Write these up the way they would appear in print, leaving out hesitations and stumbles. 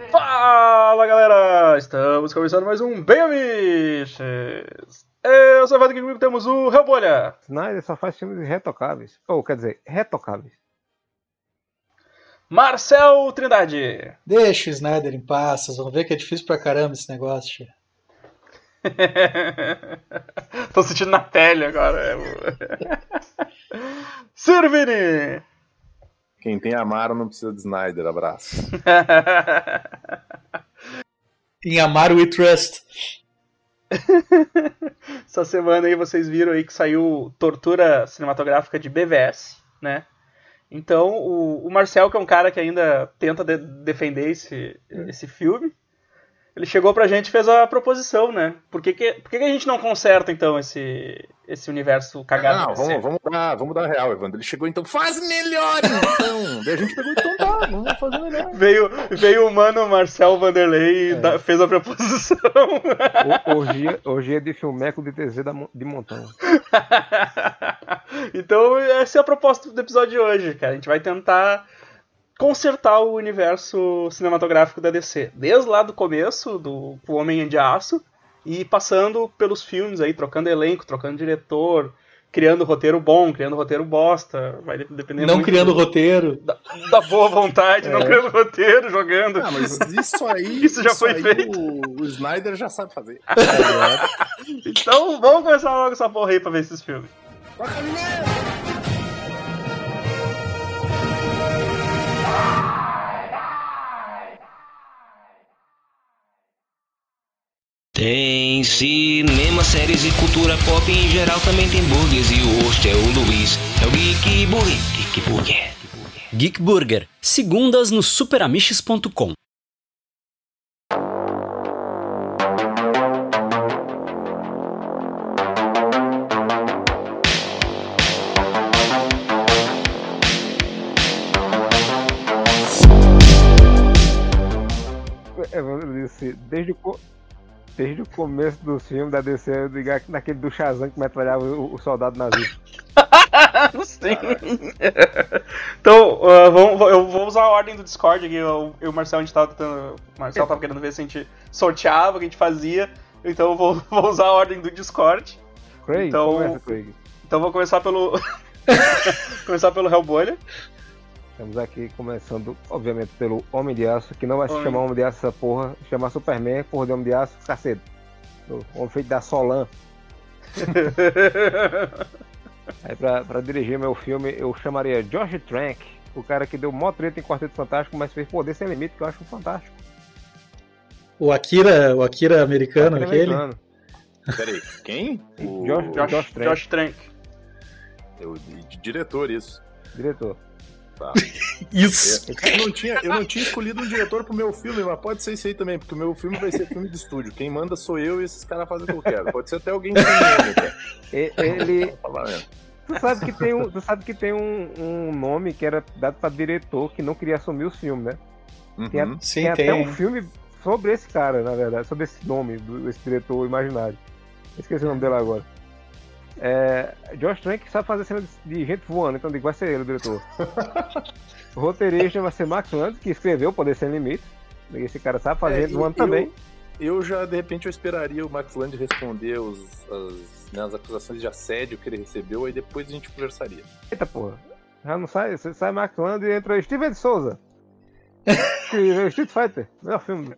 Fala galera, estamos começando mais um Bem Amiches. Eu sou o Evandro, aqui comigo temos o Helbolha. Snyder só faz filmes irretocáveis, ou quer dizer, retocáveis. Marcel Trindade. Deixa o Snyder em paz, vocês vão ver que é difícil pra caramba esse negócio, tia. Tô sentindo na tele agora. Sirvini. Quem tem Amaro não precisa de Snyder, abraço. Em Amaro We Trust. Essa semana aí vocês viram aí que saiu Tortura Cinematográfica de BVS, né? Então o Marcel, que é um cara que ainda tenta defender esse filme, ele chegou pra gente e fez a proposição, né? Por que a gente não conserta, então, esse universo cagado? Não, vamos dar real, Evandro. Ele chegou, então, faz melhor, então! Daí a gente pegou, então tá, vamos fazer melhor. Veio o mano Marcel Vanderlei e fez a proposição. Orgia de filmeco de TZ de montão. Então, essa é a proposta do episódio de hoje, cara. A gente vai tentar consertar o universo cinematográfico da DC. Desde lá do começo, do Homem de Aço, e passando pelos filmes aí, trocando elenco, trocando diretor, criando roteiro bom, criando roteiro bosta, vai dependendo não muito criando roteiro. Da boa vontade, não criando roteiro, jogando. Ah, mas isso aí... Isso já foi feito. O Snyder já sabe fazer. Então, vamos começar logo essa porra aí pra ver esses filmes. Tem cinema, séries e cultura pop em geral, também tem burgers e o host é o Luiz. É o Geek Burger. Geek Burger. Geek Burger, segundas no superamiches.com. Eu disse, desde o começo do filme da DC, eu ligar naquele do Shazam que metralhava o soldado nazista. Sim. Então, eu vou usar a ordem do Discord aqui. Eu e o Marcel, a gente tava tentando. O Marcel tava querendo ver se a gente sorteava, o que a gente fazia. Então eu vou usar a ordem do Discord. Craig, então, Craig. Então vou começar pelo. começar pelo Hellbolha. Estamos aqui começando, obviamente, pelo Homem de Aço, que não vai se chamar Homem de Aço essa porra, chamar Superman, porra de Homem de Aço, cacete. O homem feito da Solan. Aí pra dirigir meu filme, eu chamaria Josh Trank, o cara que deu mó treta em Quarteto Fantástico, mas fez Poder Sem Limite, que eu acho fantástico. O Akira americano, aquele? Peraí, quem? O Josh Trank. Diretor, isso. Diretor. Tá. Isso. Eu não tinha escolhido um diretor pro meu filme, mas pode ser isso aí também, porque o meu filme vai ser filme de estúdio. Quem manda sou eu e esses caras fazem o que eu quero. Pode ser até alguém que tem nome, ele... Tu sabe que tem um nome que era dado pra diretor que não queria assumir os filmes, né? Uhum. Tem até um filme sobre esse cara, na verdade, sobre esse nome desse diretor imaginário. Esqueci o nome dele agora. Josh Trank sabe fazer cena de gente voando, então vai ser ele o diretor. O roteirista vai ser Max Landis, que escreveu Poder Sem Limites. Esse cara sabe fazer gente voando também. Eu já, de repente, eu esperaria o Max Landis responder as acusações de assédio que ele recebeu, aí depois a gente conversaria. Eita porra, já não sai, você sai Max Landis e entra Steven de Souza. Street Fighter, melhor filme.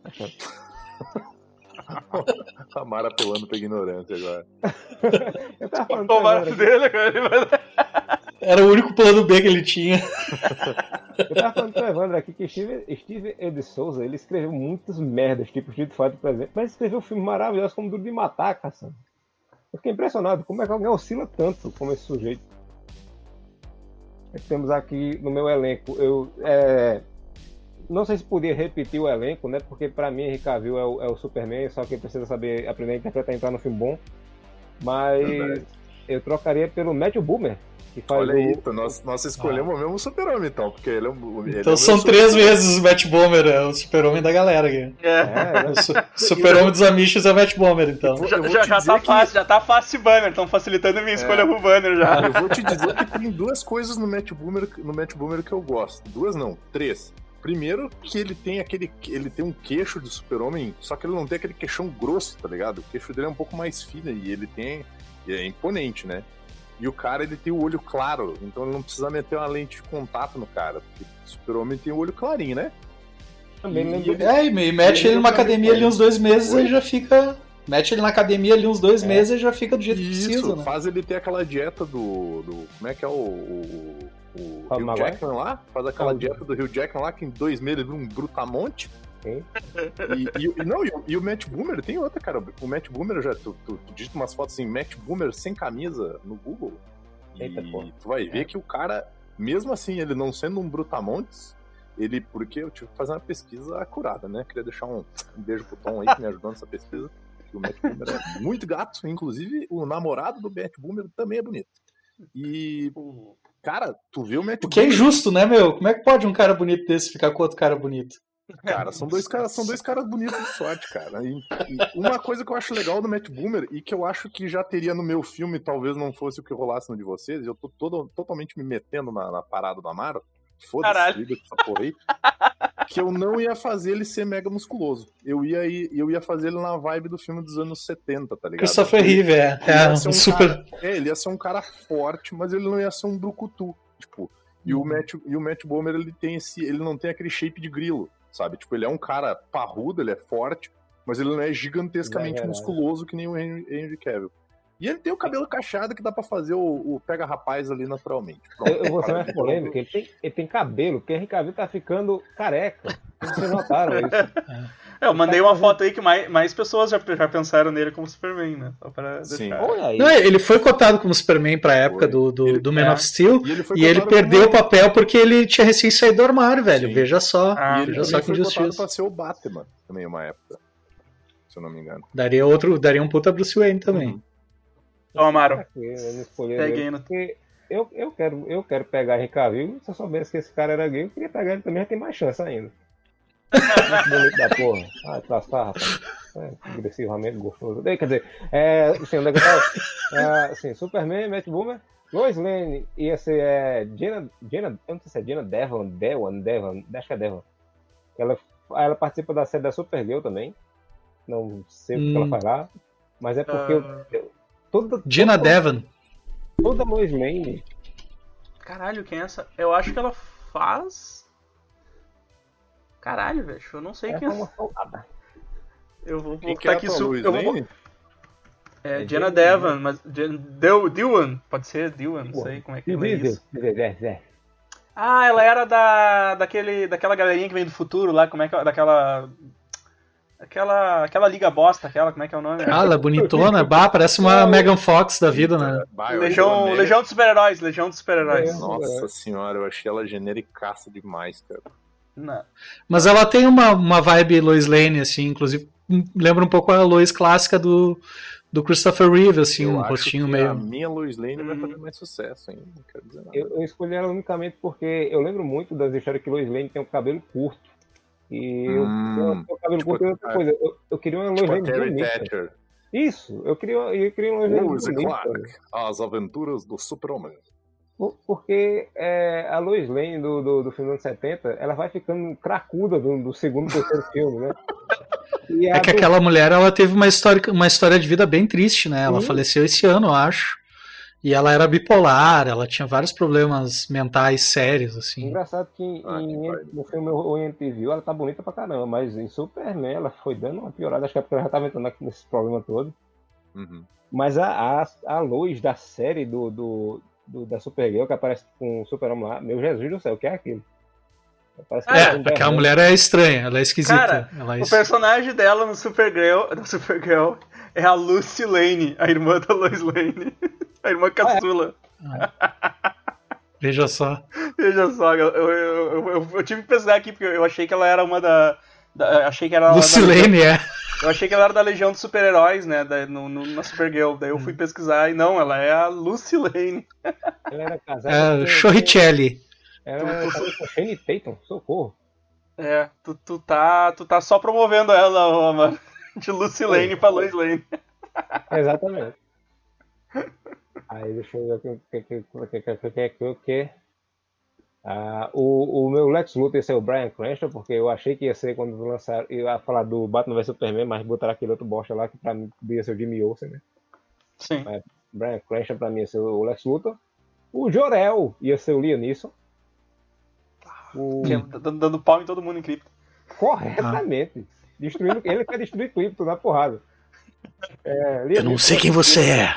A Mara apelando pra ignorância agora. Eu tava falando dele, cara. Era o único plano B que ele tinha. Eu tava falando com o Evandro aqui que Steven de Souza, ele escreveu muitas merdas, tipo Street Fighter, por exemplo, mas escreveu filmes maravilhosos como Duro de Matar, caçando. Eu fiquei impressionado como é que alguém oscila tanto como esse sujeito. Temos aqui no meu elenco, não sei se podia repetir o elenco, né? Porque pra mim Henry Cavill é o Superman, só que precisa saber aprender a interpretar e entrar no filme bom. Mas eu trocaria pelo Matthew Boomer, que faz. Olha aí, nós escolhemos o mesmo Super-Homem, então, porque ele é então são 3 vezes o Matt Bomer, é o Super-Homem da galera aqui. O Super-Homem dos Amiches é o Matt Bomer, então. Já tá fácil esse banner, estão facilitando a minha escolha pro banner já. Eu vou te dizer que tem 2 coisas no Matt Bomer que eu gosto. 2 não, 3. Primeiro que ele tem um queixo de super-homem, só que ele não tem aquele queixão grosso, tá ligado? O queixo dele é um pouco mais fino e é imponente, né? E o cara, ele tem o olho claro, então ele não precisa meter uma lente de contato no cara, porque o super-homem tem o olho clarinho, né? E mete ele numa academia ali uns 2 meses e já fica... Mete ele na academia ali uns 2 meses e já fica do jeito que precisa, né? Faz ele ter aquela dieta do como é que é o Hugh Jackman lá? Faz aquela dieta do Hugh Jackman lá, que em 2 meses ele vira um brutamonte. E o Matt Boomer tem outra, cara. O Matt Boomer, tu digita umas fotos assim, Matt Boomer sem camisa no Google. Eita, tu vai ver que o cara, mesmo assim, ele não sendo um brutamontes, porque eu tive que fazer uma pesquisa acurada, né? Queria deixar um beijo pro Tom aí que me ajudou nessa pesquisa. O Matt Boomer é muito gato, inclusive o namorado do Matt Boomer também é bonito. E, cara, tu vê o Matt Boomer... O que é injusto, né, meu? Como é que pode um cara bonito desse ficar com outro cara bonito? Cara, são dois caras bonitos de sorte, cara. E uma coisa que eu acho legal do Matt Boomer, e que eu acho que já teria no meu filme, talvez não fosse o que rolasse no de vocês, eu tô totalmente me metendo na parada do Amaro, foda-se, liga com essa porra aí, que eu não ia fazer ele ser mega musculoso. Eu ia fazer ele na vibe do filme dos anos 70, tá ligado? Christopher Reeve, ele ia ser um cara forte, mas ele não ia ser um brucutu, tipo... E o Matt Boomer, ele não tem aquele shape de grilo, sabe? Tipo, ele é um cara parrudo, ele é forte, mas ele não é gigantescamente musculoso que nem o Henry Cavill. E ele tem o cabelo cacheado que dá pra fazer o pega-rapaz ali naturalmente. Pronto, eu vou ser mais polêmico, ele tem cabelo, porque o Henry Cavill tá ficando careca. Vocês notaram isso? Eu mandei uma foto aí que mais pessoas já pensaram nele como Superman, né? Só pra deixar. Não, ele foi cotado como Superman pra época do Man of Steel, e ele perdeu o papel porque ele tinha recém saído do armário, velho. Sim. Veja só. Veja só que injustiça. Ele foi cotado pra ser o Batman também uma época, se eu não me engano. Daria um puta Bruce Wayne também. Então, Amaro, peguei no... Eu quero pegar Henry Cavill. Se eu soubesse que esse cara era gay, eu queria pegar ele também, já tem mais chance ainda. Muito bonito da porra. Ai, lascar, rapaz. Agressivamente gostoso. Quer dizer, assim, onde é que eu tava? Assim, Superman, Matt Boomer, Lois Lane ia ser Jenna, eu não sei se é Jenna Devon, acho que é Devon. Ela participa da série da Supergirl também. Não sei o que ela faz lá, mas é porque Jenna Devon. Toda Lois Lane. Caralho, quem é essa? Eu acho que ela faz. Caralho, velho, eu não sei quem é. Eu vou botar aqui Jenna Devon, mas Dewan, pode ser Dewan, não sei como é que é isso. Ah, ela era daquela galerinha que vem do futuro lá, como é que é, aquela liga bosta, como é que é o nome? Ah, ela é bonitona, parece uma Megan Fox da vida, né? Legião dos Super-Heróis. Nossa senhora, eu achei ela genericaça demais, cara. Não. Mas ela tem uma vibe Lois Lane, assim, inclusive lembra um pouco a Lois clássica do Christopher Reeve, assim, um rostinho meio... A minha Lois Lane vai fazer mais sucesso ainda, não quero dizer nada. Eu escolhi ela unicamente porque eu lembro muito das histórias que Lois Lane tem um cabelo curto. E eu tenho o cabelo curto e outra coisa. Eu queria uma Lois Lane bonita. Isso, eu queria uma Lois Lane bonita. As aventuras do Super-Homem. Porque a Lois Lane do filme dos anos 70, ela vai ficando cracuda do segundo e terceiro filme, né? Que aquela mulher, ela teve uma história de vida bem triste, né? Ela faleceu esse ano, eu acho. E ela era bipolar, ela tinha vários problemas mentais sérios, assim. Engraçado que no filme O MTV ela tá bonita pra caramba, mas em Superman ela foi dando uma piorada, acho que ela já tava entrando nesse problema todo. Uhum. Mas a Lois da série da Supergirl, que aparece com o Super-Homem lá, meu Jesus do céu, o que é aquilo? Aquela mulher é estranha, ela é esquisita. Cara, o personagem dela no Supergirl é a Lucy Lane, a irmã da Lois Lane. A irmã caçula. Veja só. Eu tive que pesquisar aqui, porque eu achei que ela era uma achei que era Lucy Lane, Eu achei que ela era da Legião dos Super-Heróis, né? Na Supergirl. Daí eu fui pesquisar e não, ela é a Lucy Lane. Ela era casada com Chorricelli. Ela era casada com Shane Tatum, socorro. Tu tá só promovendo ela, mano. De Lucy Lane pra Lois Lane. Exatamente. Aí deixa eu ver o que. O meu Lex Luthor ia ser o Bryan Cranston, porque eu achei que ia ser quando lançaram, ia falar do Batman vs Superman, mas botaram aquele outro bosta lá que pra mim ia ser o Jimmy Olsen, né? Sim. Mas Bryan Cranston pra mim ia ser o Lex Luthor. O Jor-El ia ser o Liam Neeson. Dando pau em todo mundo em Krypton. Corretamente. Destruindo, ele quer destruir Krypton na porrada. Eu não sei quem você é.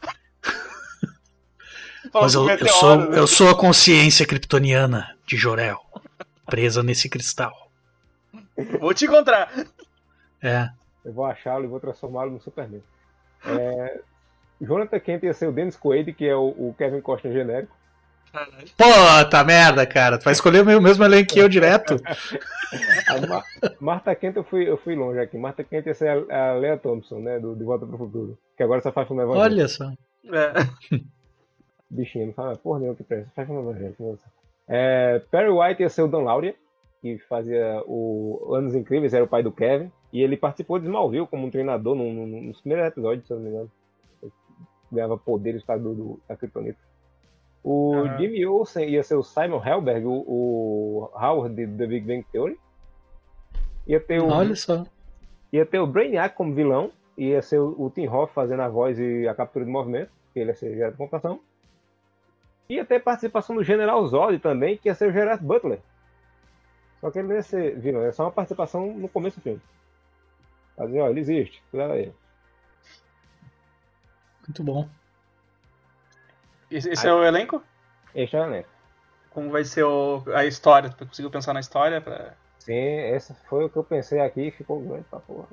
Mas Falando eu meteoro, sou a consciência kryptoniana de Jor-El, presa nesse cristal. Vou te encontrar. Eu vou achá-lo e vou transformá-lo no Superman. Jonathan Kent ia ser o Dennis Quaid, que é o Kevin Costner genérico. Puta merda, cara. Tu vai escolher o mesmo elenco que eu direto? Martha Kent eu fui longe aqui. Martha Kent ia ser a Lea Thompson, né? De Volta pro Futuro. Que agora só faz filme evangélico. Olha só. Bichinho, não fala porra nenhuma que presta. Faz filme evangélico. Perry White ia ser o Dan Lauria, que fazia o Anos Incríveis, era o pai do Kevin. E ele participou de Smallville como um treinador nos primeiros episódios, se eu não me engano. Ele ganhava poderes da Kryptonita. O Jimmy Olsen ia ser o Simon Helberg, o Howard de The Big Bang Theory. Olha só. Ia ter o Brainiac como vilão. Ia ser o Tim Roth fazendo a voz e a captura de movimento, que ele ia ser gerado de computação. Ia ter participação do General Zod também, que ia ser o Gerard Butler. Só que ele não ia ser vilão, é só uma participação no começo do filme. Fazer, ele existe, cuidado aí. Muito bom. Esse é o elenco? Esse é o elenco. Como vai ser a história? Tu conseguiu pensar na história? Sim, esse foi o que eu pensei aqui e ficou grande pra porra.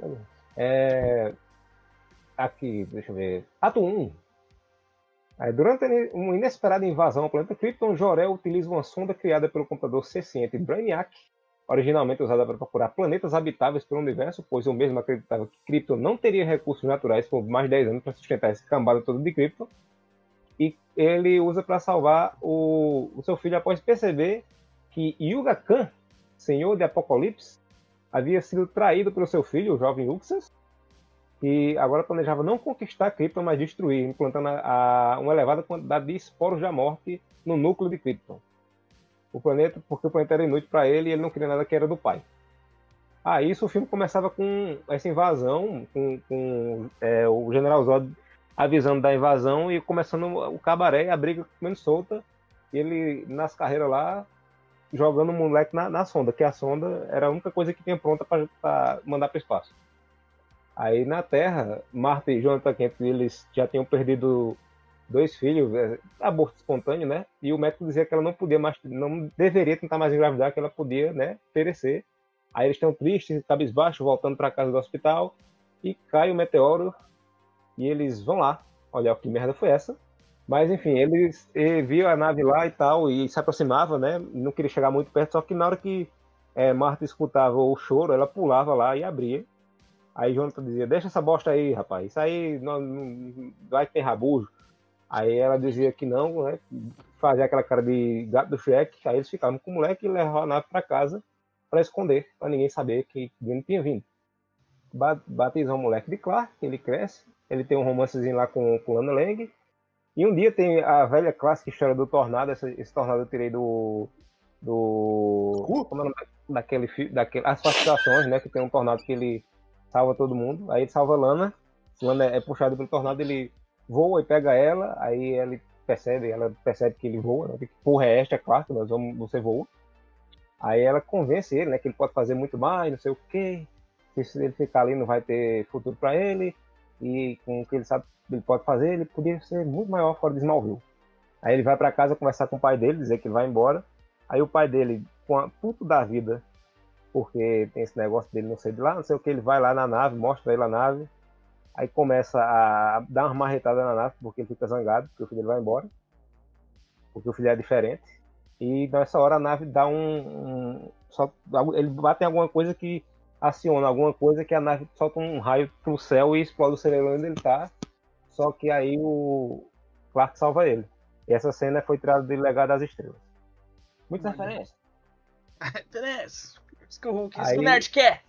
Aqui, deixa eu ver. Ato 1. Durante uma inesperada invasão ao planeta Krypton, Jor-El utiliza uma sonda criada pelo computador C-ciente Brainiac, originalmente usada para procurar planetas habitáveis pelo universo, pois eu mesmo acreditava que Krypton não teria recursos naturais por mais de 10 anos para sustentar esse cambada todo de Krypton. E ele usa para salvar o seu filho após perceber que Yuga Khan, Senhor de Apocalipse, havia sido traído pelo seu filho, o jovem Uxas, e agora planejava não conquistar Krypton, mas destruir, implantando uma elevada quantidade de esporos da morte no núcleo de Krypton. Porque o planeta era inútil para ele e ele não queria nada que era do pai. Isso o filme começava com essa invasão, com o General Zod avisando da invasão e começando o cabaré, a briga comendo solta, e ele nas carreiras lá, jogando o moleque na sonda, que a sonda era a única coisa que tinha pronta para mandar para o espaço. Aí na Terra, Martha e Jonathan Kent, eles já tinham perdido 2 filhos, aborto espontâneo, né? E o médico dizia que ela não podia mais, não deveria tentar mais engravidar, que ela podia, né, perecer. Aí eles estão tristes, cabisbaixos, voltando para casa do hospital, e cai o meteoro, e eles vão lá, olha que merda foi essa. Mas enfim, eles viam a nave lá e tal, e se aproximava, né? Não queria chegar muito perto, só que na hora que Martha escutava o choro, ela pulava lá e abria. Aí Jonathan dizia, deixa essa bosta aí, rapaz, isso aí não vai ter rabujo. Aí ela dizia que não, né? Fazia aquela cara de gato do Shrek, aí eles ficavam com o moleque e levavam a nave pra casa pra esconder, pra ninguém saber que ele tinha vindo. Batizam o moleque de Clark, ele cresce, ele tem um romancezinho lá com Lana Lang. E um dia tem a velha clássica história do Tornado, esse Tornado eu tirei como é o nome daquele as participações, né? Que tem um Tornado que ele salva todo mundo, aí ele salva Lana é puxado pelo Tornado, ele voa e pega ela, aí ela percebe que ele voa, né? Que porra é esta, é claro, você voa. Aí ela convence ele, né? Que ele pode fazer muito mais, não sei o quê, que se ele ficar ali não vai ter futuro para ele, e com o que ele sabe que ele pode fazer, ele poderia ser muito maior fora de Smallville. Aí ele vai para casa conversar com o pai dele, dizer que ele vai embora, aí o pai dele, com a puto da vida, porque tem esse negócio dele não sei de lá, não sei o que, ele vai lá na nave, mostra ele a nave, aí começa a dar uma marretada na nave, porque ele fica zangado, porque o filho dele vai embora, porque o filho é diferente, e nessa hora a nave dá ele bate em alguma coisa que aciona, alguma coisa que a nave solta um raio pro céu e explode o cerebro onde ele tá, só que aí o Clark salva ele. E essa cena foi tirada do Legado das Estrelas. Muitas referências. Referências. Isso que o nerd quer.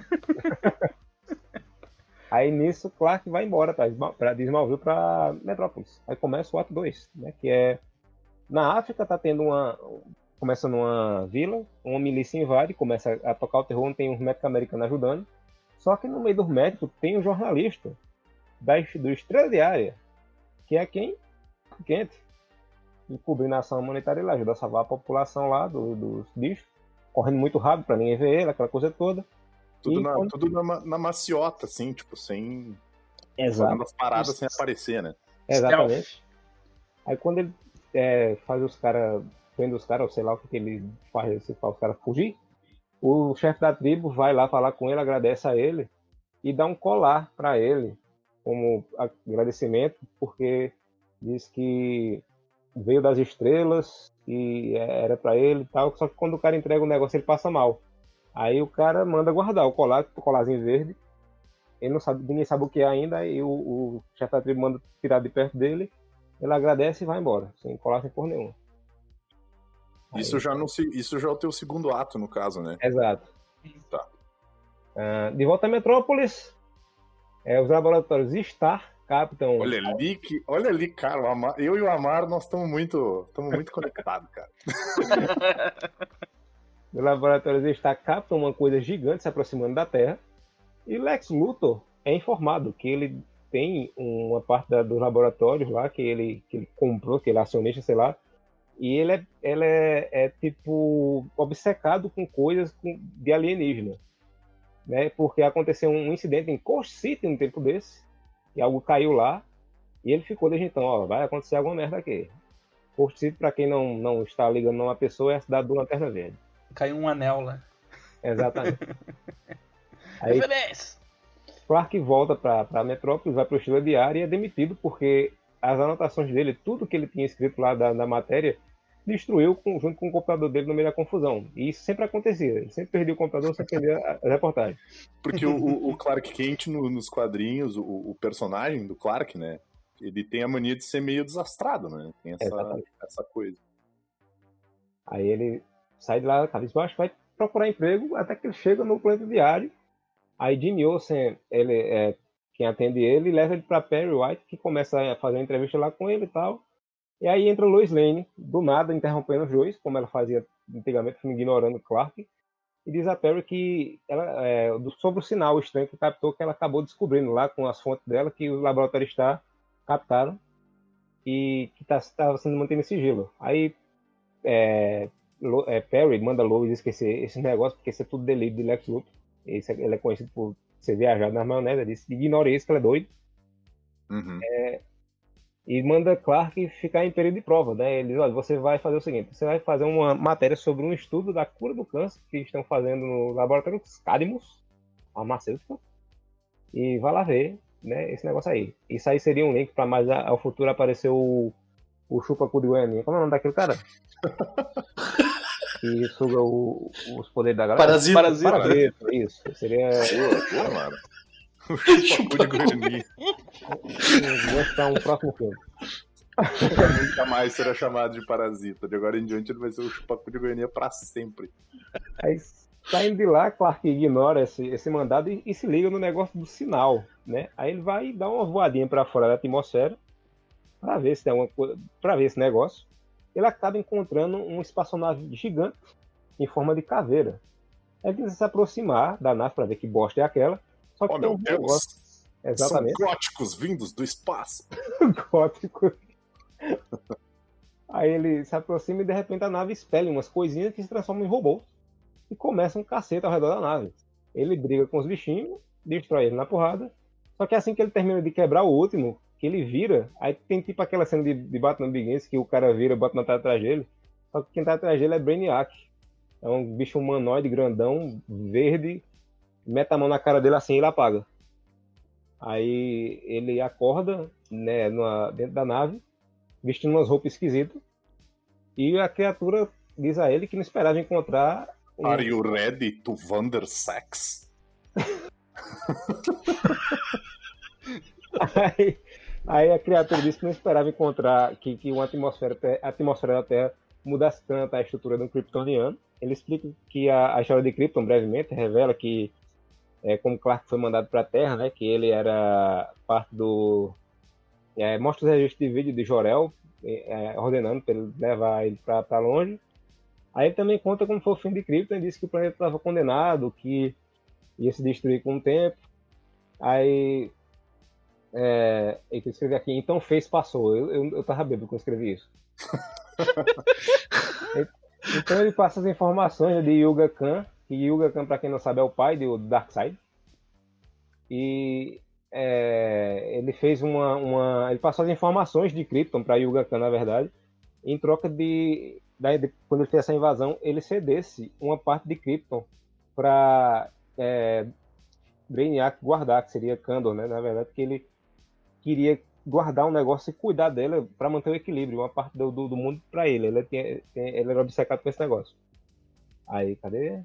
Aí nisso, Clark vai embora de Smallville pra Metrópolis. Aí começa o ato 2, né? Que é... Na África tá tendo começa numa vila, uma milícia invade, começa a tocar o terror, tem uns médicos americanos ajudando. Só que no meio dos médicos tem um jornalista do Estrela Diária, que é quem? Kent. E cobrindo a ação humanitária, ele ajuda a salvar a população lá dos bichos, correndo muito rápido pra ninguém ver ele, aquela coisa toda. Tudo na maciota, assim, tipo, sem... Exato. Fazendo as paradas sem aparecer, né? Exatamente. Aí quando ele faz os caras, prende os caras, ou sei lá o que ele faz, se faz os caras fugir, o chefe da tribo vai lá falar com ele, agradece a ele e dá um colar pra ele, como agradecimento, porque diz que veio das estrelas e era pra ele e tal, só que quando o cara entrega o negócio ele passa mal. Aí o cara manda guardar o colarzinho verde, ele não sabe, ninguém sabe o que é ainda, e o chefe da tribo manda tirar de perto dele, ele agradece e vai embora, sem colar sem porra nenhuma. Isso já é o teu segundo ato, no caso, né? Exato. Tá. De volta a Metrópolis, os laboratórios Star captam... Olha ali, cara, eu e o Amaro, nós estamos muito conectados, cara. Os laboratórios Star captam uma coisa gigante se aproximando da Terra, e Lex Luthor é informado que ele tem uma parte dos laboratórios lá que ele comprou, que ele é acionista, sei lá, e ele é tipo obcecado com coisas de alienígena, né? Porque aconteceu um incidente em Coast City no tempo desse, e algo caiu lá, e ele ficou desde então, ó, vai acontecer alguma merda aqui. Coast City, pra quem não está ligando a uma pessoa, é a cidade do Lanterna Verde. Caiu um anel lá. Exatamente. Aí Clark volta pra Metrópolis, vai pro Estrela Diária e é demitido porque as anotações dele, tudo que ele tinha escrito lá da matéria, destruiu junto com o computador dele no meio da confusão. E isso sempre acontecia. Ele sempre perdia o computador, sempre perdia a reportagem. Porque o Clark Kent nos quadrinhos, o personagem do Clark, né? Ele tem a mania de ser meio desastrado, né? Tem essa coisa. Aí ele sai de lá, cabisbaixo, vai procurar emprego, até que ele chega no Planeta Diário. Aí Jimmy Olsen, ele é quem atende ele, leva ele pra Perry White, que começa a fazer uma entrevista lá com ele e tal. E aí entra Lois Lane, do nada, interrompendo os dois, como ela fazia antigamente, ignorando Clark, e diz a Perry que sobre o sinal estranho que captou, que ela acabou descobrindo lá com as fontes dela, que os laboratórios captaram e que estava sendo mantido em sigilo. Aí Perry manda Lois esquecer esse negócio, porque isso é tudo delírio de Lex Luthor. Ele é conhecido por ser viajado nas maionetas, ele disse, ignore isso que ele é doido. Uhum. E manda Clark ficar em período de prova, né? Ele diz, olha, você vai fazer o seguinte, você vai fazer uma matéria sobre um estudo da cura do câncer que estão fazendo no laboratório Cadmus, farmacêutica, e vai lá ver, né, esse negócio aí. Isso aí seria um link para mais ao futuro aparecer o Chupacu de Goiânia. Como é o nome daquele cara? Que suga os poderes da galera. Parasita, isso. Seria... Boa, mano. O Chupacu de Goiânia. Vou estar um próximo filme. Nunca mais será chamado de Parasita. De agora em diante ele vai ser o Chupacu de Goiânia pra sempre. Aí, saindo de lá, Clark ignora esse mandado e se liga no negócio do sinal, né? Aí ele vai dar uma voadinha pra fora da atmosfera pra ver se tem alguma coisa, pra ver esse negócio. Ele acaba encontrando uma espaçonave gigante em forma de caveira. Ele tenta se aproximar da nave pra ver que bosta é aquela. Só que tem um negócio. Exatamente. São góticos vindos do espaço. Góticos. Aí ele se aproxima e de repente a nave expele umas coisinhas que se transformam em robôs e começa um cacete ao redor da nave. Ele briga com os bichinhos, destrói ele na porrada. Só que assim que ele termina de quebrar o último, que ele vira, aí tem tipo aquela cena de Batman Begins que o cara vira, o Batman tá atrás dele. Só que quem tá atrás dele é Brainiac. É um bicho humanoide grandão, verde, mete a mão na cara dele assim e ele apaga. Aí ele acorda, né, dentro da nave, vestindo umas roupas esquisitas, e a criatura diz a ele que não esperava encontrar... Are you ready to wonder sex? Aí a criatura disse que não esperava encontrar que uma a atmosfera da Terra mudasse tanto a estrutura de um kryptoniano. Ele explica que a história de Krypton, brevemente, revela que como Clark foi mandado para a Terra, né, que ele era parte do... mostra os registros de vídeo de Jor-El, ordenando para ele levar ele para longe. Aí ele também conta como foi o fim de Krypton, e disse que o planeta estava condenado, que ia se destruir com o tempo. Aí ele escreve aqui, então fez, passou. Eu tava bêbado quando eu escrevi isso. Então ele passa as informações de Yuga Khan, que Yuga Khan, pra quem não sabe, é o pai do Darkseid. E ele fez ele passou as informações de Krypton para Yuga Khan, na verdade, em troca de quando ele fez essa invasão, ele cedesse uma parte de Krypton para Brainiac guardar, que seria Kandor, né? Na verdade, que ele queria guardar um negócio e cuidar dela para manter o equilíbrio, uma parte do mundo para ele. Ele era obcecado com esse negócio. Aí, cadê?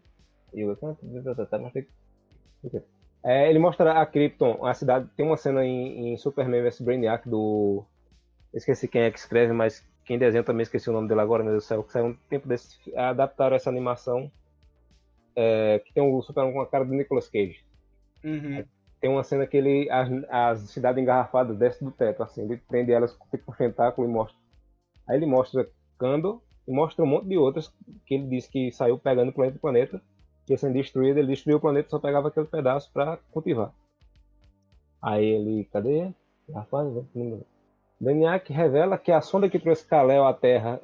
Ele mostra a Krypton, a cidade. Tem uma cena em Superman vs Brainiac do. Esqueci quem é que escreve, mas quem desenha também esqueci o nome dele agora, meu Deus do céu. Que saiu um tempo desse. Adaptaram essa animação. Que tem o Superman com a cara do Nicolas Cage. Uhum. Tem uma cena que as cidades engarrafadas descem do teto, assim, ele prende elas com um tentáculo e mostra. Aí ele mostra Kandor e mostra um monte de outras que ele disse que saiu pegando planeta, que ia sendo destruído, ele destruiu o planeta e só pegava aquele pedaço para cultivar. Aí ele, cadê? Brainiac revela que a sonda que trouxe Kal-El à Terra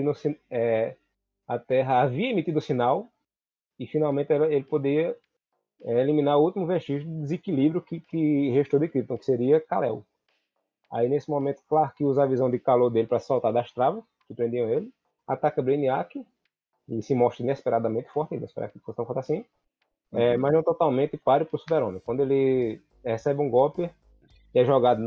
a Terra havia emitido sinal e finalmente ele poderia eliminar o último vestígio de desequilíbrio que restou de Krypton, que seria Kal-El. Aí nesse momento Clark usa a visão de calor dele para soltar das travas que prendiam ele, ataca Brainiac e se mostra inesperadamente forte, ainda esperar que fosse tão forte assim, mas não totalmente páreo para o Super-Homem. Quando ele recebe um golpe, é jogado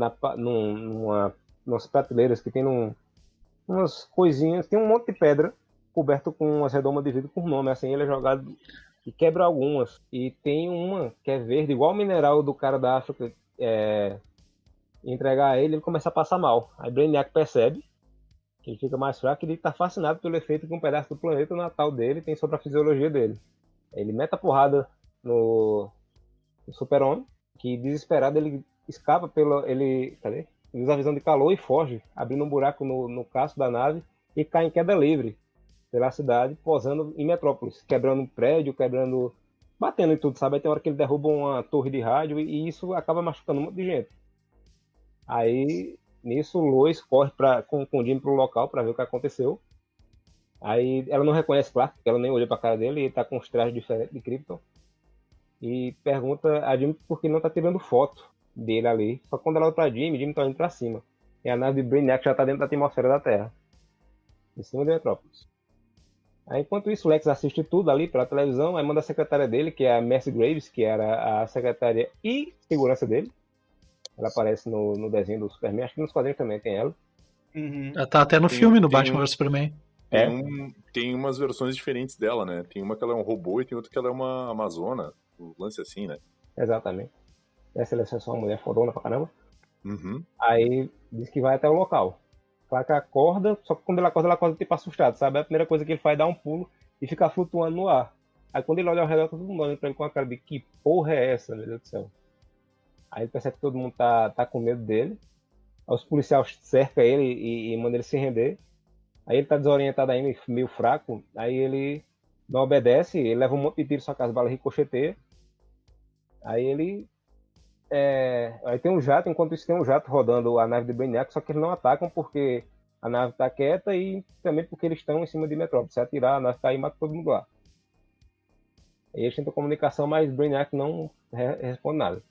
numas prateleiras que tem umas coisinhas, tem um monte de pedra coberto com umas redomas de vidro com nome, assim, ele é jogado e quebra algumas. E tem uma que é verde, igual o mineral do cara da África, entregar a ele começa a passar mal. Aí Brainiac percebe que ele fica mais fraco e ele tá fascinado pelo efeito que um pedaço do planeta natal dele tem sobre a fisiologia dele. Ele mete a porrada no Super-Homem, que desesperado ele escapa ele usa a visão de calor e foge, abrindo um buraco no casco da nave e cai em queda livre pela cidade, posando em Metrópolis, quebrando um prédio, batendo em tudo, sabe? Aí tem hora que ele derruba uma torre de rádio e isso acaba machucando um monte de gente. Aí, nisso, Lois corre com o Jimmy pro local para ver o que aconteceu. Aí ela não reconhece Clark, porque ela nem olhou pra cara dele, e ele tá com os trajes diferentes de Krypton. E pergunta a Jimmy por que não tá tirando foto dele ali. Só que quando ela olha pra Jimmy tá indo pra cima. E a nave de Brainiac já tá dentro da atmosfera da Terra, em cima de Metrópolis. Aí, enquanto isso, Lex assiste tudo ali pela televisão, aí manda a secretária dele, que é a Mercy Graves, que era a secretária e segurança dele. Ela aparece no desenho do Superman, acho que nos quadrinhos também tem ela. Uhum. Ela tá até no filme, no Batman vs Superman. Tem umas versões diferentes dela, né? Tem uma que ela é um robô e tem outra que ela é uma amazona. O lance assim, né? Exatamente. Essa é só uma mulher fodona pra caramba. Uhum. Aí diz que vai até o local. Clark acorda, só que quando ela acorda tipo assustado, sabe? A primeira coisa que ele faz é dar um pulo e ficar flutuando no ar. Aí quando ele olha ao redor, todo mundo olha pra ele com a cara de que porra é essa, meu Deus do céu. Aí ele percebe que todo mundo tá com medo dele. Aí os policiais cercam ele e mandam ele se render. Aí ele tá desorientado ainda, meio fraco. Aí ele não obedece, ele leva um monte de tiro, só que as balas ricocheteiam. Aí ele... Aí tem um jato, enquanto isso tem um jato rodando a nave de Brainiac, só que eles não atacam porque a nave tá quieta e também porque eles estão em cima de Metrópolis. Se atirar, a nave cai e mata todo mundo lá. Aí eles tentam comunicação, mas Brainiac não responde nada.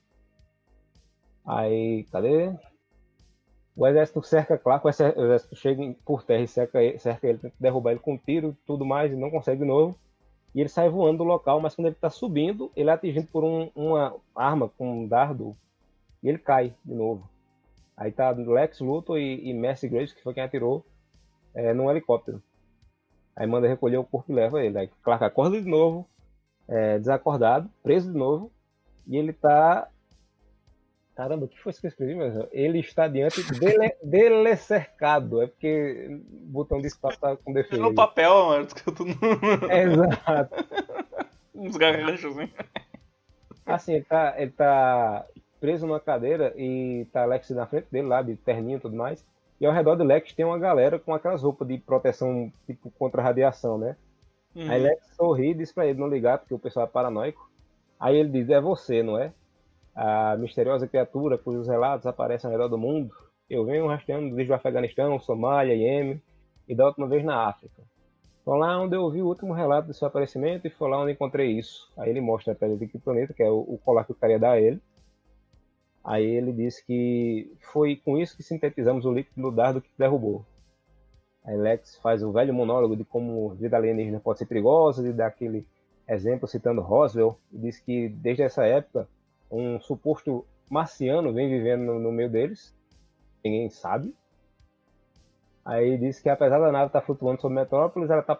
Aí, cadê? O exército cerca Clark, o exército chega por terra e cerca ele, tenta derrubar ele com um tiro e tudo mais, e não consegue de novo. E ele sai voando do local, mas quando ele está subindo, ele é atingido por uma arma com um dardo e ele cai de novo. Aí tá Lex Luthor e Mercy Graves, que foi quem atirou, num helicóptero. Aí manda recolher o corpo e leva ele. Aí Clark acorda de novo, desacordado, preso de novo, e ele tá... Caramba, o que foi isso que eu escrevi, meu Deus? Ele está diante dele cercado. É porque o botão de espaço tá com defeito. No papel, mano. Exato. Uns garranchos, hein? Assim, ele tá preso numa cadeira e tá Lex na frente dele, lá, de terninho e tudo mais. E ao redor do Lex tem uma galera com aquelas roupas de proteção tipo contra radiação, né? Aí Lex sorri e diz pra ele não ligar, porque o pessoal é paranoico. Aí ele diz, é você, não é? A misteriosa criatura cujos relatos aparecem ao redor do mundo. Eu venho rastreando desde o Afeganistão, Somália, Iêmen e da última vez na África. Foi lá onde eu ouvi o último relato do seu aparecimento e foi lá onde encontrei isso. Aí ele mostra a pedra de Kryptonita, que é o colar que eu queria dar a ele. Aí ele diz que foi com isso que sintetizamos o líquido dardo que derrubou. Aí Lex faz o velho monólogo de como vida alienígena pode ser perigosa, e dá aquele exemplo citando Roswell, e diz que desde essa época um suposto marciano vem vivendo no meio deles, ninguém sabe. Aí diz que apesar da nave estar flutuando sobre Metrópolis, ela está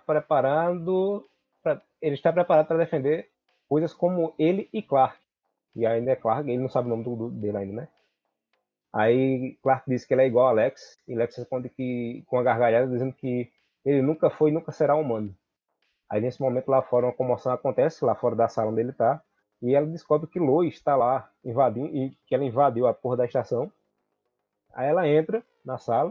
ele está preparado para defender coisas como ele e Clark. E ainda é Clark, ele não sabe o nome dele ainda, né? Aí Clark diz que ele é igual a Lex, e Lex responde que, com uma gargalhada, dizendo que ele nunca foi e nunca será humano. Aí nesse momento lá fora uma comoção acontece, lá fora da sala onde ele está, e ela descobre que Lois está lá invadindo, e que ela invadiu a porra da estação. Aí ela entra na sala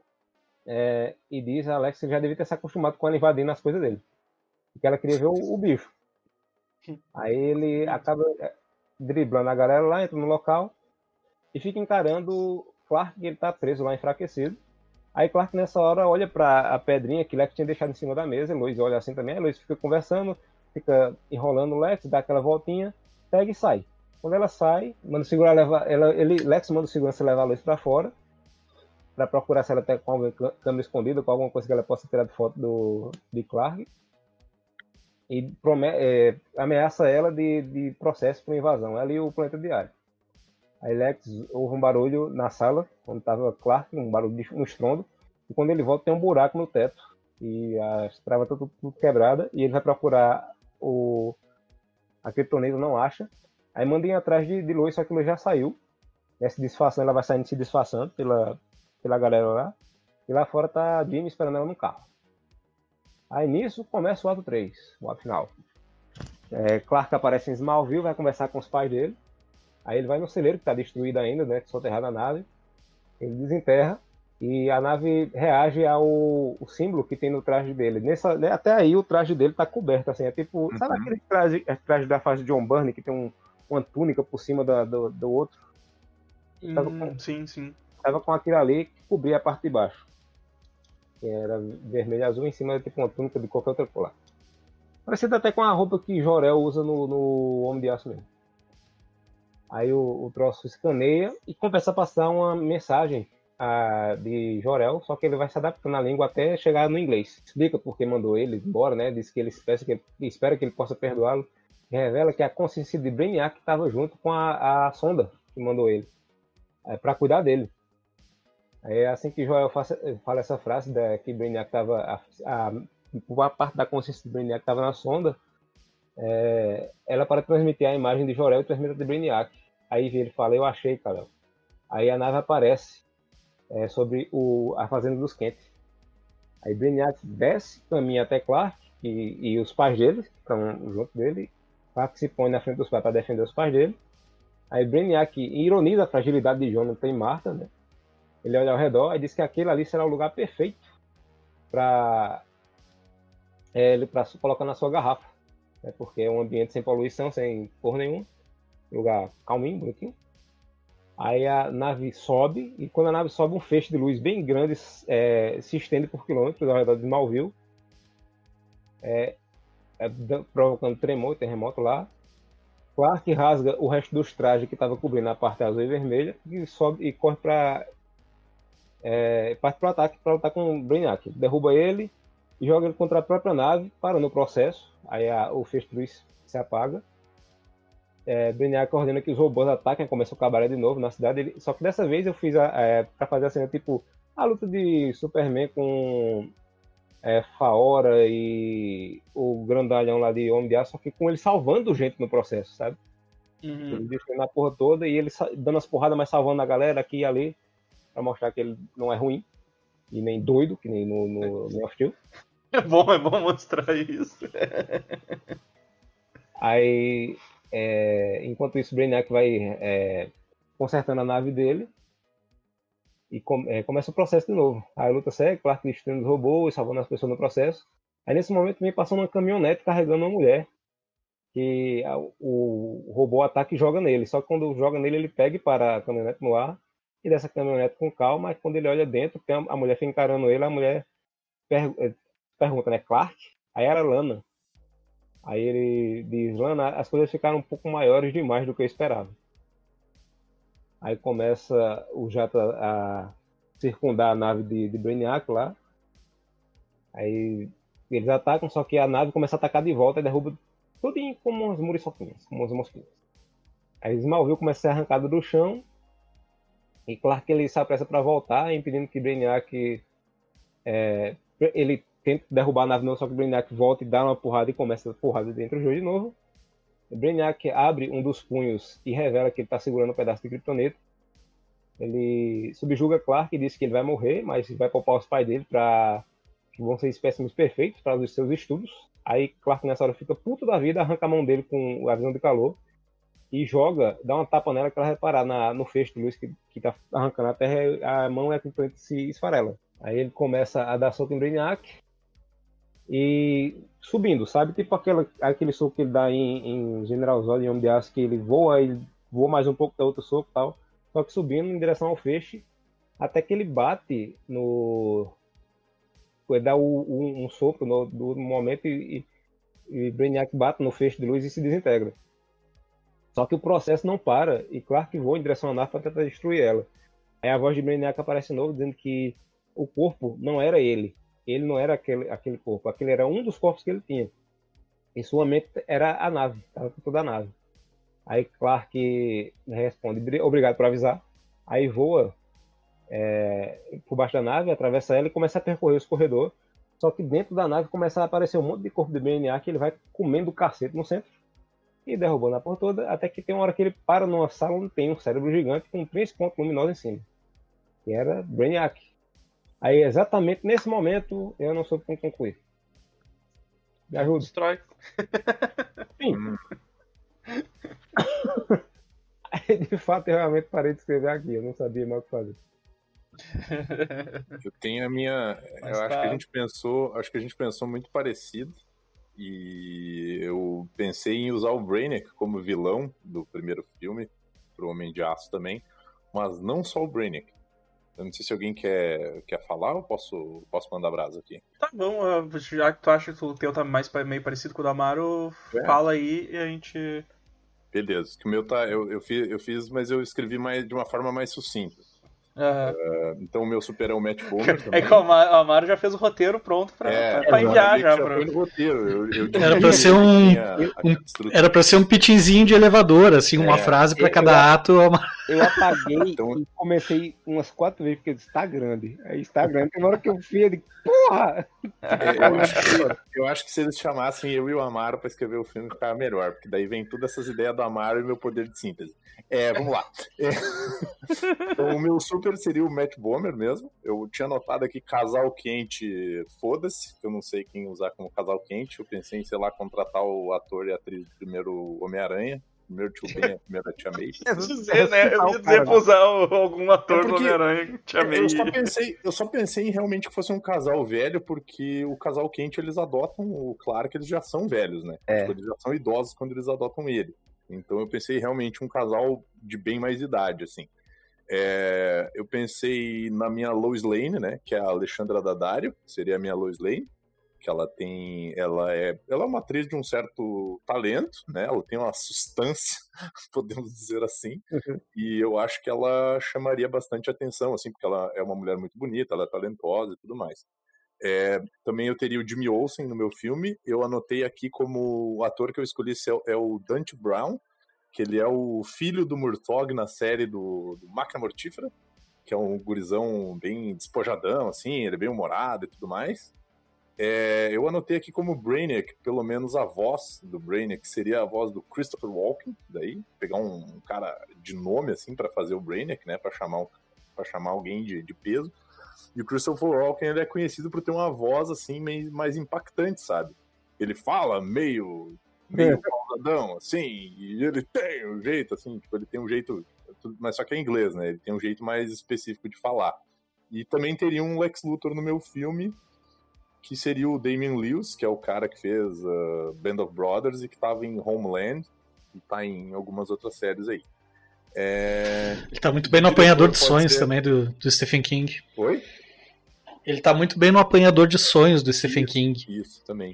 e diz a Alex que já devia ter se acostumado com ela invadindo as coisas dele, porque ela queria ver o bicho. Aí ele acaba driblando a galera lá, entra no local e fica encarando Clark, que ele tá preso lá enfraquecido. Aí Clark nessa hora olha para a pedrinha que Lex tinha deixado em cima da mesa, e Lois olha assim também, a Lois fica conversando, fica enrolando o Lex, dá aquela voltinha, pega e sai. Quando ela sai, Lex manda o segurança levar a Lois para fora, para procurar se ela tá com alguma câmera escondida, com alguma coisa que ela possa tirar de foto de Clark, e ameaça ela de processo por invasão, ela e o Planeta Diário. Aí Lex ouve um barulho na sala, onde estava Clark, um barulho de um estrondo, e quando ele volta tem um buraco no teto, e as travas estão tudo quebradas, e ele vai procurar a Kryptonita, não acha, aí manda ir atrás de Lois, só que Lois já saiu, se disfarçando, ela vai saindo se disfarçando pela galera lá, e lá fora tá Jimmy esperando ela no carro. Aí nisso começa o ato 3, o ato final. Clark aparece em Smallville, vai conversar com os pais dele. Aí ele vai no celeiro, que está destruído ainda, né? Soterrado a nave. Ele desenterra e a nave reage ao símbolo que tem no traje dele. Até aí o traje dele está coberto, assim. É tipo, sabe aquele traje da fase de John Byrne, que tem uma túnica por cima do outro? Sim. Tava com aquilo ali que cobria a parte de baixo. Que era vermelho e azul, em cima tipo uma túnica de qualquer outra cor lá. Parecido até com a roupa que Jor-El usa no Homem de Aço mesmo. Aí o troço escaneia e começa a passar uma mensagem de Jor-El, só que ele vai se adaptando à língua até chegar no inglês. Explica por que mandou ele embora, né? Diz que ele espera que ele possa perdoá-lo. Revela que a consciência de Brainiac estava junto com a sonda que mandou ele, para cuidar dele. Aí é assim que Jor-El fala essa frase que Brainiac estava... A parte da consciência de Brainiac estava na sonda. Ela para transmitir a imagem de Jor-El e transmite a de Brainiac. Aí ele fala, eu achei, cara. Aí a nave aparece sobre a fazenda dos Kent. Aí Brainiac desce, caminha até Clark e os pais dele, que estão junto dele. Clark se põe na frente dos pais para defender os pais dele. Aí Brainiac ironiza a fragilidade de Jonathan e Martha, né? Ele olha ao redor e diz que aquele ali será o lugar perfeito para ele colocar na sua garrafa. Porque é um ambiente sem poluição, sem porra nenhuma, lugar calminho, bonitinho. Aí a nave sobe, e quando a nave sobe, um feixe de luz bem grande se estende por quilômetros ao redor de Smallville, provocando tremor e terremoto lá. Clark rasga o resto dos trajes que estava cobrindo a parte azul e vermelha, e sobe e corre parte para o ataque para lutar com o Brainiac. Derruba ele e joga ele contra a própria nave, parando o processo. Aí o feixe de luz se apaga. Brainiac ordena que os robôs ataquem, começa o cabaré de novo na cidade. Só que dessa vez eu fiz para fazer a cena tipo a luta de Superman com Faora e o grandalhão lá de Homem de Aço, só que com ele salvando gente no processo, sabe? Ele destruindo a porra toda e ele dando as porradas, mas salvando a galera aqui e ali, pra mostrar que ele não é ruim e nem doido, que nem no Man of Steel. É bom mostrar isso. Aí, enquanto isso, Brainiac vai consertando a nave dele e começa o processo de novo. Aí a luta segue, Clark destruindo os robôs, salvando as pessoas no processo. Aí nesse momento vem passando uma caminhonete carregando uma mulher, que o robô ataca e joga nele. Só que quando joga nele, ele pega e para a caminhonete no ar, e dessa caminhonete com calma, mas quando ele olha dentro, tem a mulher fica encarando ele, a mulher pergunta, né, Clark? Aí era Lana. Aí ele diz, Lana, as coisas ficaram um pouco maiores demais do que eu esperava. Aí começa o jato a circundar a nave de Brainiac lá. Aí eles atacam, só que a nave começa a atacar de volta e derruba tudo como umas muriçoquinhas, como umas mosquinhas. Aí Smallville começa a ser arrancado do chão. E Clark ele se apressa para voltar, impedindo que Brainiac ele tenta derrubar a nave não, só que o Brainiac volta e dá uma porrada e começa a porrada dentro do jogo de novo. O Brainiac abre um dos punhos e revela que ele está segurando um pedaço de kryptonita. Ele subjuga Clark e diz que ele vai morrer, mas vai poupar os pais dele para que vão ser espécimes perfeitos para os seus estudos. Aí Clark nessa hora fica puto da vida, arranca a mão dele com a visão de calor e joga, dá uma tapa nela que ela vai parar no feixe de luz que tá arrancando a terra, a mão e a kryptonita se esfarela. Aí ele começa a dar soco em Brainiac e subindo, sabe? Tipo aquele soco que ele dá em General Zod, em Homem de Aço, que ele voa mais um pouco, dá outro soco e tal. Só que subindo em direção ao feixe, até que ele bate no... Ele dá um sopro no momento e Brainiac bate no feixe de luz e se desintegra. Só que o processo não para e Clark voa em direção à nave para tentar destruir ela. Aí a voz de Brainiac aparece de novo dizendo que o corpo não era ele. Ele não era aquele corpo. Aquele era um dos corpos que ele tinha. Em sua mente era a nave. Estava com toda a nave. Aí Clark responde, obrigado por avisar. Aí voa por baixo da nave, atravessa ela e começa a percorrer os corredores. Só que dentro da nave começa a aparecer um monte de corpo de Brainiac que ele vai comendo o cacete no centro e derrubando a porra toda, até que tem uma hora que ele para numa sala onde tem um cérebro gigante com 3 pontos luminosos em cima. Que era Brainiac. Aí exatamente nesse momento eu não soube como concluir. Me ajuda. Destrói. Sim. Aí, de fato, eu realmente parei de escrever aqui. Eu não sabia mais o que fazer. Eu tenho a minha. Mas acho que a gente pensou muito parecido. E eu pensei em usar o Brainiac como vilão do primeiro filme, pro Homem de Aço também, mas não só o Brainiac. Eu não sei se alguém quer falar ou posso mandar brasa aqui. Tá bom, já que tu acha que o teu tá meio parecido com o do Amaro, fala aí e a gente... Beleza, que o meu tá... Eu fiz, mas eu escrevi de uma forma mais sucinta. Então o meu super é o Matt Bomer também. É que o Amaro já fez o roteiro pronto pra enviar já. Foi no roteiro. Era pra ser um pitchzinho de elevador, assim, uma frase pra cada ato. Eu apaguei e comecei umas 4 vezes, porque eu disse, tá grande. Aí está grande, tem uma hora que eu fui, eu digo, porra! Eu acho que se eles chamassem eu e o Amaro pra escrever o filme, ficava melhor, porque daí vem todas essas ideias do Amaro e meu poder de síntese. Vamos lá. Então, o meu super seria o Matt Bomer mesmo. Eu tinha anotado aqui casal quente, foda-se, que eu não sei quem usar como casal quente. Eu pensei em, sei lá, contratar o ator e a atriz do primeiro Homem-Aranha. Primeiro Tio Ben, a primeira Tia May. Eu ia dizer pra usar algum ator do Homem-Aranha, Tia May. Eu só pensei em realmente que fosse um casal velho, porque o casal quente, eles adotam o Clark, eles já são velhos, né? Tipo, eles já são idosos quando eles adotam ele. Então eu pensei realmente um casal de bem mais idade, assim. Eu pensei na minha Lois Lane, né? Que é a Alexandra Daddario, que seria a minha Lois Lane. Que ela é uma atriz de um certo talento, né? Ela tem uma substância, podemos dizer assim. E eu acho que ela chamaria bastante atenção, assim, porque ela é uma mulher muito bonita, ela é talentosa e tudo mais. Também eu teria o Jimmy Olsen no meu filme. Eu anotei aqui como o ator que eu escolhi é o Dante Brown, que ele é o filho do Murtaugh na série do Máquina Mortífera, que é um gurizão bem despojadão, assim, ele é bem humorado e tudo mais. Eu anotei aqui como Brainiac, pelo menos a voz do Brainiac seria a voz do Christopher Walken, daí pegar um cara de nome assim para fazer o Brainiac, né, para chamar alguém de peso. E o Christopher Walken, ele é conhecido por ter uma voz assim meio mais impactante, sabe? Ele fala meio pausadão, assim, e ele tem um jeito assim, tipo, ele tem um jeito, mas só que é inglês, né? Ele tem um jeito mais específico de falar. E também teria um Lex Luthor no meu filme. que seria o Damian Lewis, que é o cara que fez Band of Brothers e que tava em Homeland e tá em algumas outras séries aí. Ele tá muito bem no Apanhador de Sonhos também, do Stephen King. Oi? Ele tá muito bem no Apanhador de Sonhos do Stephen King. Isso, também.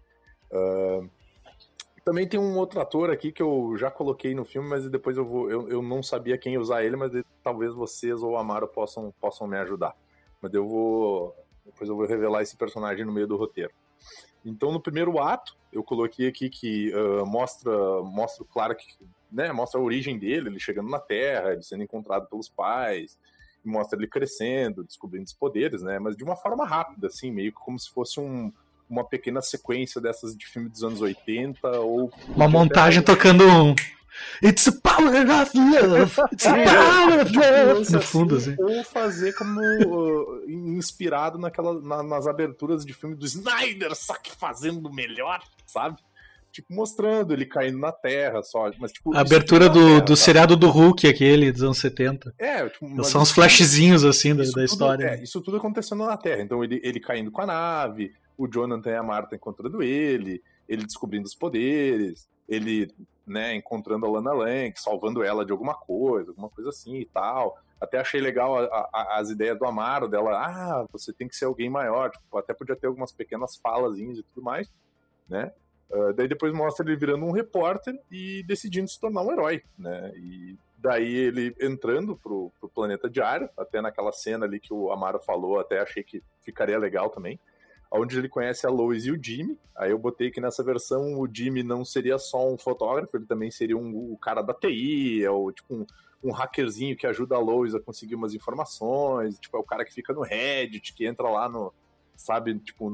Também tem um outro ator aqui que eu já coloquei no filme, mas depois eu não sabia quem usar ele, mas talvez vocês ou o Amaro possam me ajudar. Mas depois eu vou revelar esse personagem no meio do roteiro. Então, no primeiro ato, eu coloquei aqui que mostra o Clark, né, mostra a origem dele, ele chegando na Terra, ele sendo encontrado pelos pais, e mostra ele crescendo, descobrindo os poderes, né, mas de uma forma rápida, assim, meio que como se fosse uma pequena sequência dessas de filme dos anos 80, ou... Uma montagem tocando It's the power of love! It's the power of love! No fundo, assim. Ou fazer como inspirado nas aberturas de filme do Snyder, só que fazendo melhor, sabe? Tipo, mostrando ele caindo na terra, só. Mas, tipo, a abertura do seriado do Hulk, aquele dos anos 70. Tipo, são uns flashzinhos, assim, da história. Isso tudo acontecendo na Terra. Então, ele caindo com a nave, o Jonathan e a Martha encontrando ele descobrindo os poderes, ele, né, encontrando a Lana Lang, salvando ela de alguma coisa assim e tal. Até achei legal as ideias do Amaro, dela, você tem que ser alguém maior, tipo, até podia ter algumas pequenas falazinhas e tudo mais, né? Daí depois mostra ele virando um repórter e decidindo se tornar um herói, né? E daí ele entrando pro planeta diário, até naquela cena ali que o Amaro falou, até achei que ficaria legal também, onde ele conhece a Lois e o Jimmy. Aí eu botei que nessa versão o Jimmy não seria só um fotógrafo, ele também seria o cara da TI, tipo um hackerzinho que ajuda a Lois a conseguir umas informações, tipo, é o cara que fica no Reddit, que entra lá no, sabe, tipo,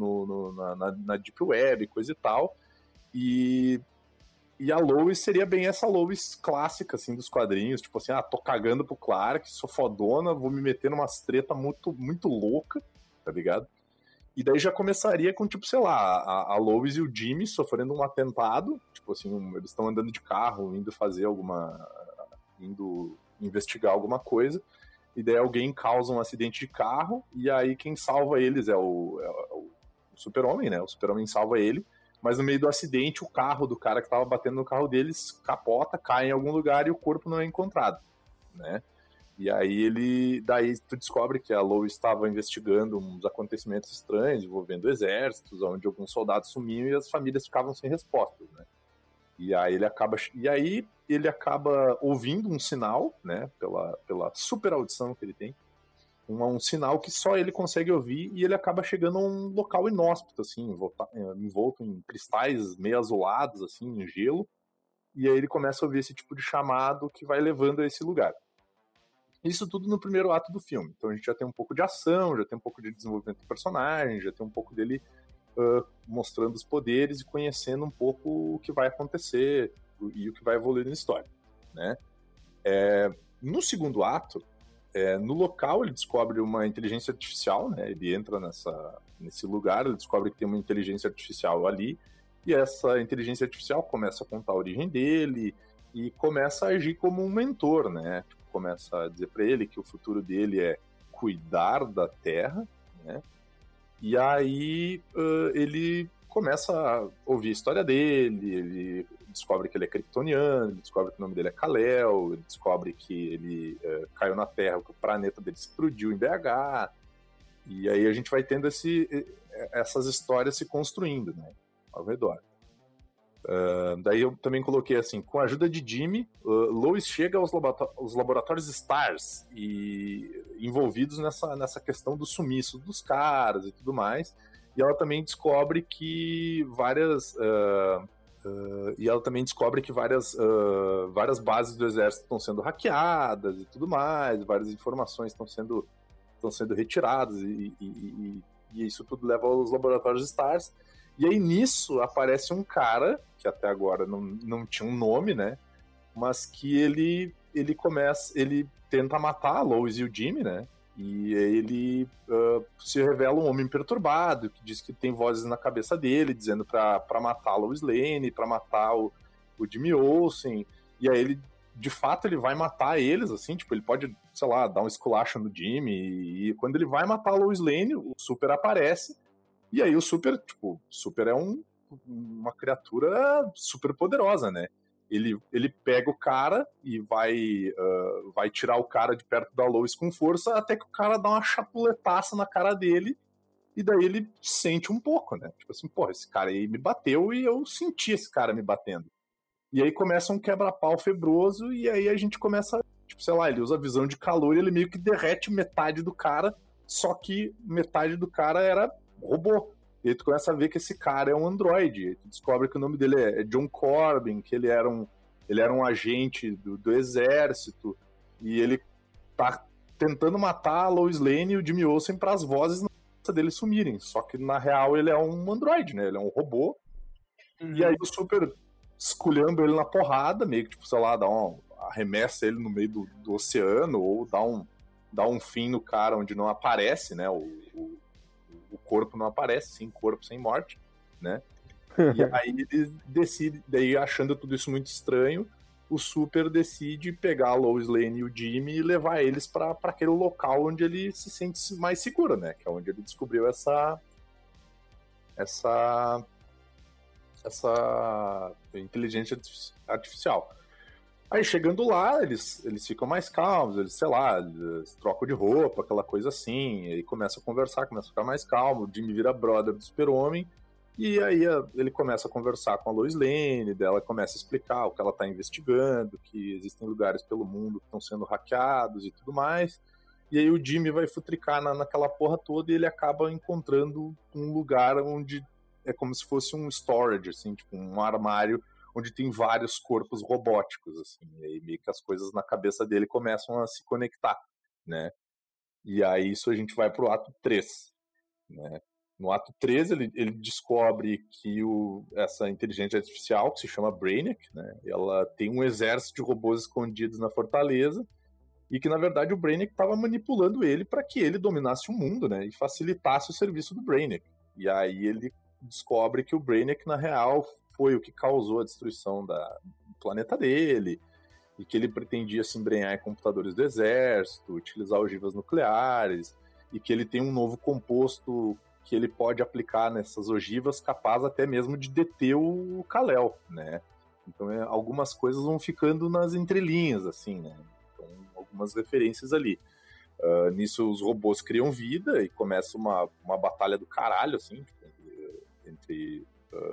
na Deep Web, coisa e tal. E a Lois seria bem essa Lois clássica, assim, dos quadrinhos, tipo assim, tô cagando pro Clark, sou fodona, vou me meter numas treta muito, muito louca, tá ligado? E daí já começaria com, tipo, sei lá, a Lois e o Jimmy sofrendo um atentado, tipo assim, eles estão andando de carro, indo investigar alguma coisa, e daí alguém causa um acidente de carro, e aí quem salva eles é o Super-Homem, né? O Super-Homem salva ele, mas no meio do acidente o carro do cara que tava batendo no carro deles capota, cai em algum lugar e o corpo não é encontrado, né? E aí daí tu descobre que a Lois estava investigando uns acontecimentos estranhos envolvendo exércitos, onde alguns soldados sumiam e as famílias ficavam sem respostas, né? E aí ele acaba ouvindo um sinal, né, pela super audição que ele tem, um sinal que só ele consegue ouvir, e ele acaba chegando a um local inóspito, assim, envolto em cristais meio azulados, assim, em gelo, e aí ele começa a ouvir esse tipo de chamado que vai levando a esse lugar. Isso tudo no primeiro ato do filme. Então a gente já tem um pouco de ação, já tem um pouco de desenvolvimento do personagem, já tem um pouco dele mostrando os poderes e conhecendo um pouco o que vai acontecer e o que vai evoluir na história, né? No segundo ato, no local ele descobre uma inteligência artificial, né? Ele entra nesse lugar, ele descobre que tem uma inteligência artificial ali, e essa inteligência artificial começa a contar a origem dele e começa a agir como um mentor, né? Tipo, começa a dizer para ele que o futuro dele é cuidar da Terra, né? E aí ele começa a ouvir a história dele, ele descobre que ele é kryptoniano, ele descobre que o nome dele é Kal-El, ele descobre que ele caiu na Terra, que o planeta dele explodiu em BH, e aí a gente vai tendo essas histórias se construindo, né, ao redor. Daí eu também coloquei assim, com a ajuda de Jimmy, Lois chega aos laboratórios STARS e envolvidos nessa questão do sumiço dos caras e tudo mais, e ela também descobre que várias bases do exército estão sendo hackeadas e tudo mais, várias informações estão sendo retiradas e isso tudo leva aos laboratórios STARS. E aí nisso aparece um cara, que até agora não tinha um nome, né? Mas que ele tenta matar a Lois e o Jimmy, né? E ele se revela um homem perturbado, que diz que tem vozes na cabeça dele, dizendo pra matar a Lois Lane, pra matar o Jimmy Olsen. E aí ele, de fato, ele vai matar eles, assim, tipo, ele pode, sei lá, dar um esculacho no Jimmy. E quando ele vai matar a Lois Lane, o Super aparece. E aí o Super é uma criatura super poderosa, né? Ele pega o cara e vai tirar o cara de perto da Lois com força, até que o cara dá uma chapuletaça na cara dele, e daí ele sente um pouco, né? Tipo assim, porra, esse cara aí me bateu e eu senti esse cara me batendo. E aí começa um quebra-pau febroso, e aí a gente começa, tipo, sei lá, ele usa a visão de calor e ele meio que derrete metade do cara, só que metade do cara era robô. E aí tu começa a ver que esse cara é um androide. E tu descobre que o nome dele é John Corbin, que ele era um agente do exército, e ele tá tentando matar a Lois Lane e o Jimmy Olsen para as vozes na cabeça dele sumirem. Só que na real ele é um androide, né? Ele é um robô. E aí o Super esculhamba ele na porrada, meio que, tipo, sei lá, arremessa ele no meio do oceano, ou dá um fim no cara onde não aparece, né? O corpo não aparece, sim, corpo sem morte, né? E aí ele decide, daí achando tudo isso muito estranho, o Super decide pegar a Lois Lane e o Jimmy e levar eles para aquele local onde ele se sente mais seguro, né? Que é onde ele descobriu essa inteligência artificial. Aí chegando lá, eles ficam mais calmos, eles trocam de roupa, aquela coisa assim, e aí começa a conversar, começa a ficar mais calmo, o Jimmy vira brother do Super-Homem, e aí ele começa a conversar com a Lois Lane, dela começa a explicar o que ela está investigando, que existem lugares pelo mundo que estão sendo hackeados e tudo mais, e aí o Jimmy vai futricar naquela porra toda e ele acaba encontrando um lugar onde é como se fosse um storage, assim, tipo um armário onde tem vários corpos robóticos, assim, e aí meio que as coisas na cabeça dele começam a se conectar, né? E aí isso a gente vai pro ato 3, né? No ato 3 ele descobre que essa inteligência artificial, que se chama Brainiac, né? Ela tem um exército de robôs escondidos na fortaleza, e que na verdade o Brainiac estava manipulando ele para que ele dominasse o mundo, né? E facilitasse o serviço do Brainiac. E aí ele descobre que o Brainiac, na real, foi o que causou a destruição do planeta dele, e que ele pretendia se embrenhar em computadores do exército, utilizar ogivas nucleares, e que ele tem um novo composto que ele pode aplicar nessas ogivas, capaz até mesmo de deter o Kal-El, né? Então algumas coisas vão ficando nas entrelinhas, assim, né? Então, algumas referências ali. Nisso os robôs criam vida e começa uma batalha do caralho, assim, tipo, entre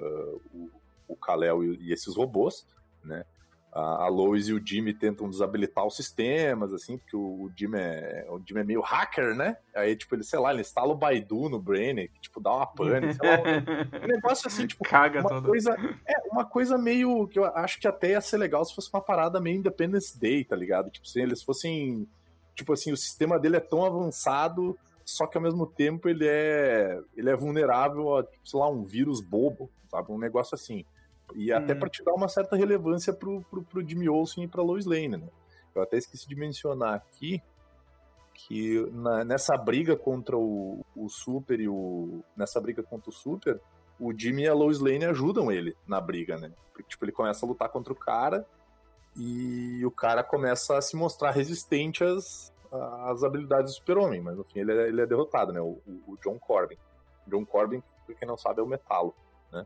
o Kal-El e esses robôs, né? A Lois e o Jimmy tentam desabilitar os sistemas, assim, porque o Jimmy é meio hacker, né? Aí, tipo, ele instala o Baidu no Brainiac, tipo, dá uma pane, sei lá. Um negócio assim, tipo, caga todo. Uma coisa meio que eu acho que até ia ser legal se fosse uma parada meio Independence Day, tá ligado? Tipo, se eles fossem, tipo assim, o sistema dele é tão avançado, só que ao mesmo tempo ele é vulnerável a, sei lá, um vírus bobo, sabe? Um negócio assim. E até pra te dar uma certa relevância pro Jimmy Olsen e pra Lois Lane, né? Eu até esqueci de mencionar aqui que nessa briga contra o Super nessa briga contra o Super, o Jimmy e a Lois Lane ajudam ele na briga, né? Porque, tipo, ele começa a lutar contra o cara e o cara começa a se mostrar resistente às habilidades do Super-Homem, mas no fim ele é derrotado, né? O John Corbin. John Corbin, pra quem não sabe, é o Metalo, né?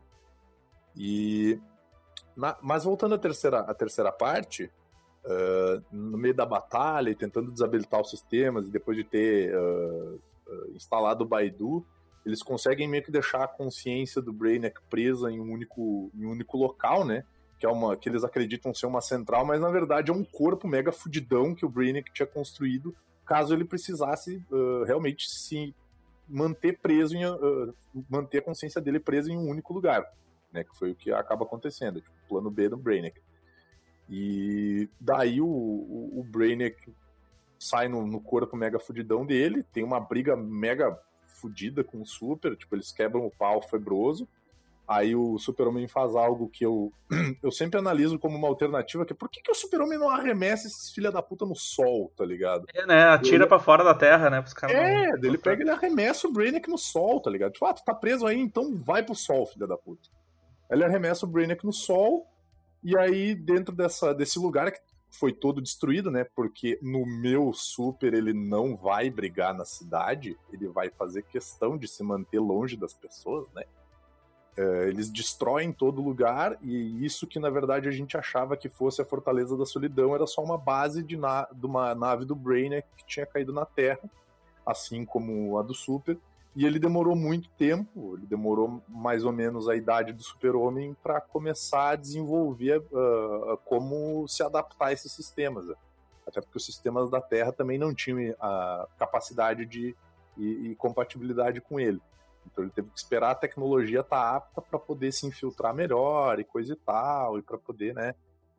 Mas voltando à terceira parte, no meio da batalha e tentando desabilitar os sistemas, e depois de ter instalado o Baidu, eles conseguem meio que deixar a consciência do Brainiac presa em um único local, né? Que eles acreditam ser uma central, mas na verdade é um corpo mega fudidão que o Brainiac tinha construído, caso ele precisasse realmente se manter preso, manter a consciência dele presa em um único lugar. Né, que foi o que acaba acontecendo, tipo, plano B do Brainiac. E daí o Brainiac sai no corpo mega fudidão dele, tem uma briga mega fudida com o Super, tipo, eles quebram o pau febroso, aí o Super-Homem faz algo que eu sempre analiso como uma alternativa, que é por que o Super-Homem não arremessa esses filha da puta no sol, tá ligado? Né, atira pra fora da Terra, né, pros caras ele pega e ele arremessa o Brainiac no sol, tá ligado? Tipo, tu tá preso aí, então vai pro sol, filha da puta. Ele arremessa o Brainiac no sol, e aí dentro desse lugar, foi todo destruído, né? Porque no meu Super ele não vai brigar na cidade, ele vai fazer questão de se manter longe das pessoas, né? Eles destroem todo lugar, e isso que na verdade a gente achava que fosse a Fortaleza da Solidão era só uma base de uma nave do Brainiac que tinha caído na Terra, assim como a do Super, e ele demorou muito tempo, ele demorou mais ou menos a idade do Super-Homem para começar a desenvolver como se adaptar a esses sistemas, até porque os sistemas da Terra também não tinham a capacidade e compatibilidade com ele. Então ele teve que esperar a tecnologia estar apta para poder se infiltrar melhor e coisa e tal, e para poder, né,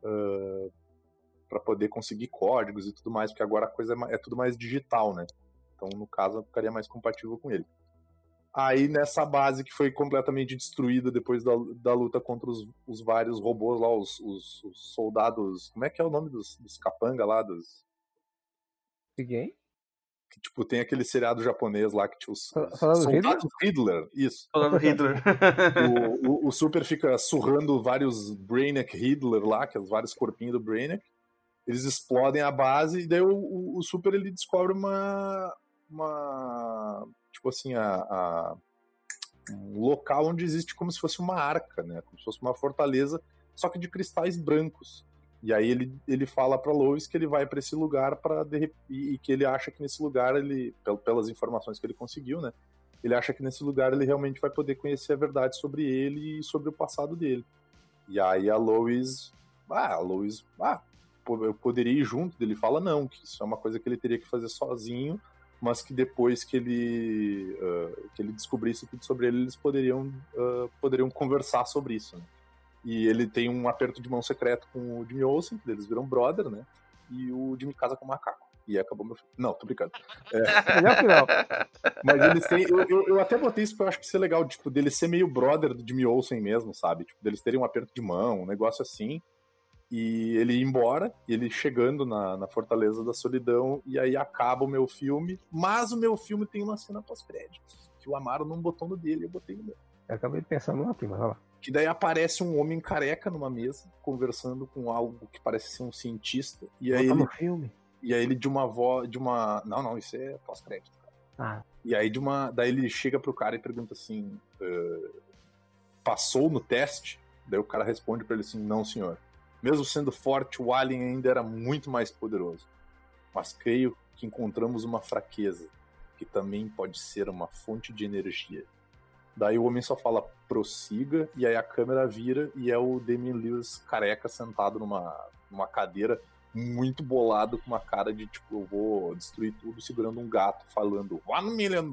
para poder conseguir códigos e tudo mais, porque agora a coisa é tudo mais digital, né? Então, no caso, eu ficaria mais compatível com ele. Aí, nessa base que foi completamente destruída depois da luta contra os vários robôs lá, os soldados... Como é que é o nome dos capanga lá? Ninguém? Que, tipo, tem aquele seriado japonês lá que tinha os soldados Hitler? Isso. Soldado Hitler. O Super fica surrando vários Brainiac Hitler lá, que é os vários corpinhos do Brainiac. Eles explodem a base, e daí o Super ele descobre uma tipo assim, um local onde existe como se fosse uma arca, né? Como se fosse uma fortaleza, só que de cristais brancos. E aí ele fala pra Lois que ele vai pra esse lugar e que ele acha que nesse lugar, pelas informações que ele conseguiu, né? Ele acha que nesse lugar ele realmente vai poder conhecer a verdade sobre ele e sobre o passado dele. E aí a Lois, eu poderia ir junto. Ele fala não, que isso é uma coisa que ele teria que fazer sozinho, mas que depois que ele descobrisse tudo sobre ele, eles poderiam conversar sobre isso, né? E ele tem um aperto de mão secreto com o Jimmy Olsen, eles viram brother, né? E o Jimmy casa com o macaco. E acabou meu filme. Não, tô brincando. Melhor final. Mas eles têm... Eu até botei isso porque eu acho que isso é legal, tipo, dele ser meio brother do Jimmy Olsen mesmo, sabe? Tipo, deles terem um aperto de mão, um negócio assim. E ele ir embora, e ele chegando na Fortaleza da Solidão, e aí acaba o meu filme. Mas o meu filme tem uma cena pós-créditos, que o Amaro não botou no dele, eu botei no meu. Eu acabei pensando numa prima, olha lá. Que daí aparece um homem careca numa mesa, conversando com algo que parece ser um cientista. E aí no filme. E aí ele de uma voz. Não, isso é pós-crédito, cara. E aí daí ele chega pro cara e pergunta assim: passou no teste? Daí o cara responde pra ele assim: não, senhor. Mesmo sendo forte, o Alien ainda era muito mais poderoso. Mas creio que encontramos uma fraqueza, que também pode ser uma fonte de energia. Daí o homem só fala, prossiga, e aí a câmera vira e é o Damian Lewis careca sentado numa cadeira, muito bolado, com uma cara de tipo, eu vou destruir tudo, segurando um gato, falando $1 million.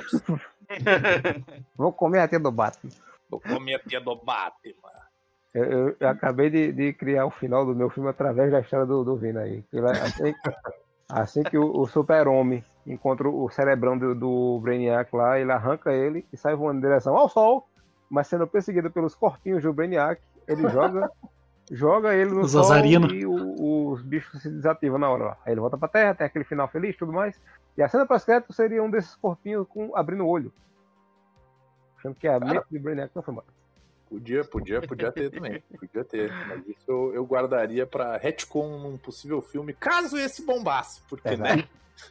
Vou comer a tia do Batman. Vou comer a tia do Batman. Eu acabei de criar o final do meu filme através da história do Vina aí. Assim que o Super-Homem encontra o cerebrão do Brainiac lá, ele arranca ele e sai voando em direção ao sol, mas sendo perseguido pelos corpinhos do Brainiac, ele joga ele no sol e os bichos se desativam na hora lá. Aí ele volta pra terra, tem aquele final feliz e tudo mais. E a cena pós-crédito seria um desses corpinhos abrindo o olho. Achando que a mente do Brainiac não foi embora. Podia ter também. Podia ter. Mas isso eu guardaria pra retcon num possível filme, caso esse bombasse. Porque, né?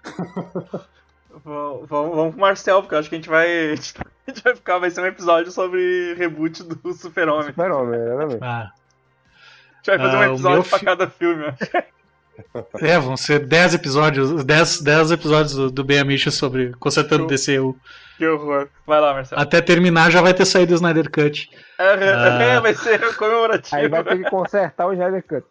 Vamos pro Marcel, porque eu acho que a gente vai ficar. Vai ser um episódio sobre reboot do Super-Homem. Super-Homem, exatamente. A gente vai fazer um episódio pra cada filme, eu acho. Vão ser 10 episódios. 10 episódios do Ben Amish sobre consertando DCU. Que horror. Vai lá, Marcelo. Até terminar já vai ter saído o Snyder Cut. Vai ser comemorativo. Aí vai ter que consertar o Snyder Cut.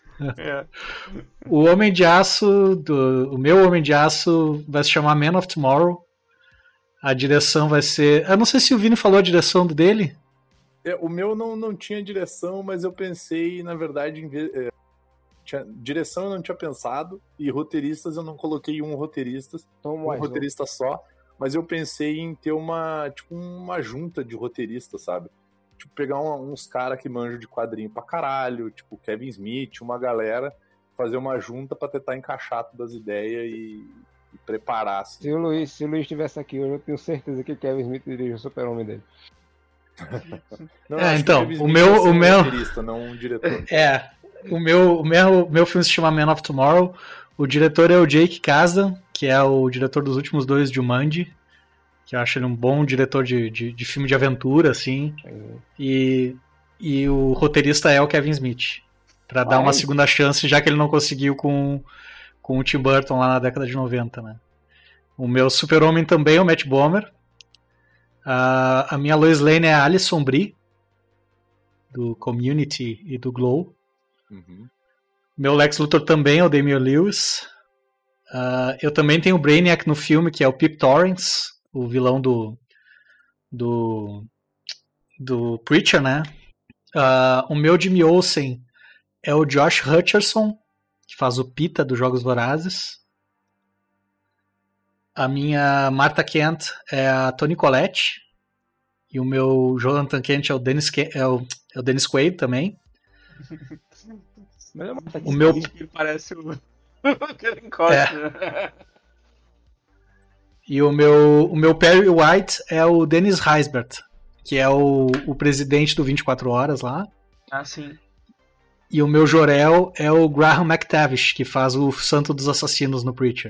O Homem de Aço, o meu Homem de Aço vai se chamar Man of Tomorrow. A direção vai ser... Eu não sei se o Vini falou a direção dele. O meu não tinha direção, mas eu pensei, na verdade, direção eu não tinha pensado, e roteiristas eu não coloquei um roteirista só, mas eu pensei em ter uma junta de roteiristas, sabe? Tipo, pegar uns caras que manjam de quadrinho pra caralho, tipo Kevin Smith, uma galera, fazer uma junta pra tentar encaixar todas as ideias e preparar. Assim. Se o Luiz estivesse aqui hoje, eu tenho certeza que Kevin Smith dirige o Super-Homem dele. Não, então, o meu roteirista, não um diretor. O meu filme se chama Man of Tomorrow. O diretor é o Jake Kasdan, que é o diretor dos últimos 2 Jumanji, que eu acho ele um bom diretor de filme de aventura, assim. E o roteirista é o Kevin Smith, pra dar uma segunda chance, já que ele não conseguiu com o Tim Burton lá na década de 90, né? O meu super-homem também é o Matt Bomer. A minha Lois Lane é a Alison Brie, do Community e do Glow. Uhum. Meu Lex Luthor também é o Damian Lewis. Eu também tenho o Brainiac no filme, que é o Pip Torrens, o vilão do Preacher, né? O meu Jimmy Olsen é o Josh Hutcherson, que faz o Pita dos Jogos Vorazes. A minha Martha Kent é a Toni Collette. E o meu Jonathan Kent é o Dennis Quaid também. O meu parece o aquele encosta. E o meu Perry White é o Dennis Haysbert, que é o presidente do 24 Horas lá. Ah, sim. E o meu Jor-El é o Graham McTavish, que faz o Santo dos Assassinos no Preacher.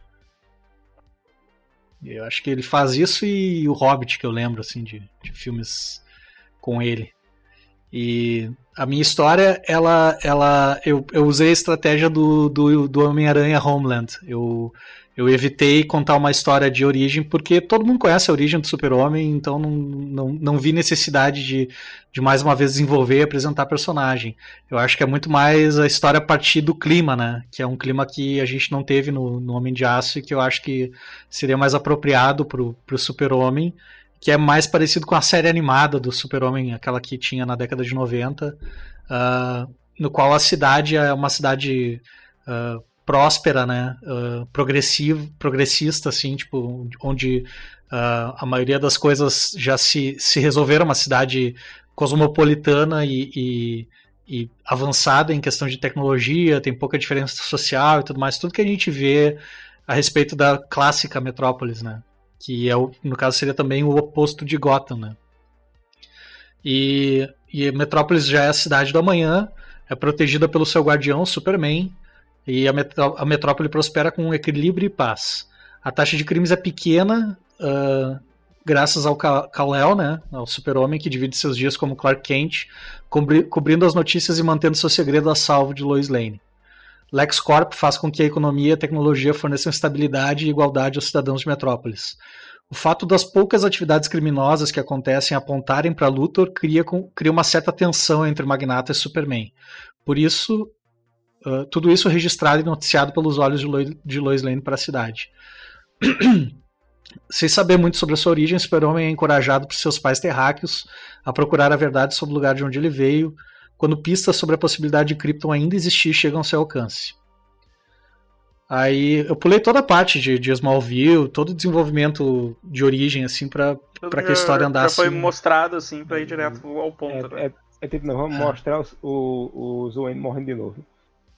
Eu acho que ele faz isso e o Hobbit, que eu lembro assim de filmes com ele. E a minha história, eu usei a estratégia do Homem-Aranha Homeland. Eu evitei contar uma história de origem, porque todo mundo conhece a origem do Super-Homem, então não vi necessidade de mais uma vez desenvolver e apresentar personagem. Eu acho que é muito mais a história a partir do clima, né? Que é um clima que a gente não teve no Homem de Aço e que eu acho que seria mais apropriado pro Super-Homem, que é mais parecido com a série animada do Super-Homem, aquela que tinha na década de 90, no qual a cidade é uma cidade próspera, né, progressista, assim, tipo, onde a maioria das coisas já se resolveram, uma cidade cosmopolitana e avançada em questão de tecnologia, tem pouca diferença social e tudo mais, tudo que a gente vê a respeito da clássica Metrópolis, né, que no caso seria também o oposto de Gotham, né. E Metrópolis já é a cidade do amanhã, é protegida pelo seu guardião, Superman, e a metrópole prospera com equilíbrio e paz. A taxa de crimes é pequena, graças ao Kal-El, né, ao Super-Homem, que divide seus dias como Clark Kent, cobrindo as notícias e mantendo seu segredo a salvo de Lois Lane. LexCorp faz com que a economia e a tecnologia forneçam estabilidade e igualdade aos cidadãos de Metrópolis. O fato das poucas atividades criminosas que acontecem apontarem para Luthor cria uma certa tensão entre o magnata e Superman. Por isso, tudo isso registrado e noticiado pelos olhos de Lois Lane para a cidade. Sem saber muito sobre a sua origem, Super-Homem é encorajado por seus pais terráqueos a procurar a verdade sobre o lugar de onde ele veio, quando pistas sobre a possibilidade de Krypton ainda existir chegam ao seu alcance. Aí eu pulei toda a parte de Smallville, todo o desenvolvimento de origem, assim, pra que a história andasse. Já foi mostrado, assim, pra ir direto ao ponto. Né? Tipo, não, vamos mostrar o Zoane morrendo de novo.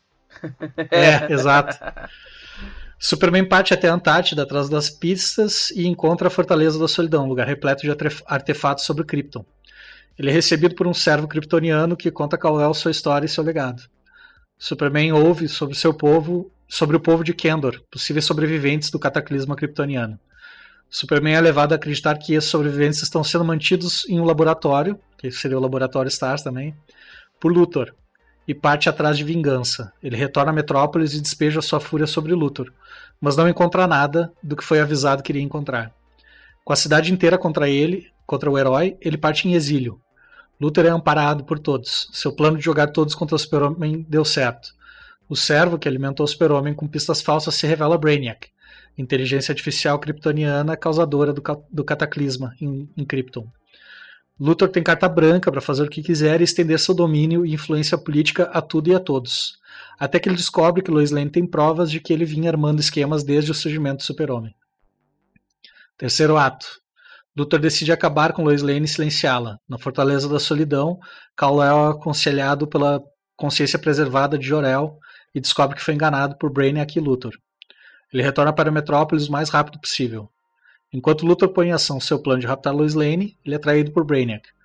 Exato. Superman parte até a Antártida atrás das pistas e encontra a Fortaleza da Solidão, um lugar repleto de artefatos sobre Krypton. Ele é recebido por um servo kryptoniano que conta a Kal-El sua história e seu legado. Superman ouve sobre o povo de Kendor, possíveis sobreviventes do cataclisma kryptoniano. Superman é levado a acreditar que esses sobreviventes estão sendo mantidos em um laboratório, que seria o Laboratório Stars também, por Luthor, e parte atrás de vingança. Ele retorna a Metrópolis e despeja sua fúria sobre Luthor, mas não encontra nada do que foi avisado que iria encontrar. Com a cidade inteira contra o herói, ele parte em exílio. Luthor é amparado por todos. Seu plano de jogar todos contra o Super-Homem deu certo. O servo que alimentou o Super-Homem com pistas falsas se revela Brainiac, inteligência artificial kryptoniana causadora do cataclisma em Krypton. Luthor tem carta branca para fazer o que quiser e estender seu domínio e influência política a tudo e a todos, até que ele descobre que Lois Lane tem provas de que ele vinha armando esquemas desde o surgimento do Super-Homem. Terceiro ato. Luthor decide acabar com Lois Lane e silenciá-la. Na Fortaleza da Solidão, Kal-El é aconselhado pela consciência preservada de Jor-El e descobre que foi enganado por Brainiac e Luthor. Ele retorna para Metrópolis o mais rápido possível. Enquanto Luthor põe em ação seu plano de raptar Lois Lane, ele é traído por Brainiac.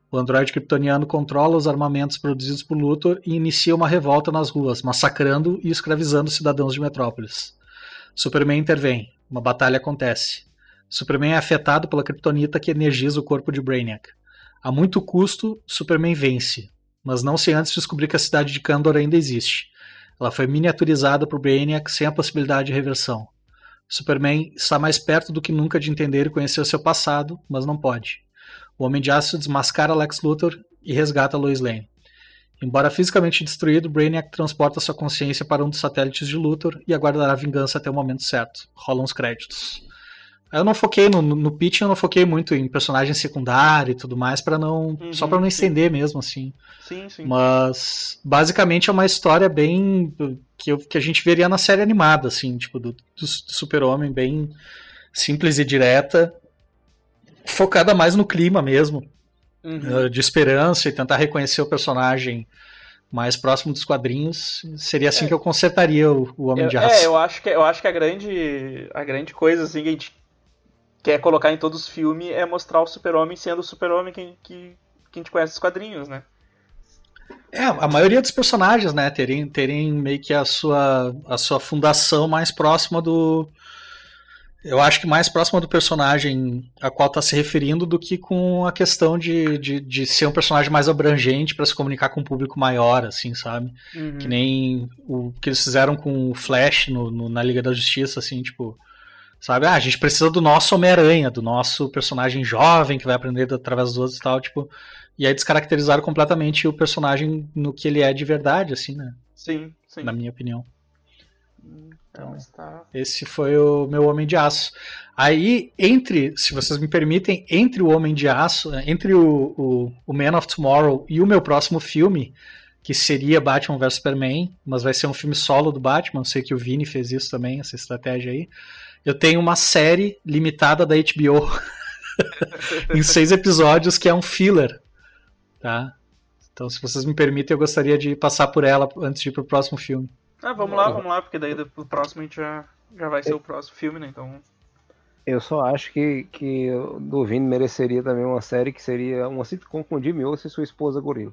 O androide kryptoniano controla os armamentos produzidos por Luthor e inicia uma revolta nas ruas, massacrando e escravizando cidadãos de Metrópolis. Superman intervém. Uma batalha acontece. Superman é afetado pela kryptonita que energiza o corpo de Brainiac. A muito custo, Superman vence, mas não sem antes descobrir que a cidade de Kandor ainda existe. Ela foi miniaturizada por Brainiac sem a possibilidade de reversão. Superman está mais perto do que nunca de entender e conhecer o seu passado, mas não pode. O Homem de Aço desmascara Lex Luthor e resgata Lois Lane. Embora fisicamente destruído, Brainiac transporta sua consciência para um dos satélites de Luthor e aguardará a vingança até o momento certo. Rolam os créditos. Eu não foquei no pitch, eu não foquei muito em personagem secundário e tudo mais, só para não estender mesmo, assim. Sim. Mas, basicamente, é uma história bem... que a gente veria na série animada, assim, tipo, do Super-Homem, bem simples e direta, focada mais no clima mesmo, de esperança e tentar reconhecer o personagem mais próximo dos quadrinhos. Seria assim que eu consertaria o Homem de Aço. Eu acho que a grande coisa assim, que a gente quer colocar em todos os filmes é mostrar o Super-Homem sendo o Super-Homem que a gente conhece os quadrinhos, né? A maioria dos personagens, né, terem meio que a sua fundação mais próxima do... Eu acho que mais próxima do personagem a qual está se referindo do que com a questão de ser um personagem mais abrangente para se comunicar com um público maior, assim, sabe? Que nem o que eles fizeram com o Flash na Liga da Justiça, assim, tipo... Sabe? A gente precisa do nosso Homem-Aranha, do nosso personagem jovem que vai aprender através dos outros e tal, tipo... E aí descaracterizaram completamente o personagem no que ele é de verdade, assim, né? Sim. Na minha opinião. Então, esse foi o meu Homem de Aço. Aí, se vocês me permitem, entre o Homem de Aço, entre o Man of Tomorrow e o meu próximo filme, que seria Batman vs Superman, mas vai ser um filme solo do Batman, sei que o Vini fez isso também, essa estratégia aí, eu tenho uma série limitada da HBO em 6 episódios, que é um filler, tá? Então, se vocês me permitem, eu gostaria de passar por ela antes de ir pro próximo filme. Vamos lá, porque daí o próximo a gente já vai ser o próximo filme, né? Então... Eu só acho que o Vini mereceria também uma série que seria uma sitcom com Jimmy Olsen e sua esposa Gorila.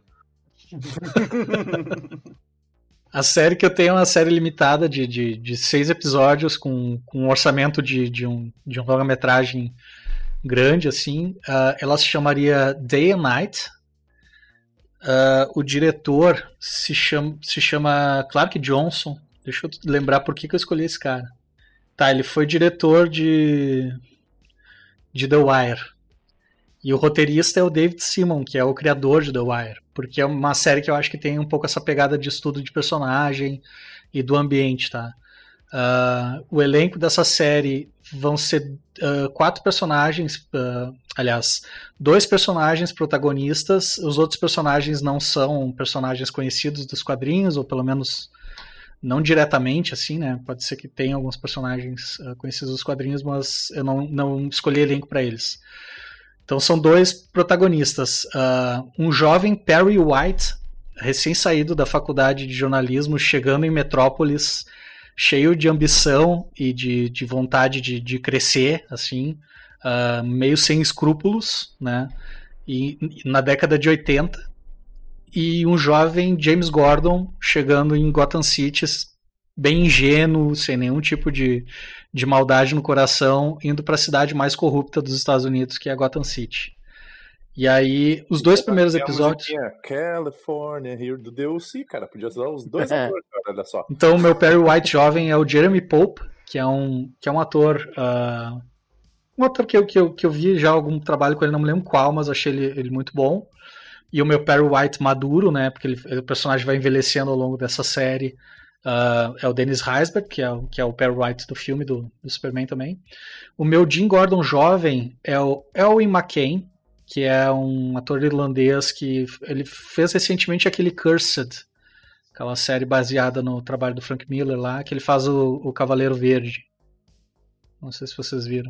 A série que eu tenho é uma série limitada de 6 episódios com um orçamento de um longa-metragem grande, assim. Ela se chamaria Day and Night. O diretor se chama Clark Johnson. Deixa eu lembrar por que eu escolhi esse cara. Tá, ele foi diretor de The Wire. E o roteirista é o David Simon, que é o criador de The Wire. Porque é uma série que eu acho que tem um pouco essa pegada de estudo de personagem e do ambiente, tá? O elenco dessa série vão ser 4 personagens, aliás, 2 personagens protagonistas. Os outros personagens não são personagens conhecidos dos quadrinhos, ou pelo menos não diretamente, assim, né? Pode ser que tenha alguns personagens conhecidos dos quadrinhos, mas eu não escolhi elenco para eles. Então são 2 protagonistas. Um jovem Perry White, recém-saído da faculdade de jornalismo, chegando em Metrópolis, cheio de ambição e de vontade de crescer, assim, meio sem escrúpulos, né? E na década de 80. E um jovem James Gordon chegando em Gotham City, bem ingênuo, sem nenhum tipo de maldade no coração, indo para a cidade mais corrupta dos Estados Unidos, que é Gotham City. E aí, os 2 primeiros episódios... California, Here do DLC, cara, podia usar os 2 atores, cara, olha só. Então, o meu Perry White jovem é o Jeremy Pope, que é um ator... um ator que eu vi já algum trabalho com ele, não me lembro qual, mas achei ele muito bom. E o meu Perry White maduro, né, porque o personagem vai envelhecendo ao longo dessa série, é o Dennis Haysbert, que é o Perry White do filme do Superman também. O meu Jim Gordon jovem é o Eoin McCain, que é um ator irlandês que ele fez recentemente aquele Cursed, aquela série baseada no trabalho do Frank Miller lá, que ele faz o Cavaleiro Verde. Não sei se vocês viram.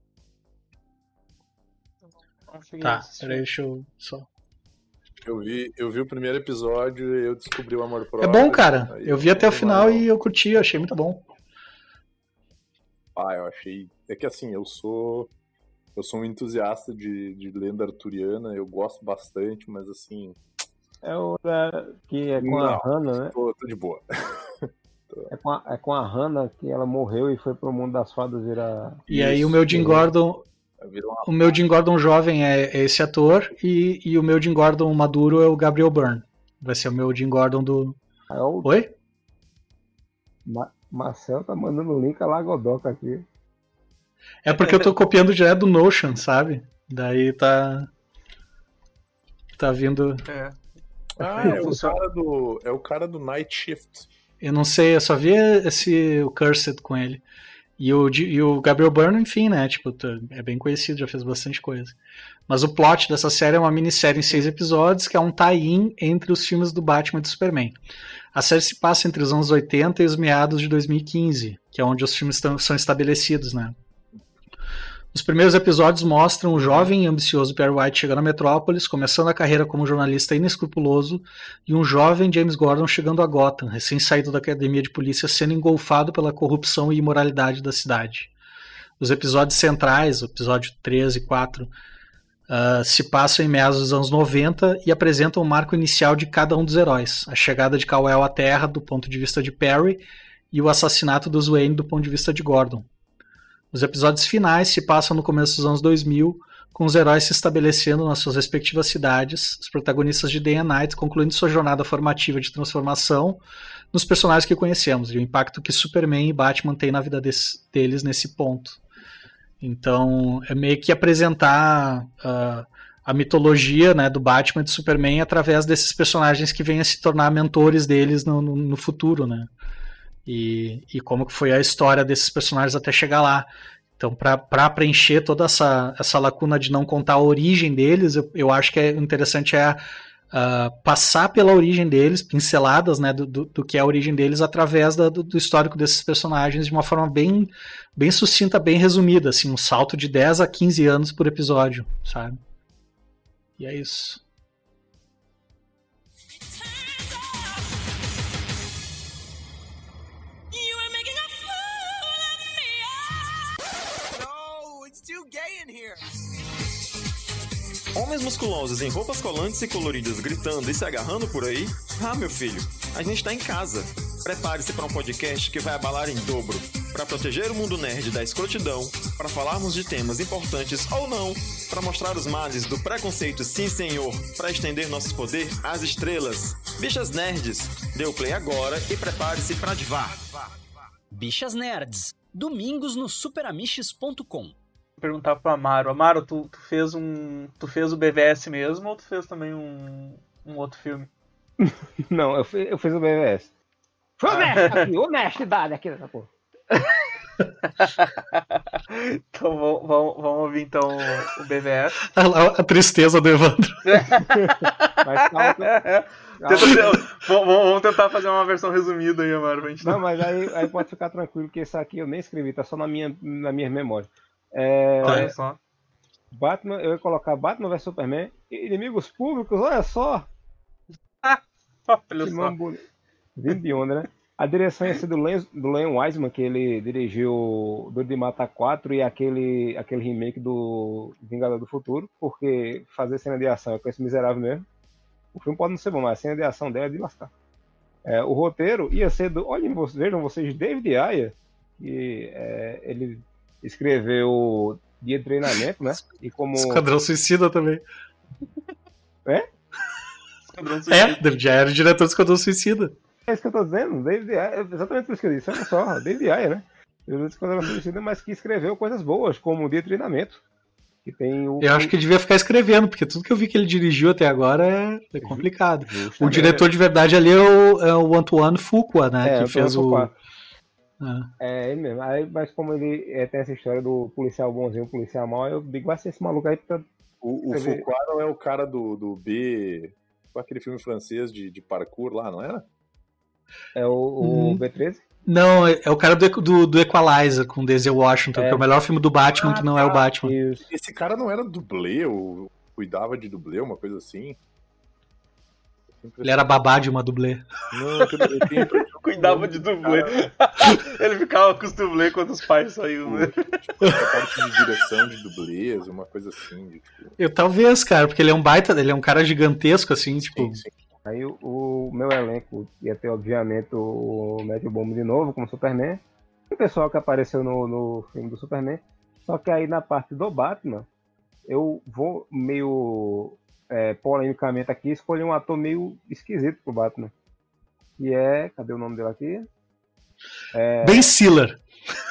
Tá, peraí, deixa eu só... Eu vi o primeiro episódio e eu descobri o amor próprio. É bom, cara. Eu vi até o final e eu curti, eu achei muito bom. Eu achei... É que assim, eu sou Eu sou um entusiasta de lenda arturiana, eu gosto bastante, mas assim... É o que é com a Hannah, né? Tô de boa. É com a Hannah que ela morreu e foi pro mundo das fadas virar... E aí o meu Jim Gordon... O meu Jim Gordon jovem é esse ator e o meu Jim Gordon maduro é o Gabriel Byrne. Vai ser o meu Jim Gordon do... Oi? Marcel tá mandando o link a Lagodoca aqui. É porque eu tô copiando direto do Notion, sabe? Daí tá vindo... É o cara do Night Shift. Eu não sei, eu só vi o Cursed com ele. E o Gabriel Byrne, enfim, né? Tipo, é bem conhecido, já fez bastante coisa. Mas o plot dessa série é uma minissérie em 6 episódios, que é um tie-in entre os filmes do Batman e do Superman. A série se passa entre os anos 80 e os meados de 2015, que é onde os filmes são estabelecidos, né? Os primeiros episódios mostram o jovem e ambicioso Perry White chegando a Metrópolis, começando a carreira como jornalista inescrupuloso, e um jovem James Gordon chegando a Gotham, recém-saído da academia de polícia, sendo engolfado pela corrupção e imoralidade da cidade. Os episódios centrais, o episódio 3 e 4, se passam em meados dos anos 90 e apresentam o marco inicial de cada um dos heróis, a chegada de Kal-El à Terra do ponto de vista de Perry e o assassinato dos Wayne do ponto de vista de Gordon. Os episódios finais se passam no começo dos anos 2000, com os heróis se estabelecendo nas suas respectivas cidades, os protagonistas de Day and Night concluindo sua jornada formativa de transformação nos personagens que conhecemos, e o impacto que Superman e Batman têm na vida deles nesse ponto. Então, é meio que apresentar a mitologia, né, do Batman e do Superman através desses personagens que vêm a se tornar mentores deles no futuro, né? E como que foi a história desses personagens até chegar lá. Então, para preencher toda essa lacuna de não contar a origem deles, eu acho que interessante passar pela origem deles, pinceladas, né, do que é a origem deles através do histórico desses personagens de uma forma bem, bem sucinta, bem resumida, assim, um salto de 10 a 15 anos por episódio, sabe? E é isso. Homens musculosos em roupas colantes e coloridas gritando e se agarrando por aí? Ah, meu filho, a gente tá em casa. Prepare-se para um podcast que vai abalar em dobro, para proteger o mundo nerd da escrotidão, para falarmos de temas importantes ou não, para mostrar os males do preconceito, sim senhor, para estender nosso poder às estrelas. Bichas Nerds, dê o play agora e prepare-se para divar. Bichas Nerds, domingos no superamiches.com. Perguntar pro Amaro. Amaro, tu fez o BVS mesmo ou tu fez também um outro filme? Não, eu fiz o BVS. Foi o mestre aqui, o mestre dado aqui nessa porra. Então vamos ouvir então o BVS. A tristeza do Evandro. Mas calma. Vamos tentar fazer uma versão resumida aí, Amaro. Não, mas aí pode ficar tranquilo que esse aqui eu nem escrevi, tá só na minha memória. Olha só. Batman, eu ia colocar Batman vs Superman, inimigos públicos, olha só. Olha só. Vindo de onda, né? A direção ia ser do Len Wiseman, que ele dirigiu Duro de Matar 4 e aquele remake do Vingador do Futuro, porque fazer cena de ação é com esse miserável mesmo. O filme pode não ser bom, mas a cena de ação dela é de lascar. O roteiro ia ser do... Vejam vocês, David Ayer, que ele escreveu Dia de Treinamento, né? E como... Esquadrão Suicida também. Esquadrão Suicida. David Ayer era o diretor do Esquadrão Suicida. É isso que eu tô dizendo, David Ayer, exatamente por isso que eu disse, olha só, David Ayer, né? Ele Esquadrão Suicida, mas que escreveu coisas boas, como Dia de Treinamento. Que tem eu acho que ele devia ficar escrevendo, porque tudo que eu vi que ele dirigiu até agora é complicado. Justamente. O diretor de verdade ali é o Antoine Fuqua, né? Que fez o... ele mesmo. Mas como ele tem essa história do policial bonzinho, policial mau, eu digo, vai ser esse maluco aí pra... O Fuqua não é o cara do B... Com aquele filme francês de parkour lá, não era? É o B13? Não, é o cara do Equalizer, com Denzel Washington, que é o melhor filme do Batman, que não é o Batman. Isso. Esse cara não era dublê, ou cuidava de dublê, uma coisa assim? Ele era babá de uma dublê. Não, eu tenho a impressão Cuidava de dublê. Ele ficava com os dublês quando os pais saíam, né? Tipo, a parte de direção de dublês, uma coisa assim. Tipo... Eu talvez, cara, porque ele é um baita, ele é um cara gigantesco, assim, tipo... Sim. Aí o meu elenco ia ter, obviamente, o Matthew Boomer de novo, como Superman. O pessoal que apareceu no filme do Superman. Só que aí na parte do Batman, eu vou meio polemicamente aqui escolher um ator meio esquisito pro Batman. Que é... Cadê o nome dele aqui? Ben Stiller.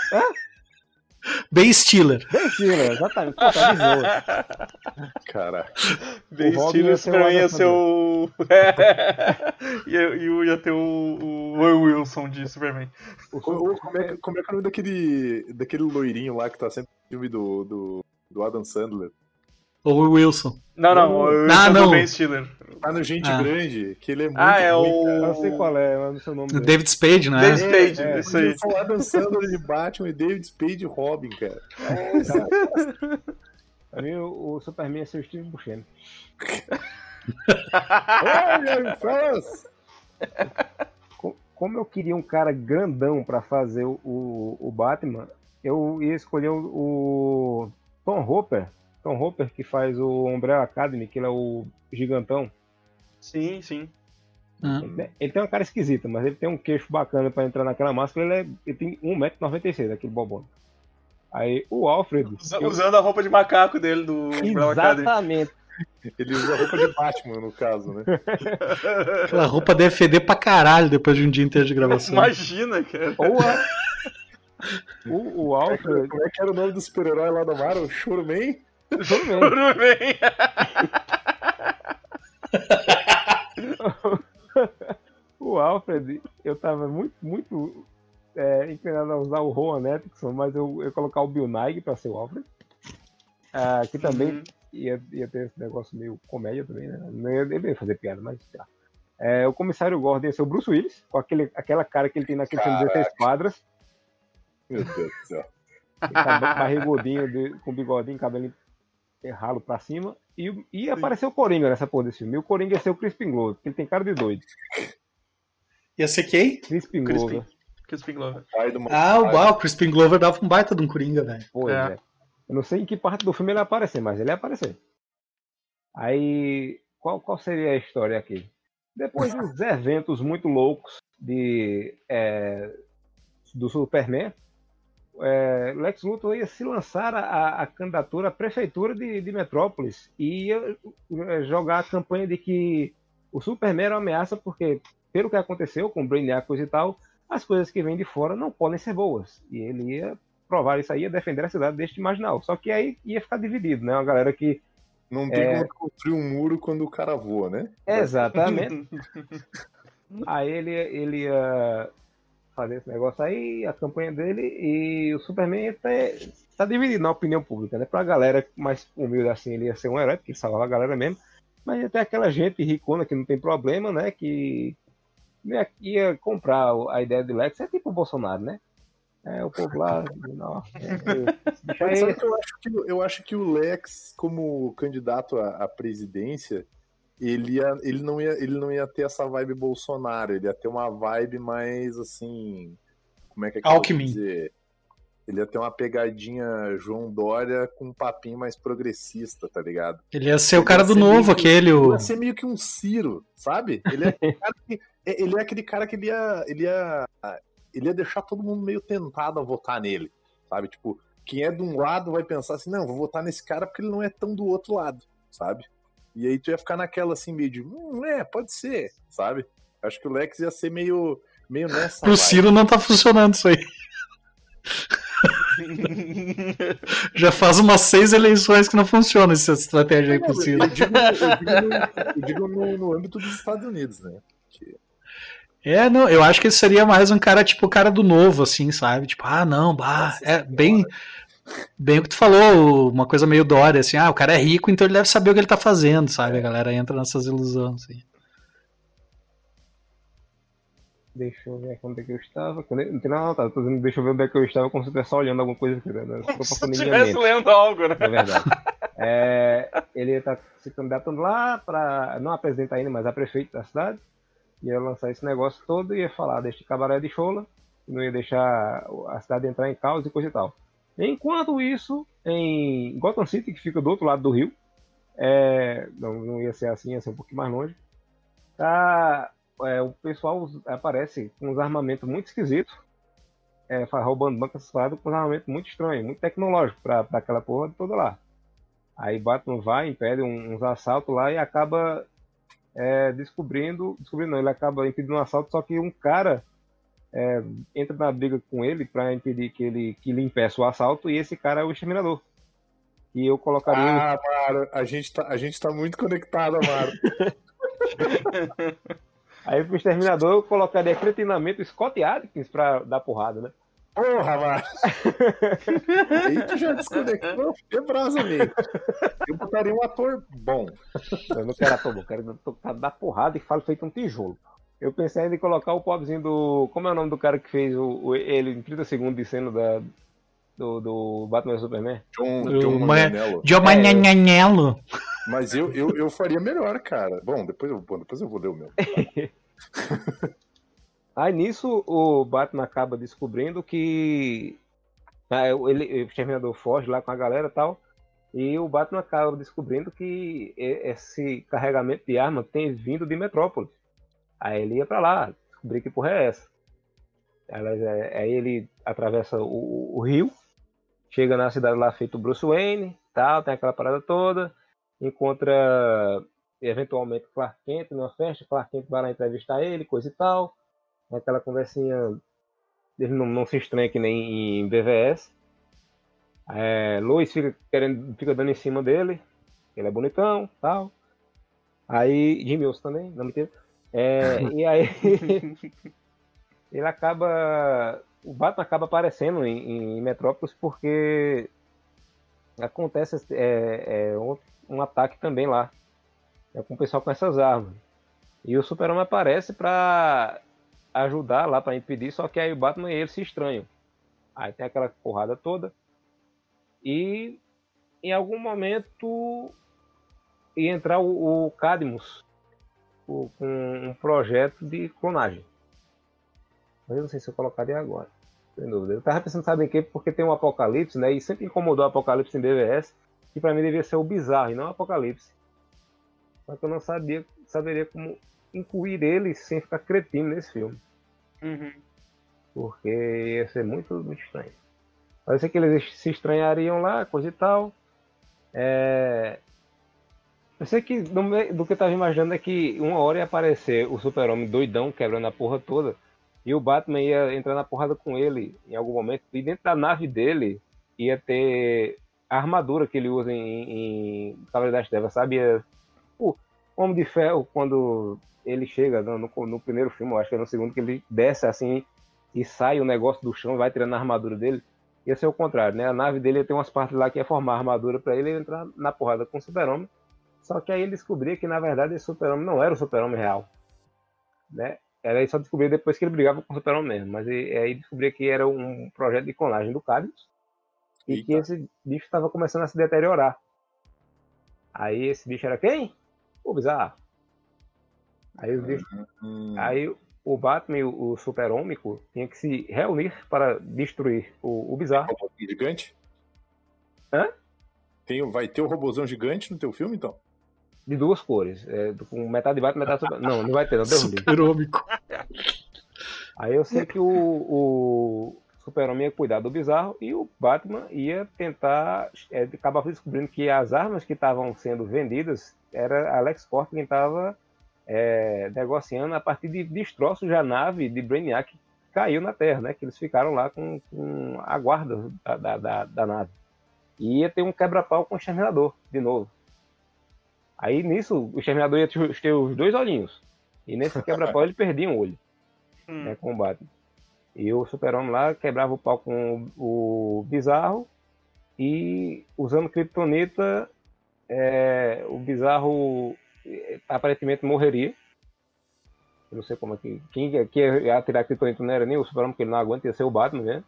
Ben Stiller. Ben Stiller, exatamente. Pô, tá de boa. Caraca. Ben Stiller pra mim ia ser o... ia ter o Owen Wilson de Superman. Como é que é o nome daquele loirinho lá que tá sempre no filme do Adam Sandler? Owen Wilson. Não, o Wilson do Ben Stiller. Tá no Gente Grande, que ele é muito ruim, cara. Eu não sei qual é, mas não sei o nome dele. David Spade, não é? David Spade, isso aí. O Adam Sandler de Batman e David Spade de Robin, cara. Pra mim, o Superman ia ser o Steve Buscemi. Olha, fellas! Como eu queria um cara grandão pra fazer o Batman, eu ia escolher o Tom Hopper. Tom Hopper, que faz o Umbrella Academy, que ele é o gigantão. Sim. Ele tem uma cara esquisita, mas ele tem um queixo bacana pra entrar naquela máscara. Ele tem 1,96m, aquele bobão. Aí o Alfred... Usando a roupa de macaco dele do Umbrella Academy. Exatamente. Ele usa a roupa de Batman, no caso, né? Aquela roupa deve feder pra caralho depois de um dia inteiro de gravação. Imagina, cara. O Alfred... Como é que era o nome do super-herói lá da Marvel? Showman? Showman. O Alfred, eu tava muito inclinado a usar o Rowan Atkinson, mas eu ia colocar o Bill Nighy pra ser o Alfred. Que também ia ter esse negócio meio comédia também, né? Ele ia fazer piada, mas sei lá. O comissário Gordon ia ser o Bruce Willis, com aquela cara que ele tem naquele filme 16 quadras. Meu Deus do céu. Barrigudinho, com bigodinho, cabelinho ralo pra cima. E apareceu o Coringa nessa porra desse filme. E o Coringa ia ser o Crispin Glover, porque ele tem cara de doido. Ia ser quem? Crispin Glover. Crispin Glover. O Crispin Glover dava um baita de um Coringa, velho. Pois é. Eu não sei em que parte do filme ele ia aparecer, mas ele ia aparecer. Aí, qual seria a história aqui? Depois de uns eventos muito loucos do Superman, Lex Luthor ia se lançar a candidatura à prefeitura de Metrópolis e ia jogar a campanha de que o Superman era uma ameaça porque, pelo que aconteceu com o Brainiac e tal, as coisas que vêm de fora não podem ser boas. E ele ia provar isso aí, ia defender a cidade deste marginal. Só que aí ia ficar dividido, né? Uma galera que... Não tem como construir um muro quando o cara voa, né? Exatamente. Aí ele ia fazer esse negócio aí, a campanha dele, e o Superman tá dividido na opinião pública, né? Pra galera mais humilde assim, ele ia ser um herói, porque ele salvava a galera mesmo, mas até aquela gente ricona que não tem problema, né? Que ia comprar a ideia de Lex, é tipo o Bolsonaro, né? O povo lá... Eu acho que o Lex, como candidato à presidência, ele não ia ter essa vibe Bolsonaro, ele ia ter uma vibe mais assim, como é que eu vou dizer? Ele ia ter uma pegadinha João Dória com um papinho mais progressista, tá ligado? Ele ia ser o cara do novo, aquele... Ele ia ser meio que um Ciro, sabe? Ele é aquele cara que ele ia deixar todo mundo meio tentado a votar nele, sabe? Tipo, quem é de um lado vai pensar assim, não, vou votar nesse cara porque ele não é tão do outro lado, sabe? E aí tu ia ficar naquela assim, meio de, pode ser, sabe? Acho que o Lex ia ser meio nessa Pro Ciro não tá funcionando isso aí. Já faz umas 6 eleições que não funciona essa estratégia aí pro Ciro. Eu digo no âmbito dos Estados Unidos, né? Não, eu acho que ele seria mais um cara, tipo, o cara do novo, assim, sabe? Tipo, bem o que tu falou, uma coisa meio Dória, assim, o cara é rico, então ele deve saber o que ele tá fazendo, sabe? A galera entra nessas ilusões, assim. Deixa eu ver onde é que eu estava. Não tem nada anotado, tô dizendo, deixa eu ver onde é que eu estava, como se eu estivesse só olhando alguma coisa aqui, né? Se eu estivesse lendo algo, né? É verdade. Ele tá se candidatando lá para, não a presidente ainda, mas a prefeito da cidade. ia lançar esse negócio todo e ia falar deste cabaré de chola, não ia deixar a cidade entrar em caos e coisa e tal. Enquanto isso, em Gotham City, que fica do outro lado do rio, não ia ser assim, ia ser um pouquinho mais longe, o pessoal aparece com uns armamentos muito esquisitos, roubando bancas paradas com uns armamentos muito estranhos, muito tecnológicos para aquela porra toda lá. Aí Batman vai, impede uns assaltos lá e acaba descobrindo não, ele acaba impedindo um assalto, só que um cara entra na briga com ele para impedir que ele impeça o assalto, e esse cara é o Exterminador. E eu colocaria... Amaro, a gente tá muito conectado, Amaro. Aí pro Exterminador eu colocaria cretinamente o Scott Adkins pra dar porrada, né? Porra, Amaro. Aí tu já desconectou, que brasa, amigo. Eu botaria um ator bom. Eu não quero ator bom, eu quero dar porrada e falo feito um tijolo. Eu pensei ainda em colocar o pobrezinho do... Como é o nome do cara que fez ele em 30 segundos de cena do Batman e Superman? John Manganiello. John Manganiello. Mas eu faria melhor, cara. Bom, depois eu vou ler o meu. Aí nisso o Batman acaba descobrindo que o Exterminador foge lá com a galera e tal, e o Batman acaba descobrindo que esse carregamento de arma tem vindo de Metrópolis. Aí ele ia pra lá, descobrir que porra é essa. Aí ele atravessa o rio, chega na cidade lá feito Bruce Wayne, tal, tem aquela parada toda, encontra eventualmente Clark Kent numa festa, Clark Kent vai lá entrevistar ele, coisa e tal, aquela conversinha, ele não se estranha que nem em BVS. Lois fica dando em cima dele, ele é bonitão, tal. Aí Jimmy Olsen também, não me entendo. E aí o Batman acaba aparecendo em Metrópolis porque acontece um ataque também lá, com o pessoal com essas armas, e o Super-Homem aparece para ajudar lá, para impedir, só que aí o Batman e ele se estranham, aí tem aquela porrada toda, e em algum momento ia entrar o Cadmus com um projeto de clonagem. Mas eu não sei se eu colocaria agora, sem dúvida. Eu tava pensando, sabe em quê? Porque tem um Apocalipse, né? E sempre incomodou o Apocalipse em BVS, que pra mim devia ser o Bizarro e não o Apocalipse. Só que eu não saberia como incluir ele sem ficar cretino nesse filme. Uhum. Porque ia ser muito, muito estranho. Parece que eles se estranhariam lá, coisa e tal. Eu sei que do que eu tava imaginando é que uma hora ia aparecer o Super-Homem doidão, quebrando a porra toda, e o Batman ia entrar na porrada com ele em algum momento, e dentro da nave dele ia ter a armadura que ele usa em Cavaleiro das Trevas, sabe? O Homem de Ferro, quando ele chega no primeiro filme, eu acho que é no segundo, que ele desce assim e sai o negócio do chão e vai tirando a armadura dele, ia ser o contrário, né? A nave dele ia ter umas partes lá que ia formar a armadura pra ele entrar na porrada com o Super-Homem. Só que aí ele descobria que, na verdade, esse Super-Homem não era o Super-Homem real, né? Ele só descobria depois que ele brigava com o Super-Homem mesmo. Mas aí descobria que era um projeto de clonagem do Cadmus e que esse bicho estava começando a se deteriorar. Aí esse bicho era quem? O Bizarro. Aí os bichos... Aí o Batman e o Super-Homem tinham que se reunir para destruir o Bizarro. Robôzão gigante? Hã? Vai ter o robôzão gigante no teu filme, então? De duas cores, com metade de Batman e metade Super... Não vai ter, não. Super-Ômico. Aí eu sei que o Super-Homem ia cuidar do Bizarro e o Batman ia tentar... acabava descobrindo que as armas que estavam sendo vendidas era a LexCorp quem estava negociando a partir de destroços da nave de Brainiac que caiu na Terra, né? Que eles ficaram lá com a guarda da nave. E ia ter um quebra-pau com o Exterminador, de novo. Aí nisso, o Exterminador ia ter os dois olhinhos. E nesse quebra-pau ele perdia um olho. Com o Batman. E o Super-Homem lá quebrava o pau com o Bizarro. E usando Kryptonita, o Bizarro aparentemente morreria. Eu não sei como é que... Quem ia tirar a Kryptonita não era nem o Super-Homem, porque ele não aguenta, ia ser o Batman, né?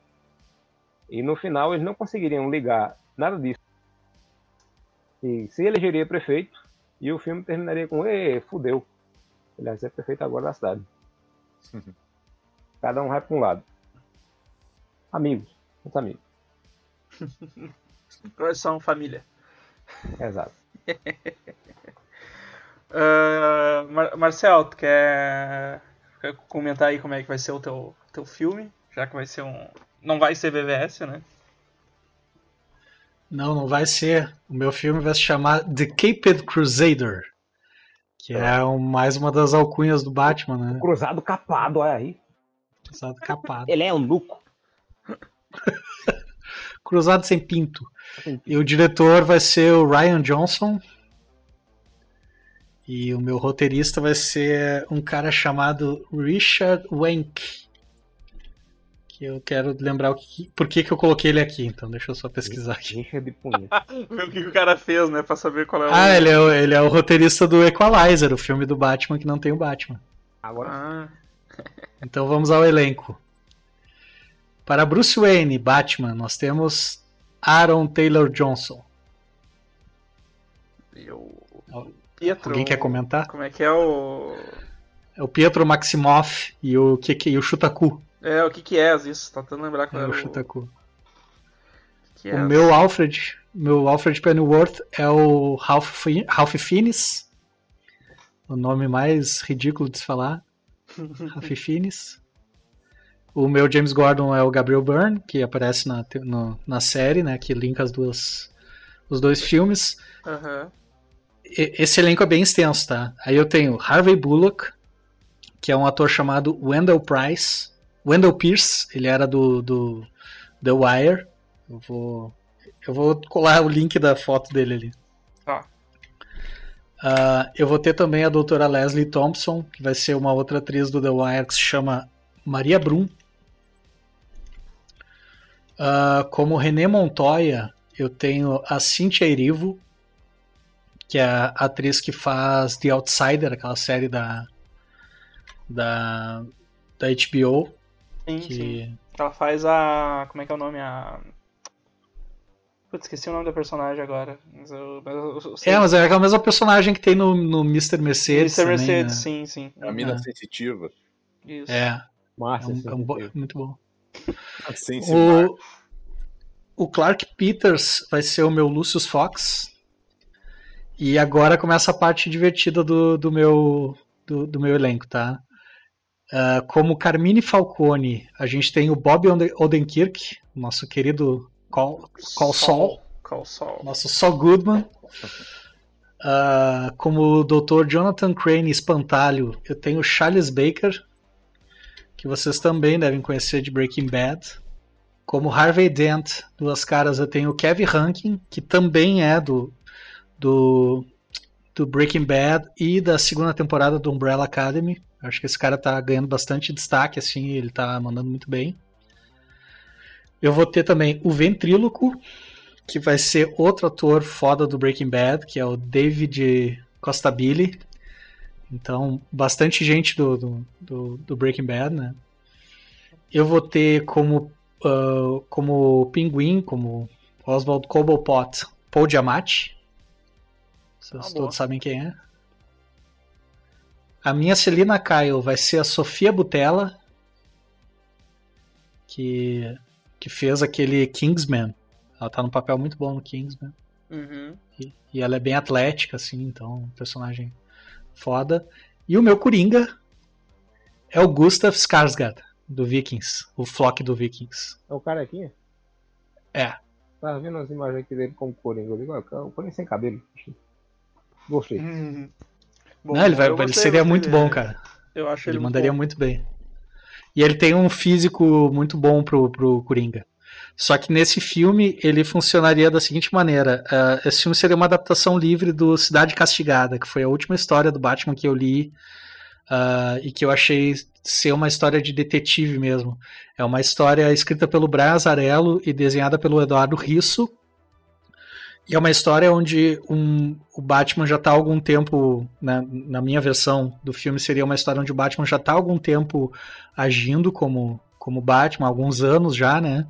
E no final eles não conseguiriam ligar nada disso. E se elegeria prefeito, e o filme terminaria com fudeu. Ele vai ser prefeito agora da cidade. Cada um vai para um lado. Amigos. Muitos amigos. São família. Exato. Marcel, tu quer comentar aí como é que vai ser o teu filme? Já que vai ser não vai ser BVS, né? Não vai ser. O meu filme vai se chamar The Caped Crusader. Que é mais uma das alcunhas do Batman, né? O cruzado capado, olha aí. Cruzado capado. Ele é eunuco. Cruzado sem pinto. E o diretor vai ser o Rian Johnson. E o meu roteirista vai ser um cara chamado Richard Wenk. Que eu quero lembrar por que eu coloquei ele aqui. Então deixa eu só pesquisar aqui. Richard Punheta. Ver o que o cara fez, né? Pra saber qual é o... ele é o roteirista do Equalizer, o filme do Batman que não tem o Batman. Agora. Então vamos ao elenco. Para Bruce Wayne, Batman, nós temos Aaron Taylor Johnson. Pietro. Alguém quer comentar? Como é que é o... É o Pietro Maximoff e o Shutaku. O que é isso? Tá tentando lembrar qual é o Shutaku. Que é o meu Alfred Pennyworth é o Ralph Fiennes. O nome mais ridículo de se falar. Ralph Fiennes. O meu James Gordon é o Gabriel Byrne, que aparece na série, né? Que linka os dois filmes. Uhum. Esse elenco é bem extenso, tá? Aí eu tenho Harvey Bullock, que é um ator chamado Wendell Pierce, ele era do The Wire. Eu vou colar o link da foto dele ali. Eu vou ter também a doutora Leslie Thompson, que vai ser uma outra atriz do The Wire, que se chama Maria Brum. Como René Montoya, eu tenho a Cynthia Erivo, que é a atriz que faz The Outsider, aquela série da HBO. Sim. Ela faz a... Como é que é o nome? Putz, esqueci o nome da personagem agora. Mas é aquela mesma personagem que tem no Mr. Mercedes. Mr. Mercedes, né? Sim. A mina sensitiva. Isso. Massa, muito bom. O Clark Peters vai ser o meu Lucius Fox. E agora começa a parte divertida do meu elenco, tá? Como Carmine Falcone, a gente tem o Bob Odenkirk, nosso querido Call Saul. Nosso Saul Goodman. Como o Dr. Jonathan Crane Espantalho, eu tenho Charles Baker, que vocês também devem conhecer de Breaking Bad. Como Harvey Dent, Duas Caras, eu tenho o Kevin Rankin, que também é do Breaking Bad e da segunda temporada do Umbrella Academy. Acho que esse cara tá ganhando bastante destaque, assim, ele tá mandando muito bem. Eu vou ter também o Ventríloco, que vai ser outro ator foda do Breaking Bad, que é o David Costabile. Então, bastante gente do Breaking Bad, né? Eu vou ter como Pinguim, como Oswald Cobblepot, Paul Giamatti. Vocês todos sabem quem é. A minha Selina Kyle vai ser a Sofia Boutella, que fez aquele Kingsman. Ela tá num papel muito bom no Kingsman. Uhum. E ela é bem atlética, assim, então, personagem foda. E o meu Coringa é o Gustav Skarsgård, do Vikings, o Flock do Vikings. É o cara aqui? É. Tava vendo as imagens aqui dele como Coringa. Eu digo, o Coringa sem cabelo. Gostei. Bom, não, ele seria muito bom, cara. Eu acho ele mandaria muito bem. E ele tem um físico muito bom pro Coringa. Só que nesse filme ele funcionaria da seguinte maneira. Esse filme seria uma adaptação livre do Cidade Castigada, que foi a última história do Batman que eu li e que eu achei ser uma história de detetive mesmo. É uma história escrita pelo Brian Azzarello e desenhada pelo Eduardo Risso. E é uma história onde o Batman já está há algum tempo, na minha versão do filme, seria uma história onde o Batman já está há algum tempo agindo como Batman, há alguns anos já, né?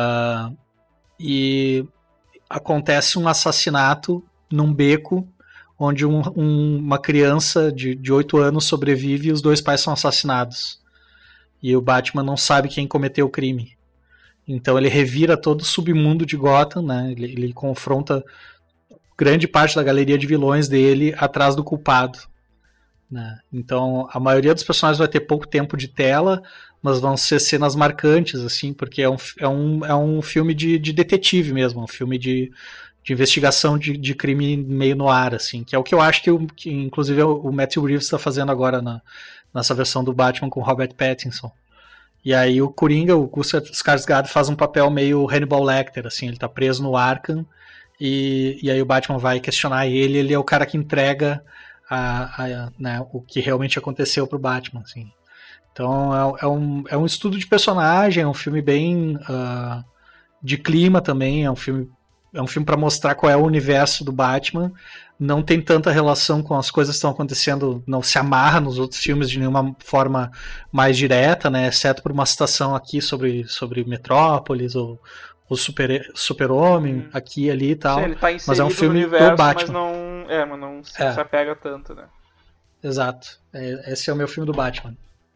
E acontece um assassinato num beco onde uma criança de 8 anos sobrevive e os 2 pais são assassinados. E o Batman não sabe quem cometeu o crime. Então ele revira todo o submundo de Gotham, né? Ele confronta grande parte da galeria de vilões dele atrás do culpado, né? Então a maioria dos personagens vai ter pouco tempo de tela, mas vão ser cenas marcantes, assim, porque é um filme de detetive mesmo, um filme de investigação de crime meio no ar, assim, que é o que eu acho que inclusive o Matthew Reeves está fazendo agora nessa versão do Batman com Robert Pattinson. E aí o Coringa, o Gustav Skarsgård, faz um papel meio Hannibal Lecter, assim, ele tá preso no Arkham, e aí o Batman vai questionar ele é o cara que entrega né, o que realmente aconteceu pro Batman, assim. Então é um estudo de personagem, é um filme bem de clima também, é um filme para mostrar qual é o universo do Batman. Não tem tanta relação com as coisas que estão acontecendo, não se amarra nos outros filmes de nenhuma forma mais direta, né? Exceto por uma citação aqui sobre Metrópolis ou o Super-Homem, aqui e ali e tal. Sim, ele tá mas é um filme no universo, do Batman. Mas não se apega tanto, né? Exato. Esse é o meu filme do Batman.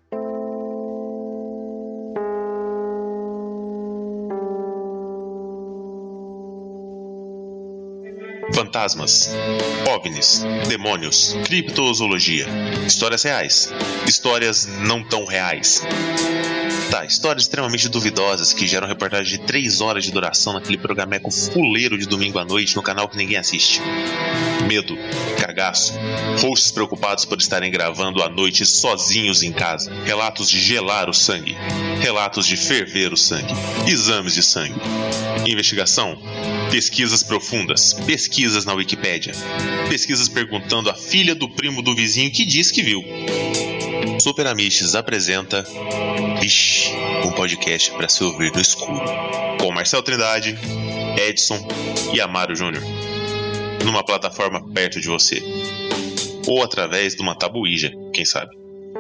Fantasmas, OVNIs, demônios, criptozoologia, histórias reais, histórias não tão reais. Tá, histórias extremamente duvidosas que geram reportagem de 3 horas de duração naquele programeco fuleiro de domingo à noite no canal que ninguém assiste. Medo, cagaço, hosts preocupados por estarem gravando à noite sozinhos em casa, relatos de gelar o sangue, relatos de ferver o sangue, exames de sangue, investigação, pesquisas profundas, pesquisas na Wikipédia, pesquisas perguntando à filha do primo do vizinho que diz que viu. Super Amishes apresenta Vixe, um podcast para se ouvir no escuro, com Marcel Trindade, Edson e Amaro Júnior, numa plataforma perto de você, ou através de uma tabuíja, quem sabe.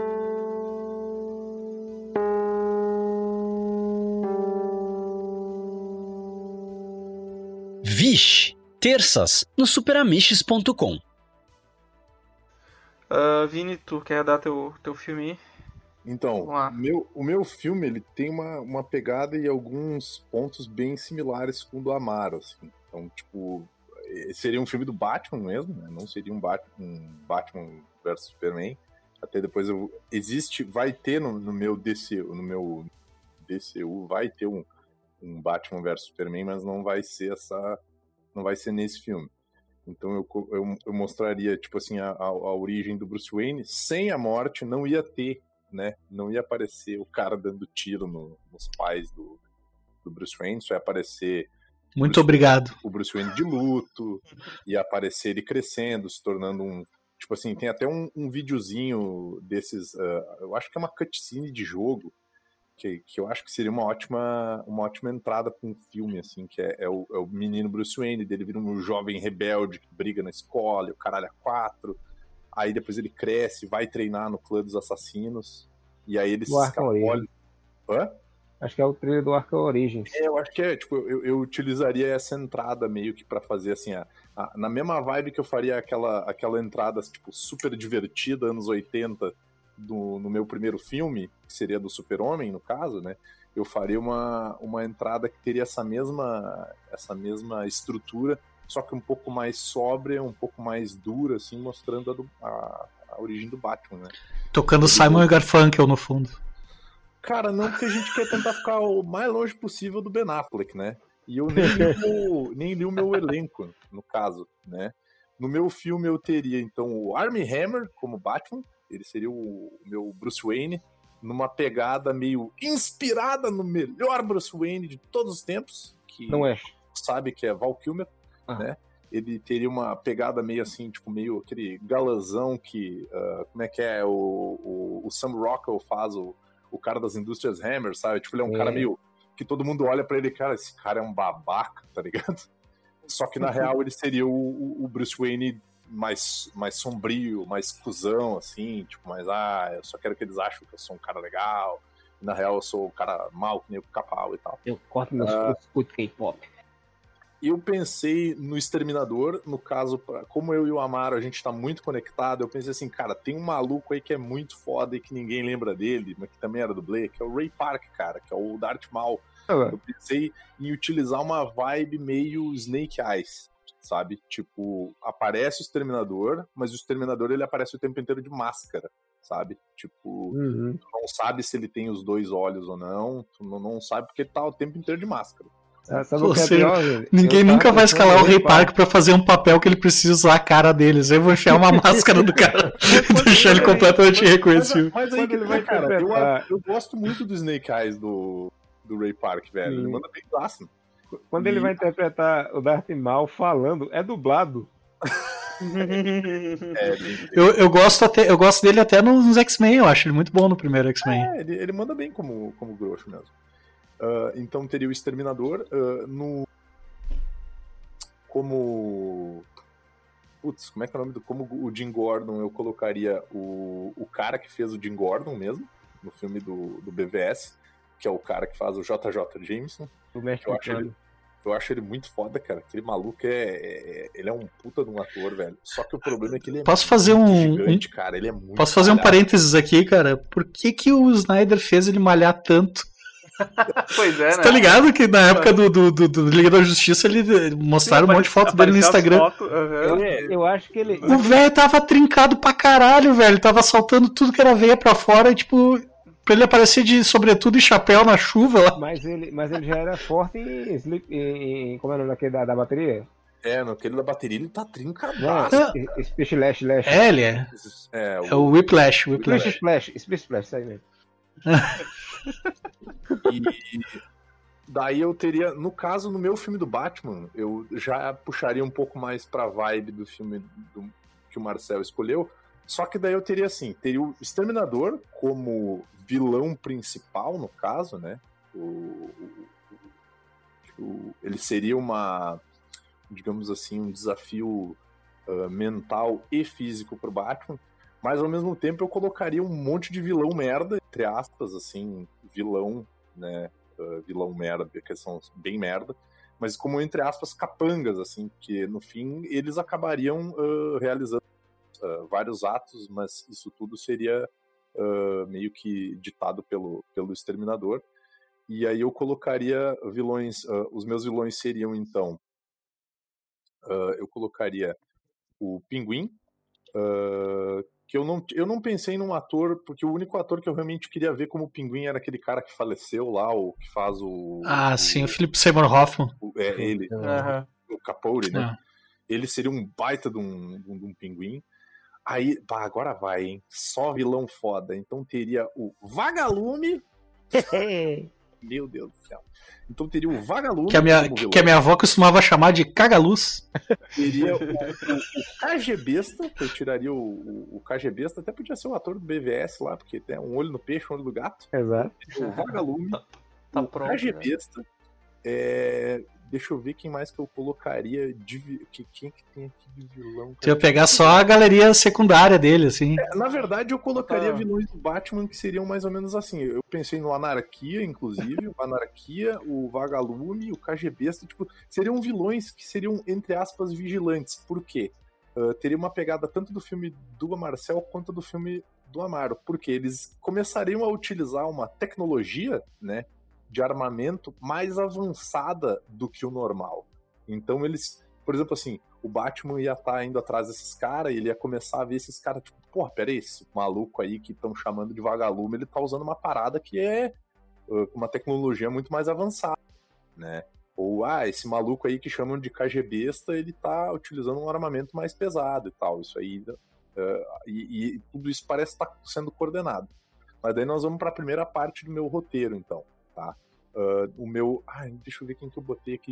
Vixe, terças no superamiches.com. Vini, tu quer dar teu filme aí? Então, o meu filme ele tem uma pegada e alguns pontos bem similares com o do Amaro, assim. Então, tipo, seria um filme do Batman mesmo, né? Não seria um Batman vs Superman. Até depois vai ter no meu DCU vai ter um Batman vs Superman, mas não vai ser nesse filme. Então eu mostraria, tipo assim, a origem do Bruce Wayne. Sem a morte não ia ter, né? Não ia aparecer o cara dando tiro nos pais do Bruce Wayne, só ia aparecer muito obrigado. O Bruce Wayne de luto, ia aparecer ele crescendo, se tornando um... Tipo assim, tem até um videozinho desses... eu acho que é uma cutscene de jogo, que eu acho que seria uma ótima entrada para um filme, assim, que é o menino Bruce Wayne, dele vira um jovem rebelde que briga na escola, e o caralho é 4, aí depois ele cresce, vai treinar no clã dos assassinos, e aí ele se escapola. Hã? Acho que é o trailer do Arkham Origins. Eu acho que tipo, eu utilizaria essa entrada meio que pra fazer, assim, na mesma vibe que eu faria aquela entrada, tipo, super divertida, anos 80, no meu primeiro filme, que seria do Super-Homem, no caso, né? Eu faria uma entrada que teria essa mesma estrutura, só que um pouco mais sóbria, um pouco mais dura, assim, mostrando a origem do Batman, né? Tocando Simon e Garfunkel no fundo. Cara, não, porque a gente quer tentar ficar o mais longe possível do Ben Affleck, né? E eu nem li o meu elenco, no caso, né? No meu filme eu teria, então, o Armie Hammer como Batman. Ele seria o meu Bruce Wayne, numa pegada meio inspirada no melhor Bruce Wayne de todos os tempos, que não é, sabe que é Val Kilmer, né? Ele teria uma pegada meio assim, tipo, meio aquele galãzão que, como é que é, o Sam Rockwell faz o cara das indústrias Hammer, sabe? Tipo, ele é um cara meio que todo mundo olha pra ele, cara, esse cara é um babaca, tá ligado? Só que na real ele seria o Bruce Wayne mais sombrio, mais cuzão, assim, tipo, eu só quero que eles achem que eu sou um cara legal, e na real eu sou um cara mau, que nem o Capau e tal. Eu corto meus escuto K-pop. Eu pensei no Exterminador, no caso, como eu e o Amaro, a gente tá muito conectado, eu pensei assim, cara, tem um maluco aí que é muito foda e que ninguém lembra dele, mas que também era dublê, que é o Ray Park, cara, que é o Darth Maul. Eu pensei em utilizar uma vibe meio Snake Eyes, sabe? Tipo, aparece o Exterminador, mas o Exterminador ele aparece o tempo inteiro de máscara, sabe? Tipo, tu não sabe se ele tem os 2 olhos ou não, tu não sabe porque ele tá o tempo inteiro de máscara. Ou seja, ninguém nunca vai escalar o Ray Park pra fazer um papel que ele precisa usar a cara deles. Eu vou enfiar uma máscara do cara e deixar ele completamente irreconhecível. Mas aí que ele vai, cara, eu gosto muito do Snake Eyes do Ray Park, velho. Ele manda bem fácil. Quando ele vai interpretar o Darth Maul falando, é dublado. Eu gosto dele até nos X-Men, eu acho ele muito bom no primeiro X-Men. Ele manda bem como Grosso mesmo. Então teria o Exterminador como é que é o nome como o Jim Gordon, eu colocaria o cara que fez o Jim Gordon mesmo, no filme do BVS, que é o cara que faz o JJ Jameson. Eu acho ele muito foda, cara. Aquele maluco ele é um puta de um ator, velho. Só que o problema é que ele é gigante, cara. Ele é muito Posso fazer um parênteses aqui, cara? Por que o Snyder fez ele malhar tanto? Pois é, Você né? tá ligado que na época do Liga da Justiça ele mostraram um monte de foto dele no Instagram? Eu acho que ele... O velho tava trincado pra caralho, velho. Tava saltando tudo que era veia pra fora e, tipo, pra ele aparecer de sobretudo e chapéu na chuva lá. Mas ele já era forte em como é o nome daquele da bateria? Naquele da bateria ele tá trincadaço. Splash. Ele é. É o Whiplash. Splash, isso aí mesmo. E daí eu teria, no caso, no meu filme do Batman, eu já puxaria um pouco mais pra vibe do filme que o Marcel escolheu, só que daí eu teria teria o Exterminador como vilão principal, no caso, né? Ele seria digamos assim, um desafio mental e físico pro Batman. Mas ao mesmo tempo eu colocaria um monte de vilão merda, entre aspas, assim, vilão, né? Vilão merda, que são bem merda, mas como entre aspas capangas, assim, que no fim eles acabariam realizando vários atos, mas isso tudo seria meio que ditado pelo Exterminador. E aí eu colocaria vilões, os meus vilões seriam então, eu colocaria o Pinguim, que eu não pensei num ator, porque o único ator que eu realmente queria ver como Pinguim era aquele cara que faleceu lá, o que faz o... Sim, o Philip Seymour Hoffman. Ele, o Capote, né? Ele seria um baita de um Pinguim. Aí, agora vai, hein? Só vilão foda. Então teria o Vagalume. Meu Deus do céu. Então teria o Vagalume. Que a minha avó costumava chamar de cagaluz. Teria o KGBesta, que eu tiraria o KGBesta, até podia ser o ator do BVS lá, porque tem um olho no peixe, um olho no gato. Exato. O Vagalume, tá o pronto, KGBesta. Deixa eu ver quem mais que eu colocaria. Quem que tem aqui de vilão? Se eu pegar só a galeria secundária dele, assim. Na verdade, eu colocaria vilões do Batman que seriam mais ou menos assim. Eu pensei no Anarquia, inclusive. O Anarquia, o Vagalume, o KGBesta. Tipo, seriam vilões que seriam, entre aspas, vigilantes. Por quê? Teria uma pegada tanto do filme do Marcel quanto do filme do Amaro. Porque eles começariam a utilizar uma tecnologia, né? De armamento mais avançada do que o normal. Então eles, por exemplo assim, o Batman ia estar indo atrás desses caras e ele ia começar a ver esses caras, tipo, porra, peraí, esse maluco aí que estão chamando de vagalume, ele tá usando uma parada que é uma tecnologia muito mais avançada, né? Ou, esse maluco aí que chamam de KGBesta, ele tá utilizando um armamento mais pesado e tal, isso aí, e tudo isso parece estar sendo coordenado. Mas daí nós vamos para a primeira parte do meu roteiro, então. Tá? O meu... deixa eu ver quem que eu botei aqui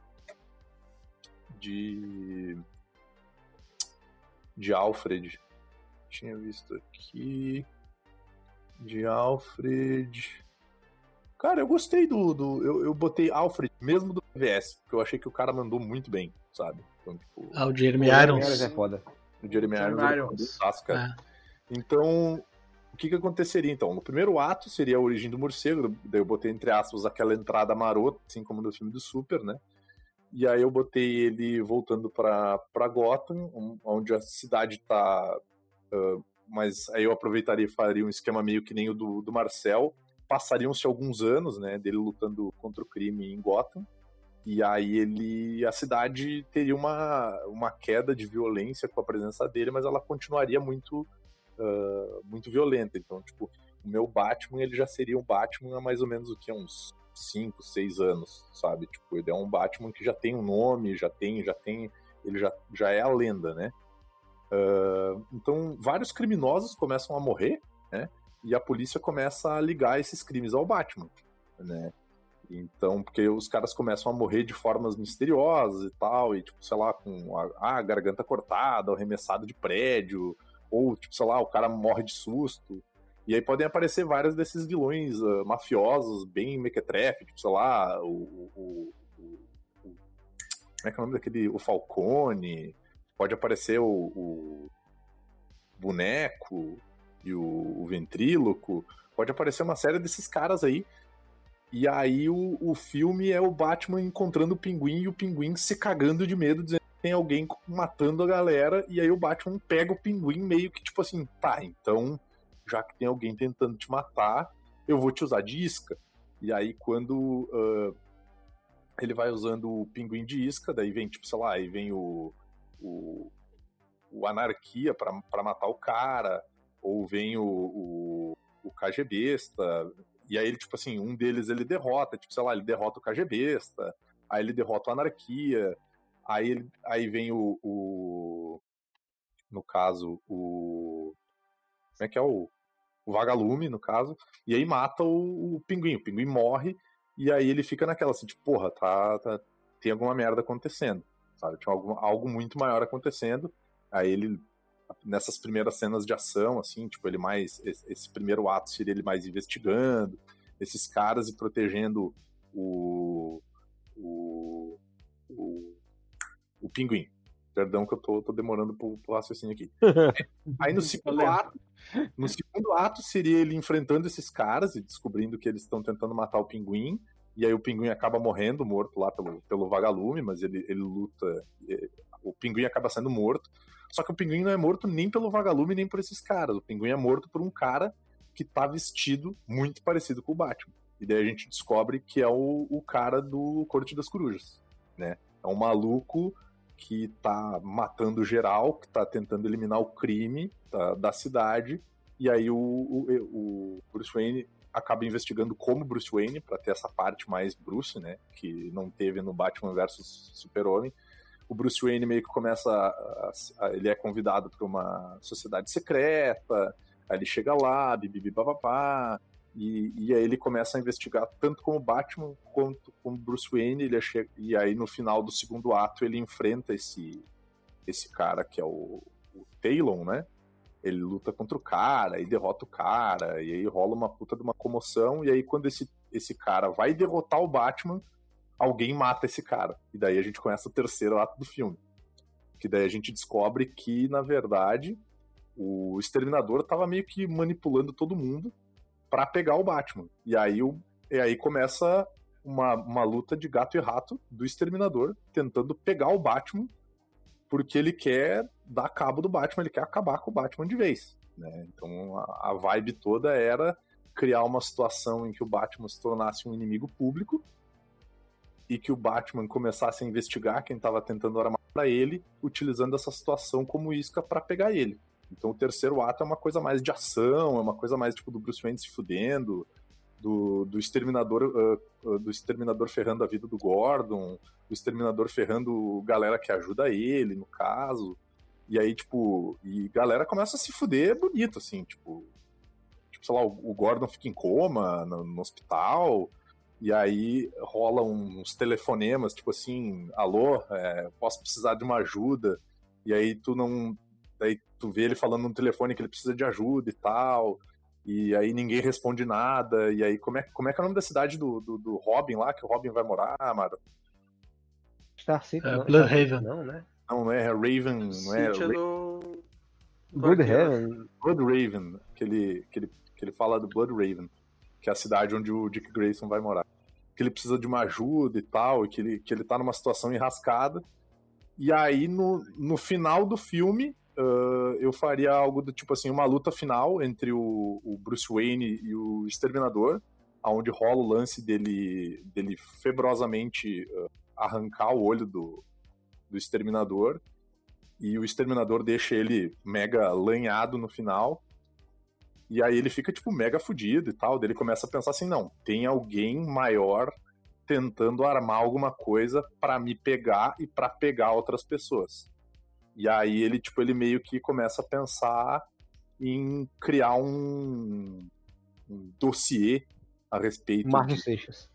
de Alfred. Tinha visto aqui... De Alfred... Cara, eu gostei eu botei Alfred, mesmo do PVS, porque eu achei que o cara mandou muito bem, sabe? Então, tipo, o Jeremy Irons. É foda. O Jeremy Irons. Então... O que aconteceria, então? No primeiro ato seria a origem do morcego, daí eu botei entre aspas aquela entrada marota, assim como no filme do Super, né? E aí eu botei ele voltando pra Gotham, onde a cidade tá... mas aí eu aproveitaria e faria um esquema meio que nem o do Marcel. Passariam-se alguns anos, né, dele lutando contra o crime em Gotham. E aí a cidade teria uma queda de violência com a presença dele, mas ela continuaria muito violenta. Então, tipo, o meu Batman, ele já seria um Batman há mais ou menos uns 5, 6 anos, sabe? Tipo, ele é um Batman que já tem um nome, ele já é a lenda, né? Então, vários criminosos começam a morrer, né? E a polícia começa a ligar esses crimes ao Batman, né? Então, porque os caras começam a morrer de formas misteriosas e tal, e tipo, sei lá, com a garganta cortada, arremessado de prédio, ou tipo, sei lá, o cara morre de susto. E aí podem aparecer vários desses vilões mafiosos, bem mequetrefe, tipo, sei lá, como é que é o nome daquele? O Falcone, pode aparecer o Boneco e o Ventríloco, pode aparecer uma série desses caras aí. E aí o filme é o Batman encontrando o Pinguim e o Pinguim se cagando de medo, dizendo que tem alguém matando a galera, e aí o Batman pega o Pinguim meio que tipo assim, tá, então, já que tem alguém tentando te matar, eu vou te usar de isca. E aí quando ele vai usando o Pinguim de isca, daí vem, tipo, sei lá, aí vem o Anarquia pra matar o cara, ou vem o KGBesta, e aí ele, tipo assim, um deles ele derrota, tipo, sei lá, ele derrota o KGBesta, aí ele derrota o Anarquia, aí vem no caso, como é que é o Vagalume, no caso, e aí mata o Pinguim morre, e aí ele fica naquela assim, tipo, porra, tem alguma merda acontecendo, sabe, tinha algo muito maior acontecendo. Aí ele, nessas primeiras cenas de ação, assim, tipo, esse primeiro ato seria ele mais investigando esses caras e protegendo o Pinguim. Perdão que eu tô demorando pro raciocínio aqui. Aí no segundo ato seria ele enfrentando esses caras e descobrindo que eles estão tentando matar o Pinguim, e aí o Pinguim acaba morrendo, morto lá pelo Vagalume, mas ele luta, o Pinguim acaba sendo morto. Só que o Pinguim não é morto nem pelo Vagalume, nem por esses caras. O Pinguim é morto por um cara que tá vestido muito parecido com o Batman. E daí a gente descobre que é o cara do Corte das Corujas, né? É um maluco que tá matando geral, que tá tentando eliminar o crime da cidade. E aí o Bruce Wayne acaba investigando como Bruce Wayne, pra ter essa parte mais Bruce, né? Que não teve no Batman vs Super-Homem. O Bruce Wayne meio que ele é convidado para uma sociedade secreta, aí ele chega lá, bibibibababá, e aí ele começa a investigar tanto como Batman quanto como Bruce Wayne, e aí no final do segundo ato ele enfrenta esse cara que é o Talon, né? Ele luta contra o cara e derrota o cara, e aí rola uma puta de uma comoção, e aí quando esse cara vai derrotar o Batman, alguém mata esse cara. E daí a gente começa o terceiro ato do filme. Que daí a gente descobre que, na verdade, o Exterminador tava meio que manipulando todo mundo pra pegar o Batman. E aí começa uma luta de gato e rato do Exterminador tentando pegar o Batman, porque ele quer dar cabo do Batman, ele quer acabar com o Batman de vez, né? Então a vibe toda era criar uma situação em que o Batman se tornasse um inimigo público e que o Batman começasse a investigar quem estava tentando armar para ele, utilizando essa situação como isca para pegar ele. Então o terceiro ato é uma coisa mais de ação, é uma coisa mais tipo do Bruce Wayne se fudendo, do Exterminador ferrando a vida do Gordon, do Exterminador ferrando galera que ajuda ele, no caso. E aí, tipo, galera começa a se fuder bonito, assim, tipo sei lá, o Gordon fica em coma no hospital. E aí rola uns telefonemas, tipo assim, alô, posso precisar de uma ajuda. E aí daí tu vê ele falando no telefone que ele precisa de ajuda e tal. E aí ninguém responde nada. E aí como é que é o nome da cidade do Robin lá, que o Robin vai morar, Amaro? Star City, não. Bloodhaven. Não, né? Não é Raven, não é? Bloodhaven. Bloodhaven, que ele fala do Bloodhaven, que é a cidade onde o Dick Grayson vai morar. que ele precisa de uma ajuda e tal, e que ele tá numa situação enrascada. E aí, no final do filme, eu faria algo do tipo assim, uma luta final entre o Bruce Wayne e o Exterminador, onde rola o lance dele febrosamente arrancar o olho do Exterminador, e o Exterminador deixa ele mega lanhado no final, e aí ele fica tipo mega fudido e tal, daí ele começa a pensar assim, não, tem alguém maior tentando armar alguma coisa pra me pegar e pra pegar outras pessoas. E aí ele meio que começa a pensar em criar um dossiê a respeito Marlon Seixas.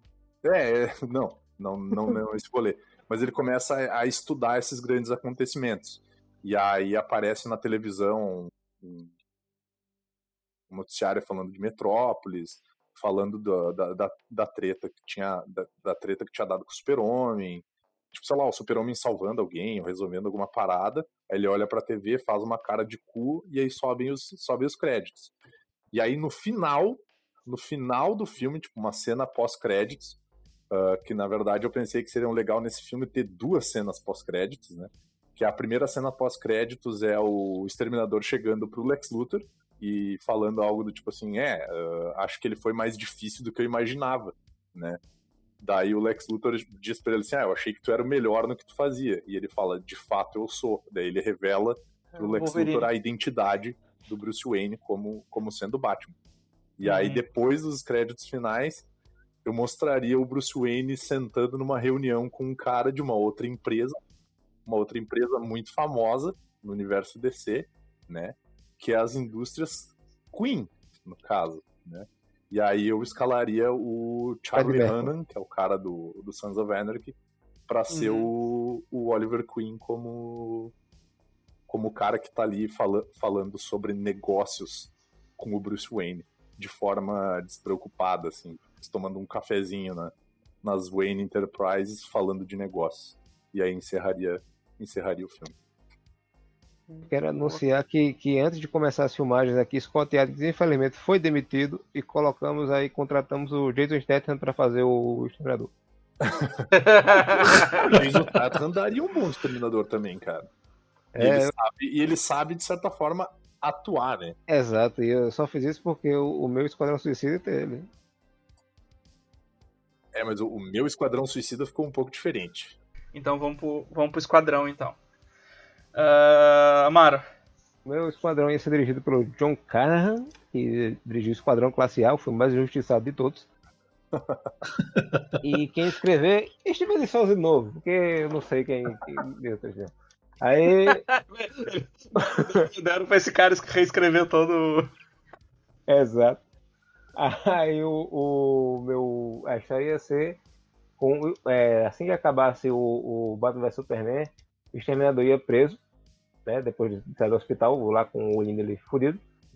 Não esse rolê. Mas ele começa a estudar esses grandes acontecimentos. E aí aparece na televisão um noticiário falando de Metrópolis, falando da treta que tinha dado com o Super-Homem. Tipo, sei lá, o Super-Homem salvando alguém ou resolvendo alguma parada. Aí ele olha pra TV, faz uma cara de cu e aí sobem os créditos. E aí no final do filme, tipo, uma cena pós-créditos, que na verdade eu pensei que seria legal nesse filme ter 2 cenas pós-créditos, né? Que a primeira cena pós-créditos é o Exterminador chegando pro Lex Luthor e falando algo do tipo assim, acho que ele foi mais difícil do que eu imaginava, né? Daí o Lex Luthor diz pra ele assim, eu achei que tu era o melhor no que tu fazia. E ele fala, de fato eu sou. Daí ele revela pro Lex Luthor a identidade do Bruce Wayne como sendo o Batman. E aí depois dos créditos finais, eu mostraria o Bruce Wayne sentando numa reunião com um cara de uma outra empresa muito famosa no universo DC, né? Que é as indústrias Queen, no caso, né? E aí eu escalaria o Charlie Hunnam, que é o cara do Sons of Anarchy, pra ser o Oliver Queen como o cara que tá ali falando sobre negócios com o Bruce Wayne, de forma despreocupada, assim, tomando um cafezinho nas Wayne Enterprises falando de negócios. E aí encerraria o filme. Quero anunciar que antes de começar as filmagens aqui, Scott Adkins infelizmente foi demitido e contratamos o Jason Statham para fazer o Exterminador. O Jason Statham daria um bom Exterminador também, cara. E ele sabe, de certa forma, atuar, né? Exato, e eu só fiz isso porque o meu Esquadrão Suicida tem ele. Mas o meu Esquadrão Suicida ficou um pouco diferente. Então vamos pro Esquadrão, então. Amaro. O meu Esquadrão ia ser dirigido pelo John Carnahan, que dirigiu o Esquadrão Classe A, o filme mais injustiçado de todos. E quem escrever, Steven Souza de novo, porque eu não sei quem deu o Aí. Deram pra esse cara reescrever todo. Exato. Aí o meu. A história ia ser. Assim que acabasse o Batman vs Superman, o Exterminador ia preso, né? Depois de sair do hospital, lá com o olhinho dele fudido.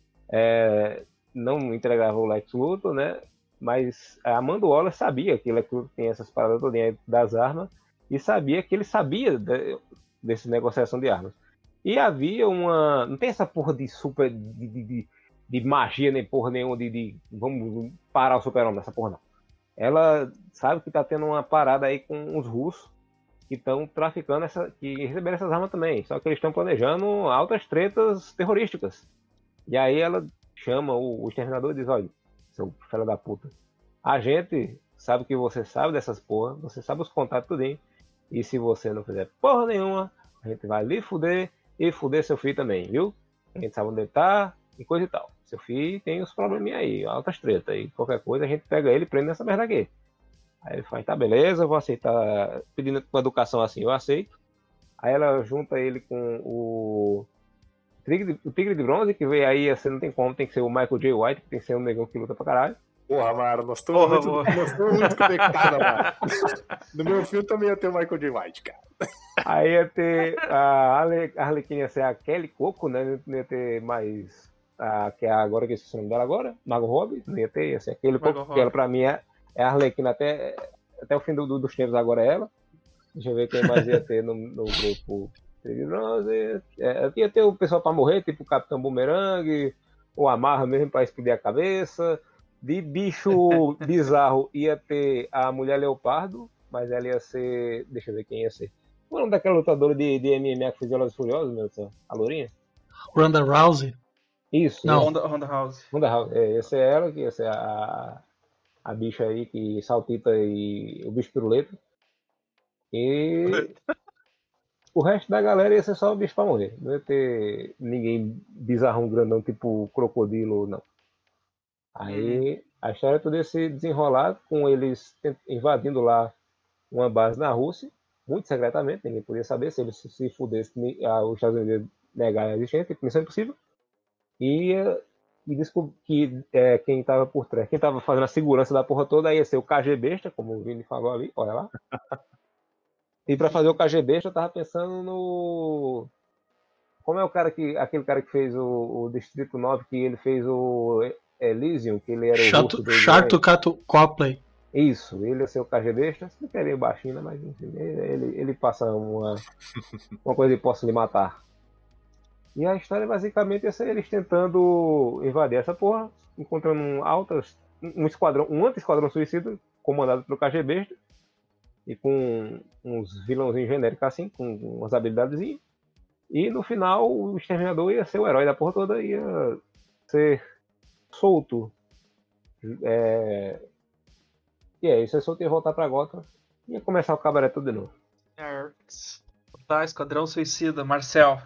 Não entregava o Lex Luthor, né? Mas a Amanda Waller sabia que o Lex Luthor tem essas paradas todas das armas e sabia que ele sabia dessa negociação de armas. E havia uma... Não tem essa porra de super... de magia, nem porra nenhuma de vamos parar o Super-Homem nessa porra, não. Ela sabe que tá tendo uma parada aí com os russos que estão traficando que receberam essas armas também. Só que eles estão planejando altas tretas terrorísticas. E aí ela chama o Exterminador e diz, olha, seu filho da puta, a gente sabe que você sabe dessas porra, você sabe os contatos tudinho, e se você não fizer porra nenhuma, a gente vai lhe fuder e fuder seu filho também, viu? A gente sabe onde ele tá e coisa e tal. Seu filho tem os probleminha aí, altas tretas, e qualquer coisa a gente pega ele e prende nessa merda aqui. Aí ele fala, tá, beleza, eu vou aceitar, pedindo com educação assim, eu aceito. Aí ela junta ele com o Tigre de Bronze, que veio aí, assim, não tem como, tem que ser o Michael J. White, que tem que ser um negão que luta pra caralho. Porra, Mara, nós estamos muito conectados, Mara. No meu filme também ia ter o Michael J. White, cara. Aí ia ter a Arlequina, ia ser a Kelly Coco, né? Não ia ter mais que é agora que eu esqueci o nome dela agora, Margot Robbie, não ia ter, ia ser aquele Coco, que ela pra mim é a Arlequina até o fim dos tempos, agora é ela. Deixa eu ver quem mais ia ter no grupo. Ia ter o pessoal pra morrer, tipo o Capitão Boomerang, ou Amarra mesmo pra explodir a cabeça, De bicho bizarro ia ter a Mulher Leopardo, mas ela ia ser... Deixa eu ver quem ia ser. O nome daquela lutadora de MMA que fez Velozes e Furiosos, meu Deus, a lourinha? Ronda Rousey? Isso. Não. Ronda House. Ronda House. Ia ser ela, que ia ser a bicha aí que saltita e o bicho piruleta. E o resto da galera ia ser só o bicho pra morrer. Não ia ter ninguém bizarrão grandão, tipo crocodilo, não. Aí a história toda ia se desenrolar com eles invadindo lá uma base na Rússia, muito secretamente, ninguém podia saber. Se eles se fudessem, os Estados Unidos negar a existência, tipo, missão impossível. E descobri que quem estava por trás, quem estava fazendo a segurança da porra toda ia ser o KG Besta, como o Vini falou ali, olha lá. E para fazer o KG Besta eu tava pensando no... Como é aquele cara que fez o Distrito 9, que ele fez o Elysium, que ele era o russo dele. Sharto Copley. Isso, ele ia ser o KG Besta, se não meio baixinho, mas enfim, ele passa uma coisa de posso lhe matar. E a história basicamente é ser eles tentando invadir essa porra, encontrando um anti-esquadrão suicida comandado pelo KG Besta e com uns vilãozinhos genéricos assim, com umas habilidadezinhas. E no final o Exterminador ia ser o herói da porra toda, ia ser solto. Isso é solto e voltar pra Gotham. Ia começar o cabaré tudo de novo. Tá, Esquadrão Suicida, Marcel.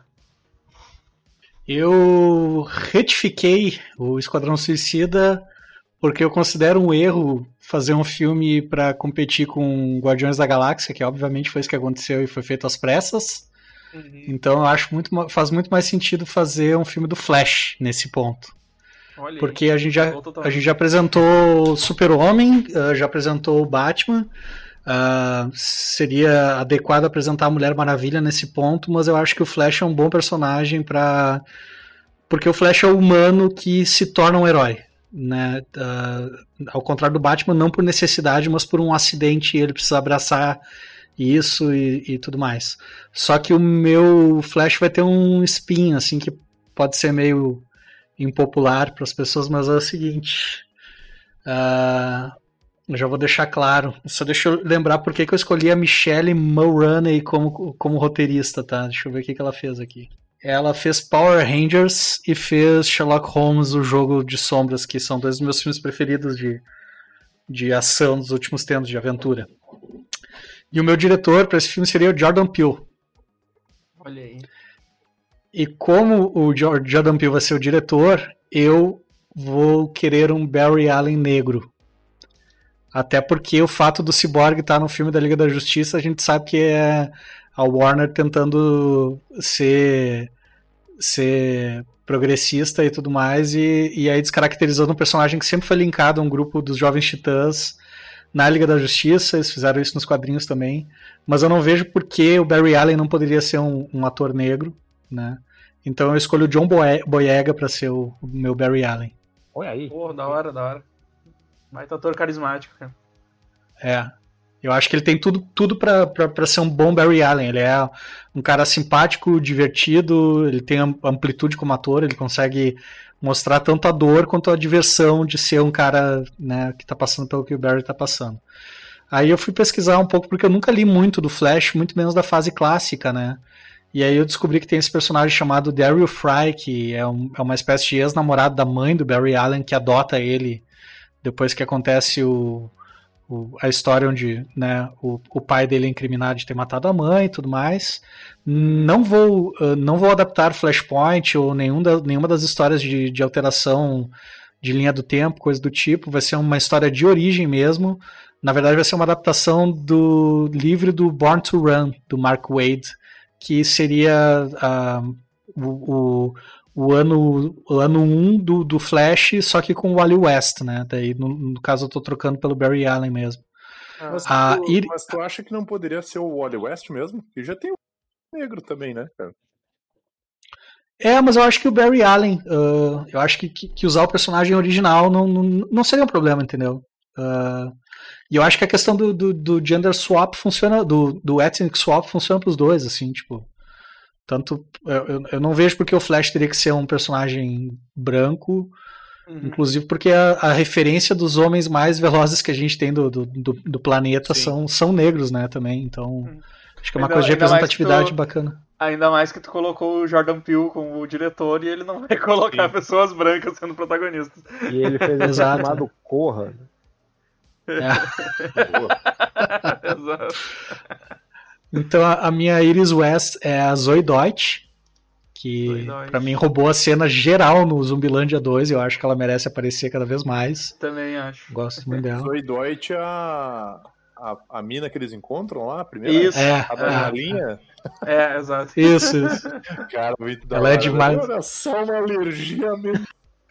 Eu retifiquei o Esquadrão Suicida porque eu considero um erro fazer um filme para competir com Guardiões da Galáxia, que obviamente foi isso que aconteceu e foi feito às pressas. Então eu acho faz muito mais sentido fazer um filme do Flash nesse ponto. Olha porque aí, a gente já apresentou o Super-Homem, já apresentou o Batman. Seria adequado apresentar a Mulher Maravilha nesse ponto, mas eu acho que o Flash é um bom personagem porque o Flash é o humano que se torna um herói, né? Ao contrário do Batman, não por necessidade, mas por um acidente, ele precisa abraçar isso e tudo mais. Só que o meu Flash vai ter um espinho assim que pode ser meio impopular para as pessoas, mas é o seguinte, eu já vou deixar claro, só deixa eu lembrar por que eu escolhi a Michelle Mulroney como roteirista, tá? Deixa eu ver o que ela fez aqui. Ela fez Power Rangers e fez Sherlock Holmes, o Jogo de Sombras, que são dois dos meus filmes preferidos de ação dos últimos tempos, de aventura. E o meu diretor para esse filme seria o Jordan Peele. Olha aí. E como o Jordan Peele vai ser o diretor, eu vou querer um Barry Allen negro. Até porque o fato do Cyborg estar no filme da Liga da Justiça, a gente sabe que é a Warner tentando ser progressista e tudo mais, e aí descaracterizando um personagem que sempre foi linkado a um grupo dos Jovens Titãs na Liga da Justiça. Eles fizeram isso nos quadrinhos também, mas eu não vejo por que o Barry Allen não poderia ser um ator negro, né? Então eu escolho o John Boyega para ser o meu Barry Allen. Olha aí. Porra, da hora. Baita ator carismático, cara. Eu acho que ele tem tudo pra ser um bom Barry Allen. Ele é um cara simpático, divertido, ele tem amplitude como ator, ele consegue mostrar tanto a dor quanto a diversão de ser um cara, né, que tá passando pelo que o Barry tá passando. Aí eu fui pesquisar um pouco, porque eu nunca li muito do Flash, muito menos da fase clássica, né? E aí eu descobri que tem esse personagem chamado Daryl Fry, que é uma espécie de ex-namorado da mãe do Barry Allen, que adota ele depois que acontece a história onde, né, o pai dele é incriminado de ter matado a mãe e tudo mais. Não vou adaptar Flashpoint ou nenhuma das histórias de alteração de linha do tempo, coisa do tipo. Vai ser uma história de origem mesmo. Na verdade vai ser uma adaptação do livro do Born to Run, do Mark Waid, que seria o ano 1 do Flash, só que com o Wally West, né? Daí, no caso, eu tô trocando pelo Barry Allen mesmo. Mas tu acha que não poderia ser o Wally West mesmo? Que já tem o negro também, né, cara? Mas eu acho que o Barry Allen, eu acho que usar o personagem original não seria um problema, entendeu? E eu acho que a questão do gender swap funciona, do ethnic swap funciona pros dois, assim, tipo... Tanto, eu não vejo porque o Flash teria que ser um personagem branco Inclusive porque a referência dos homens mais velozes que a gente tem do planeta são negros, né, também. Então, acho que é uma coisa de representatividade bacana. Ainda mais que tu colocou o Jordan Peele como o diretor e ele não vai colocar pessoas brancas sendo protagonistas. E ele fez um chamado Corra. Exato. Então a minha Iris West é a Zoe Deutsch, que pra mim roubou a cena geral no Zumbilândia 2, e eu acho que ela merece aparecer cada vez mais. Também acho. Gosto muito dela. Zoe Deutsch é a mina que eles encontram lá, a primeira? Isso. A da linha? Exato. Isso. Cara, muito da ela hora. É demais. Olha só uma alergia mesmo.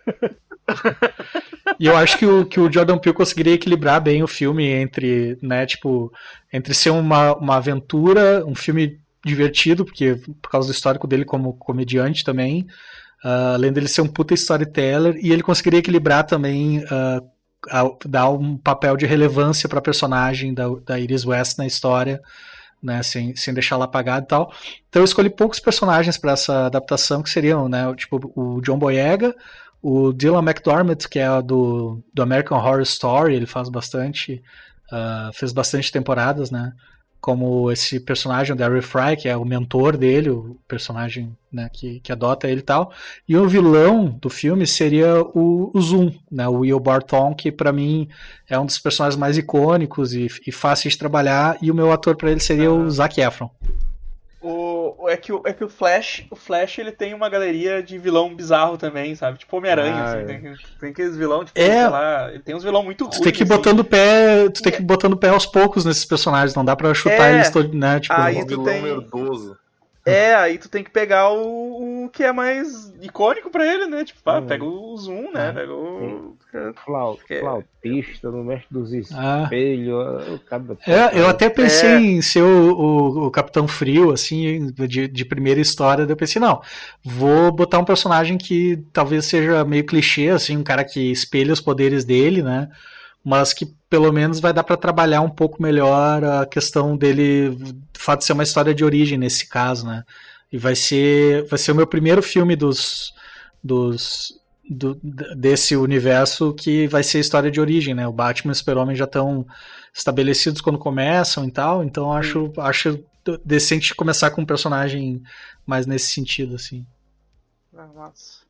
E eu acho que o Jordan Peele conseguiria equilibrar bem o filme entre, né, tipo, entre ser uma aventura, um filme divertido, porque por causa do histórico dele como comediante também, além dele ser um puta storyteller, e ele conseguiria equilibrar também, dar um papel de relevância pra personagem da Iris West na história, né, sem deixar ela apagada e tal. Então eu escolhi poucos personagens para essa adaptação, que seriam, né, tipo, o John Boyega, o Dylan McDermott, que é do American Horror Story, ele fez bastante temporadas, né, como esse personagem, o Daryl Fry, que é o mentor dele, o personagem, né, que adota ele e tal. E o vilão do filme seria o Zoom, né, o Will Barton, que pra mim é um dos personagens mais icônicos e fáceis de trabalhar, e o meu ator pra ele seria o Zac Efron. É que o Flash ele tem uma galeria de vilão bizarro também, sabe? Tipo Homem-Aranha, assim, tem aqueles vilão, tipo, sei lá, ele tem uns vilão muito ruins. Tu tem que ir botando o pé aos poucos nesses personagens, não dá pra chutar eles todos, né? Tipo, aí tu tem merdoso. Aí tu tem que pegar o que é mais icônico pra ele, né? Tipo, pega o Zoom, né? Pega o... Flautista, no mestre dos espelhos. Eu até pensei em ser o Capitão Frio, assim, de primeira história. Daí eu pensei, não, vou botar um personagem que talvez seja meio clichê, assim, um cara que espelha os poderes dele, né? Mas que pelo menos vai dar para trabalhar um pouco melhor a questão dele, do fato de ser uma história de origem nesse caso, né? E vai ser o meu primeiro filme desse universo que vai ser história de origem, né? O Batman e o Super-Homem já estão estabelecidos quando começam e tal, então acho decente começar com um personagem mais nesse sentido, assim. Massa.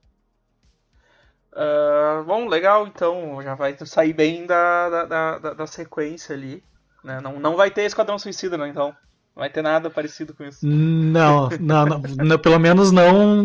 Bom, legal, então já vai sair bem da sequência ali, né? Não vai ter Esquadrão Suicida, né? Então não vai ter nada parecido com isso. Não, pelo menos não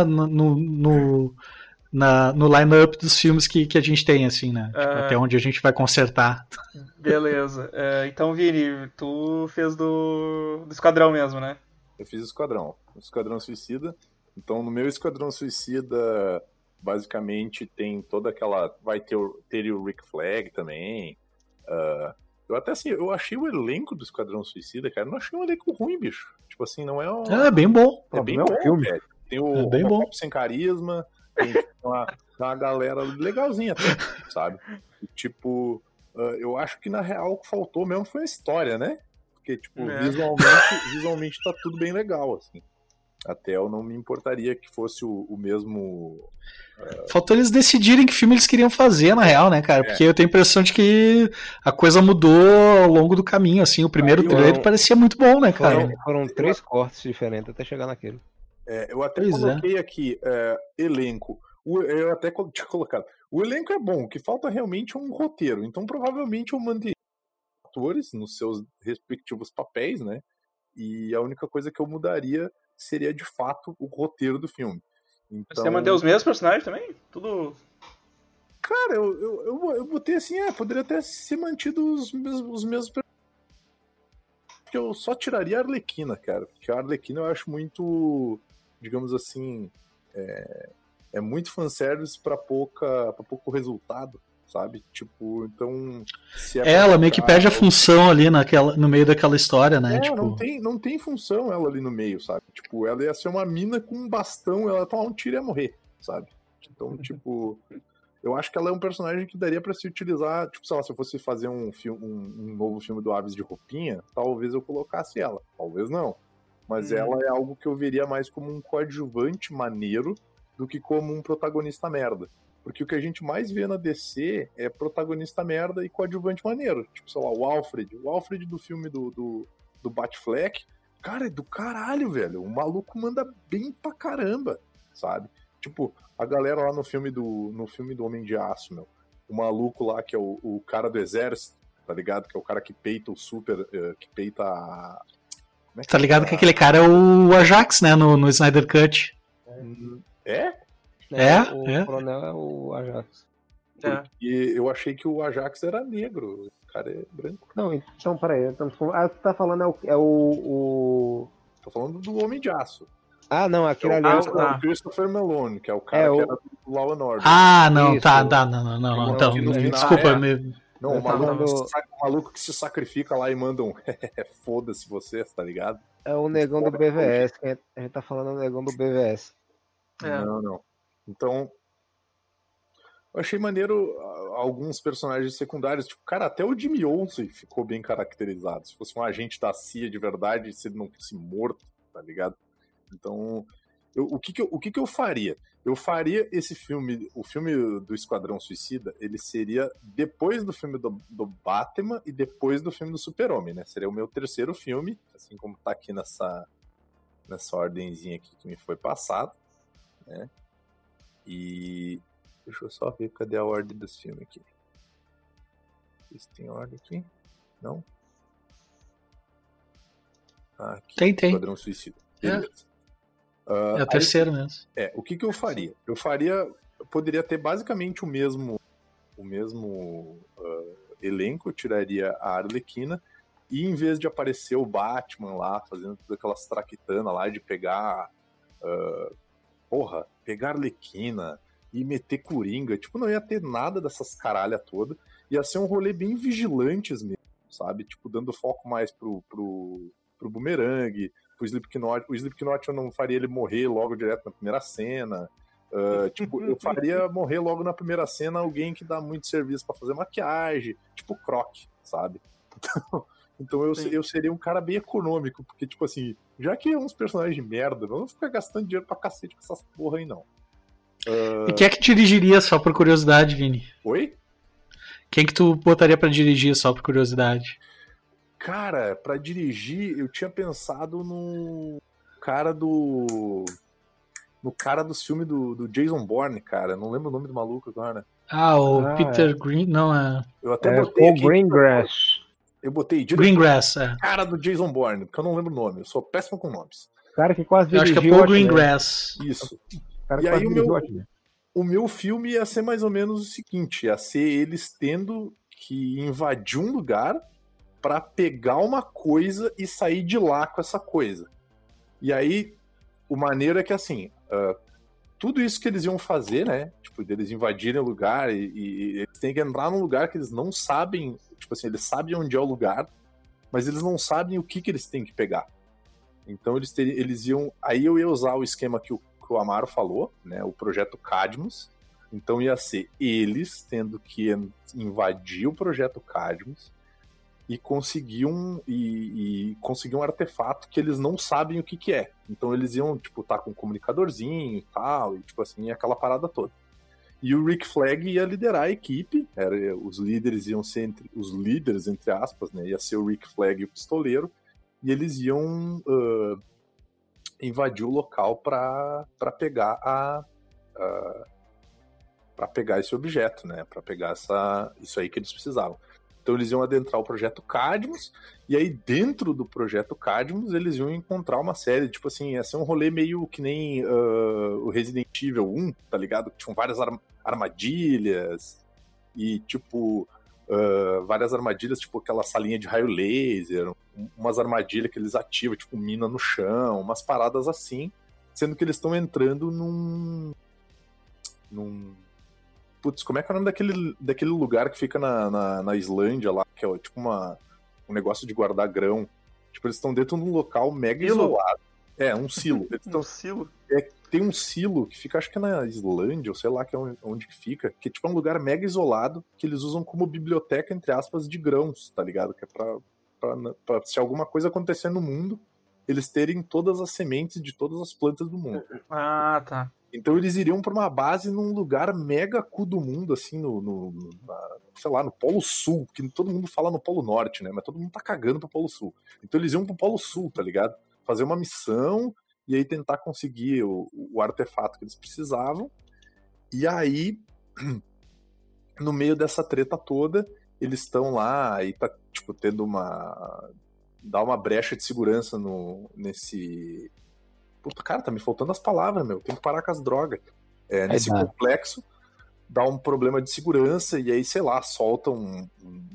no line-up dos filmes que a gente tem, assim, né? Tipo, até onde a gente vai consertar. Beleza. Então, Vini, tu fez do Esquadrão mesmo, né? Eu fiz o Esquadrão Suicida. Então, no meu Esquadrão Suicida, basicamente tem toda aquela... Vai ter o Rick Flag também. Eu até assim, eu achei o elenco do Esquadrão Suicida, cara, eu não achei um elenco ruim, bicho. Tipo assim, não é um... É bem bom. É bem bom, filme. velho. Tem o Robocop sem carisma, tem uma galera legalzinha até, sabe? E, tipo, eu acho que na real o que faltou mesmo foi a história, né? Porque, tipo, visualmente tá tudo bem legal, assim. Até eu não me importaria que fosse o mesmo... Faltou eles decidirem que filme eles queriam fazer, na real, né, cara? Porque eu tenho a impressão de que a coisa mudou ao longo do caminho, assim. O primeiro trailer parecia muito bom, né, cara? Foram 3 cortes diferentes até chegar naquele. Eu até coloquei aqui, elenco. Eu até tinha colocado. O elenco é bom, o que falta realmente é um roteiro. Então, provavelmente, eu manteria atores nos seus respectivos papéis, né? E a única coisa que eu mudaria seria, de fato, o roteiro do filme. Então... Você manter os mesmos personagens também? Tudo... Cara, eu botei assim, poderia até ser mantido os mesmos personagens. Porque eu só tiraria a Arlequina, cara. Porque a Arlequina eu acho muito, digamos assim, é muito fanservice pra pouco resultado, sabe? Tipo, então... Se ela meio que perde a função ali no meio daquela história, né? Tipo... não tem função ela ali no meio, sabe? Tipo, ela ia ser uma mina com um bastão, ela ia tomar um tiro e ia morrer, sabe? Então, tipo... Eu acho que ela é um personagem que daria pra se utilizar, tipo, sei lá, se eu fosse fazer um novo filme do Aves de Roupinha, talvez eu colocasse ela, talvez não. Mas ela é algo que eu veria mais como um coadjuvante maneiro do que como um protagonista merda, Porque o que a gente mais vê na DC é protagonista merda e coadjuvante maneiro. Tipo, sei lá, o Alfred. O Alfred do filme do Batfleck, cara, é do caralho, velho. O maluco manda bem pra caramba, sabe? Tipo, a galera lá no filme do Homem de Aço, meu. O maluco lá que é o cara do exército, tá ligado? Que é o cara que peita o super... que peita a... Tá ligado que aquele cara é o Ajax, né? No Snyder Cut. É? O coronel é o Ajax. Porque eu achei que o Ajax era negro. O cara é branco. Não, então, peraí. Então, o que tá falando é o... Tô falando do Homem de Aço. Ah, não, aquele ali é o Christopher Meloni, que é o cara que era do Law and Order. Ah, não, Isso. tá, não. Então, desculpa. Não, o maluco que se sacrifica lá e manda um foda-se vocês, tá ligado? É o negão do BVS, que a gente tá falando do negão do BVS. Não. Então, eu achei maneiro alguns personagens secundários. Tipo, cara, até o Jimmy Olsen ficou bem caracterizado. Se fosse um agente da CIA de verdade, se ele não fosse morto, tá ligado? Então, o que eu faria? Eu faria esse filme, o filme do Esquadrão Suicida, ele seria depois do filme do Batman e depois do filme do Super-Homem, né? Seria o meu terceiro filme, assim como tá aqui nessa ordenzinha aqui que me foi passada, né? E deixa eu só ver cadê a ordem desse filme aqui. Vocês têm ordem aqui? Não? Aqui, Tem. Esquadrão Suicida. Beleza. É o terceiro mesmo. O que eu faria? Eu poderia ter basicamente o mesmo elenco, eu tiraria a Arlequina, e em vez de aparecer o Batman lá, fazendo todas aquelas traquitanas lá de pegar pegar Arlequina e meter Coringa, tipo, não ia ter nada dessas caralha toda, ia ser um rolê bem vigilantes mesmo, sabe? Tipo, dando foco mais pro Boomerang, pro Slipknot. O Slipknot eu não faria ele morrer logo direto na primeira cena. Tipo, eu faria morrer logo na primeira cena alguém que dá muito serviço pra fazer maquiagem, tipo Croc, sabe? Então eu seria um cara bem econômico, porque, tipo assim, já que é uns personagens de merda, não vou ficar gastando dinheiro pra cacete com essas porra aí, não. E quem é que dirigiria, só por curiosidade, Vini? Oi? Quem que tu botaria pra dirigir, só por curiosidade? Cara, pra dirigir, eu tinha pensado no cara dos filmes do Jason Bourne, cara. Não lembro o nome do maluco agora. Peter Green, não é... Eu até botei aqui, Greengrass. Eu botei Greengrass, cara do Jason Bourne, porque eu não lembro o nome. Eu sou péssimo com nomes. Cara que quase dirigiu. Eu acho que é Paul Greengrass. Isso. Cara e aí o meu filme ia ser mais ou menos o seguinte, ia ser eles tendo que invadir um lugar pra pegar uma coisa e sair de lá com essa coisa. E aí, o maneiro é que, assim, tudo isso que eles iam fazer, né, tipo, deles invadirem o lugar e eles têm que entrar num lugar que eles não sabem, tipo assim, eles sabem onde é o lugar, mas eles não sabem o que eles têm que pegar. Então eles iam... Aí eu ia usar o esquema que o Amaro falou, né, o projeto Cadmus. Então ia ser eles tendo que invadir o projeto Cadmus e conseguir um artefato que eles não sabem o que é. Então eles iam, tipo, tá com um comunicadorzinho e tal, e tipo assim, aquela parada toda. E o Rick Flag ia liderar a equipe, os líderes iam ser os líderes, entre aspas, né, ia ser o Rick Flag e o pistoleiro, e eles iam invadir o local para pegar para pegar esse objeto, né, para pegar isso aí que eles precisavam. Então eles iam adentrar o projeto Cadmus, e aí dentro do projeto Cadmus eles iam encontrar uma série, tipo assim, ia ser um rolê meio que nem o Resident Evil 1, tá ligado? Tinham várias armadilhas, e tipo, várias armadilhas, tipo aquela salinha de raio laser, umas armadilhas que eles ativam, tipo mina no chão, umas paradas assim, sendo que eles estão entrando num... Putz, como é que é o nome daquele lugar que fica na Islândia lá, que é tipo um negócio de guardar grão. Tipo, eles estão dentro de um local mega isolado. Um silo. Um silo? Tem um silo que fica, acho que é na Islândia, ou sei lá que é onde que fica, que tipo, é um lugar mega isolado que eles usam como biblioteca, entre aspas, de grãos, tá ligado? Que é pra se alguma coisa acontecer no mundo, eles terem todas as sementes de todas as plantas do mundo. Ah, tá. Então eles iriam pra uma base num lugar mega cu do mundo, assim, sei lá, no Polo Sul, que todo mundo fala no Polo Norte, né? Mas todo mundo tá cagando pro Polo Sul. Então eles iam pro Polo Sul, tá ligado? Fazer uma missão e aí tentar conseguir o artefato que eles precisavam. E aí, no meio dessa treta toda, eles estão lá e tá, tipo, tendo dá uma brecha de segurança nesse... Puta, cara, tá me faltando as palavras, meu. Tem que parar com as drogas. Nesse complexo, dá um problema de segurança e aí, sei lá, solta um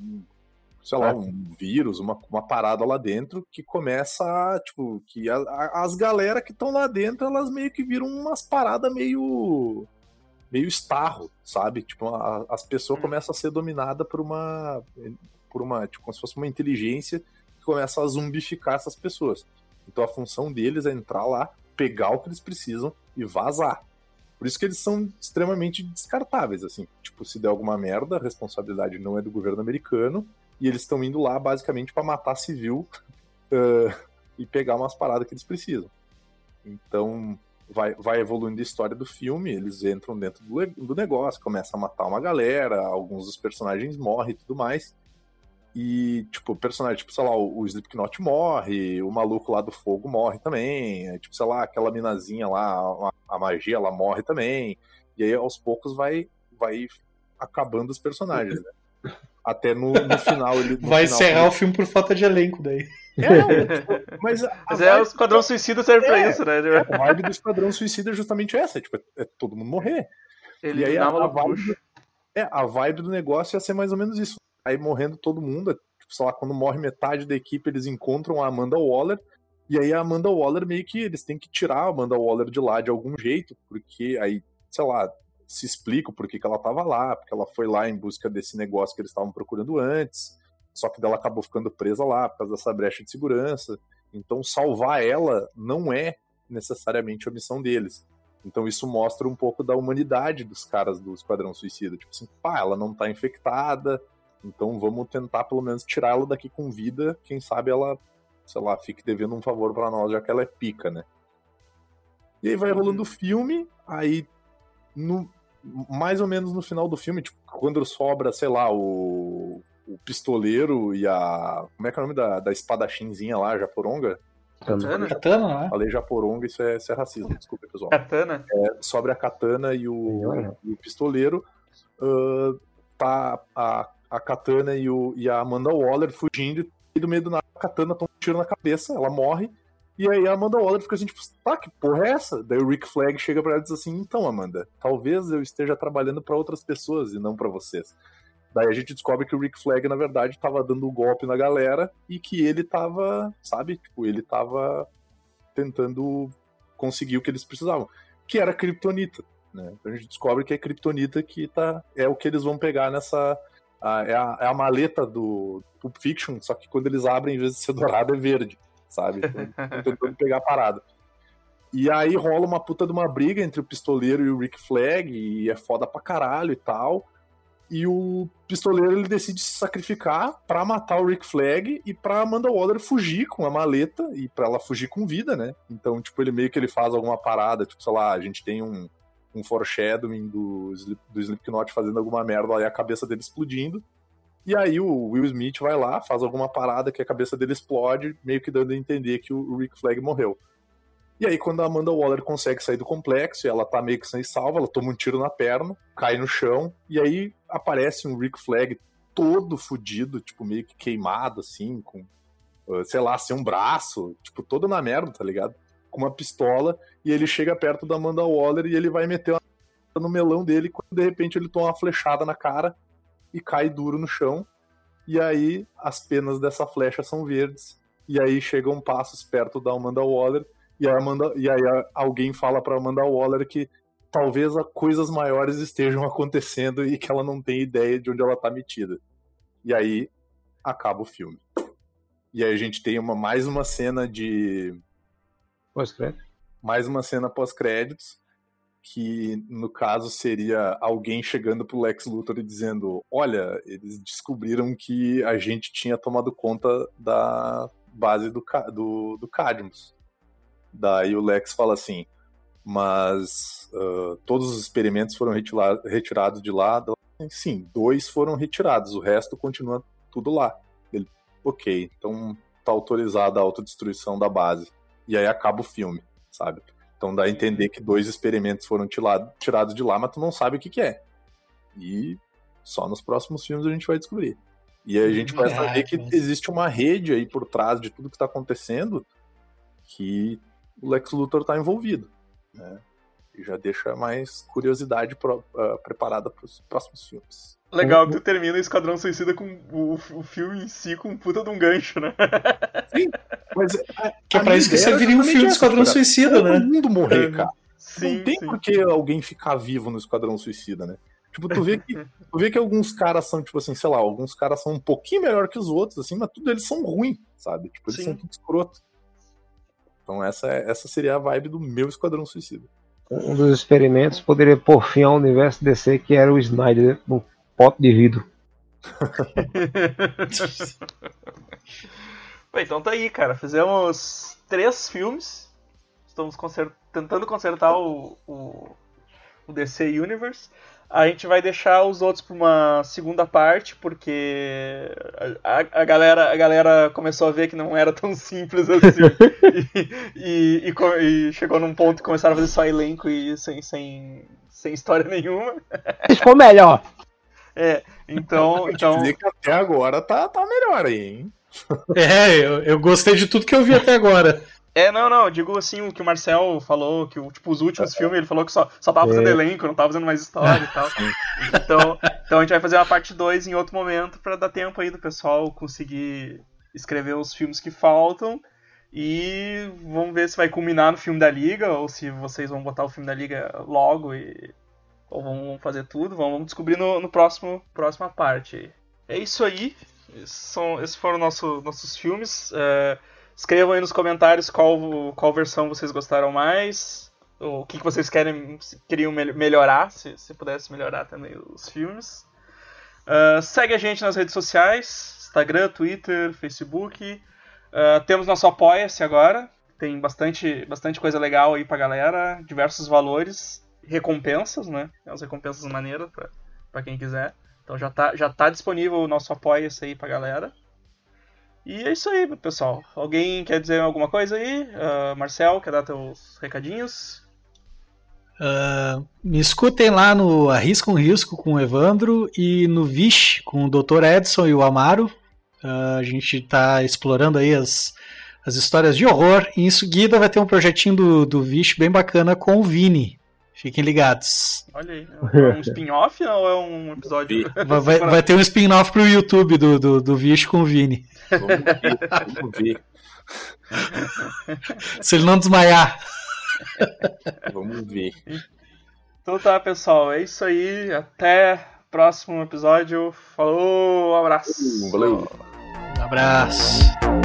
vírus, uma parada lá dentro que começa, tipo, que as galera que estão lá dentro, elas meio que viram umas paradas meio estarro, sabe? Tipo, as pessoas começam a ser dominadas por uma, tipo, como se fosse uma inteligência que começa a zumbificar essas pessoas. Então a função deles é entrar lá, pegar o que eles precisam e vazar. Por isso que eles são extremamente descartáveis, assim. Tipo, se der alguma merda, a responsabilidade não é do governo americano, e eles estão indo lá basicamente para matar civil e pegar umas paradas que eles precisam. Então vai evoluindo a história do filme, eles entram dentro do negócio, começam a matar uma galera, alguns dos personagens morrem e tudo mais. E, tipo, o personagem, tipo, sei lá, o Slipknot morre, o maluco lá do fogo morre também, tipo, sei lá, aquela minazinha lá, a magia, ela morre também. E aí, aos poucos, vai acabando os personagens, né? Até no final... Vai encerrar o filme por falta de elenco, daí. Mas o Esquadrão Suicida serve pra isso, né? A vibe do Esquadrão Suicida é justamente essa, tipo, é todo mundo morrer. Ele e aí a vibe do negócio ia ser mais ou menos isso. Aí morrendo todo mundo, tipo, sei lá, quando morre metade da equipe, eles encontram a Amanda Waller, e aí a Amanda Waller meio que eles têm que tirar a Amanda Waller de lá de algum jeito, porque aí, sei lá, se explica por que ela tava lá, porque ela foi lá em busca desse negócio que eles estavam procurando antes, só que dela acabou ficando presa lá por causa dessa brecha de segurança. Então salvar ela não é necessariamente a missão deles. Então isso mostra um pouco da humanidade dos caras do Esquadrão Suicida. Tipo assim, ela não tá infectada, então vamos tentar pelo menos tirar ela daqui com vida, quem sabe ela, sei lá, fique devendo um favor pra nós, já que ela é pica, né? E aí vai rolando o filme, aí mais ou menos no final do filme, tipo, quando sobra, sei lá, o pistoleiro e a... Como é que é o nome da espadachinzinha lá, Japoronga? Katana, né? Falei Japoronga, isso é racismo, desculpa, pessoal. Katana? Sobre a Katana e o pistoleiro, tá a Katana e a Amanda Waller fugindo, e do meio do nada a Katana toma um tiro na cabeça, ela morre, e aí a Amanda Waller fica assim, tipo, tá, que porra é essa? Daí o Rick Flag chega pra ela e diz assim, então, Amanda, talvez eu esteja trabalhando pra outras pessoas e não pra vocês. Daí a gente descobre que o Rick Flag, na verdade, tava dando um golpe na galera e que ele tava, sabe, tipo, ele tava tentando conseguir o que eles precisavam, que era a Kryptonita, né? Então a gente descobre que é a Kryptonita que é o que eles vão pegar nessa... É a maleta do Pulp Fiction, só que quando eles abrem, em vez de ser dourado, é verde, sabe? Então, tentando pegar a parada. E aí rola uma puta de uma briga entre o pistoleiro e o Rick Flag, e é foda pra caralho e tal. E o pistoleiro, ele decide se sacrificar pra matar o Rick Flag e pra Amanda Waller fugir com a maleta e pra ela fugir com vida, né? Então, tipo, ele faz alguma parada, tipo, sei lá, a gente tem um foreshadowing do Slipknot fazendo alguma merda lá e a cabeça dele explodindo. E aí o Will Smith vai lá, faz alguma parada que a cabeça dele explode, meio que dando a entender que o Rick Flag morreu. E aí quando a Amanda Waller consegue sair do complexo, e ela tá meio que sem salva, ela toma um tiro na perna, cai no chão, e aí aparece um Rick Flag todo fudido, tipo, meio que queimado, assim, com, sei lá, sem um braço, tipo, todo na merda, tá ligado? Com uma pistola, e ele chega perto da Amanda Waller e ele vai meter uma no melão dele, quando de repente ele toma uma flechada na cara e cai duro no chão, e aí as penas dessa flecha são verdes, e aí chegam passos perto da Amanda Waller, e aí alguém fala pra Amanda Waller que talvez coisas maiores estejam acontecendo e que ela não tem ideia de onde ela tá metida. E aí acaba o filme. E aí a gente tem mais uma cena de... Pós-crédito? Mais uma cena pós-créditos, que no caso seria alguém chegando pro Lex Luthor e dizendo, olha, eles descobriram que a gente tinha tomado conta da base do Cadmus. Daí o Lex fala assim, mas todos os experimentos foram retirados de lá. Sim, 2 foram retirados, o resto continua tudo lá. Ele, ok, então tá autorizada a autodestruição da base. E aí acaba o filme, sabe? Então dá a entender que 2 experimentos foram tirados de lá, mas tu não sabe o que é. E só nos próximos filmes a gente vai descobrir. E aí a gente vai saber que existe uma rede aí por trás de tudo que tá acontecendo, que o Lex Luthor tá envolvido, né? E já deixa mais curiosidade preparada para os próximos filmes. Legal que tu termina o Esquadrão Suicida com o filme em si com um puta de um gancho, né? Sim, mas que é pra isso que serviria um filme do Esquadrão Suicida, né? Todo mundo morrer, cara. Sim, não tem por que alguém ficar vivo no Esquadrão Suicida, né? Tipo, tu vê que alguns caras são, tipo assim, sei lá, alguns caras são um pouquinho melhor que os outros, assim, mas tudo eles são ruins, sabe? Tipo, eles são tudo escroto. Então essa seria a vibe do meu Esquadrão Suicida. Um dos experimentos poderia pôr fim ao universo DC, que era o Snyder no pote de vidro. Bem, então tá aí, cara. Fizemos 3 filmes. Estamos tentando consertar o DC Universe. A gente vai deixar os outros para uma segunda parte, porque a galera começou a ver que não era tão simples assim. e chegou num ponto que começaram a fazer só elenco e sem história nenhuma. Isso foi melhor. Então... dizer que até agora tá melhor aí, hein? Eu gostei de tudo que eu vi até agora. Não, eu digo assim, o que o Marcel falou, que os últimos filmes ele falou que só tava fazendo elenco, não tava fazendo mais história e tal. Então a gente vai fazer uma parte 2 em outro momento pra dar tempo aí do pessoal conseguir escrever os filmes que faltam. E vamos ver se vai culminar no filme da Liga, ou se vocês vão botar o filme da Liga logo, ou vão fazer tudo. Vamos descobrir no próxima parte. É isso aí. Esses foram nossos filmes. Escrevam aí nos comentários qual versão vocês gostaram mais, o que vocês queriam melhorar, se pudesse melhorar também os filmes. Segue a gente nas redes sociais, Instagram, Twitter, Facebook. Temos nosso Apoia-se agora, tem bastante coisa legal aí pra galera, diversos valores, recompensas, né? Umas recompensas maneiras pra quem quiser. Então já tá disponível o nosso Apoia-se aí pra galera. E é isso aí, pessoal. Alguém quer dizer alguma coisa aí? Marcel, quer dar teus recadinhos? Me escutem lá no Arrisca um Risco com o Evandro e no Vish com o Dr. Edson e o Amaro. A gente está explorando aí as histórias de horror. E em seguida vai ter um projetinho do Vish bem bacana com o Vini. Fiquem ligados. Olha aí, é um spin-off ou é um episódio? Vai ter um spin-off pro YouTube do Vish com o Vini. Vamos ver. Se ele não desmaiar. Vamos ver. Então tá, pessoal, é isso aí. Até o próximo episódio. Falou, um abraço. Valeu. Um abraço.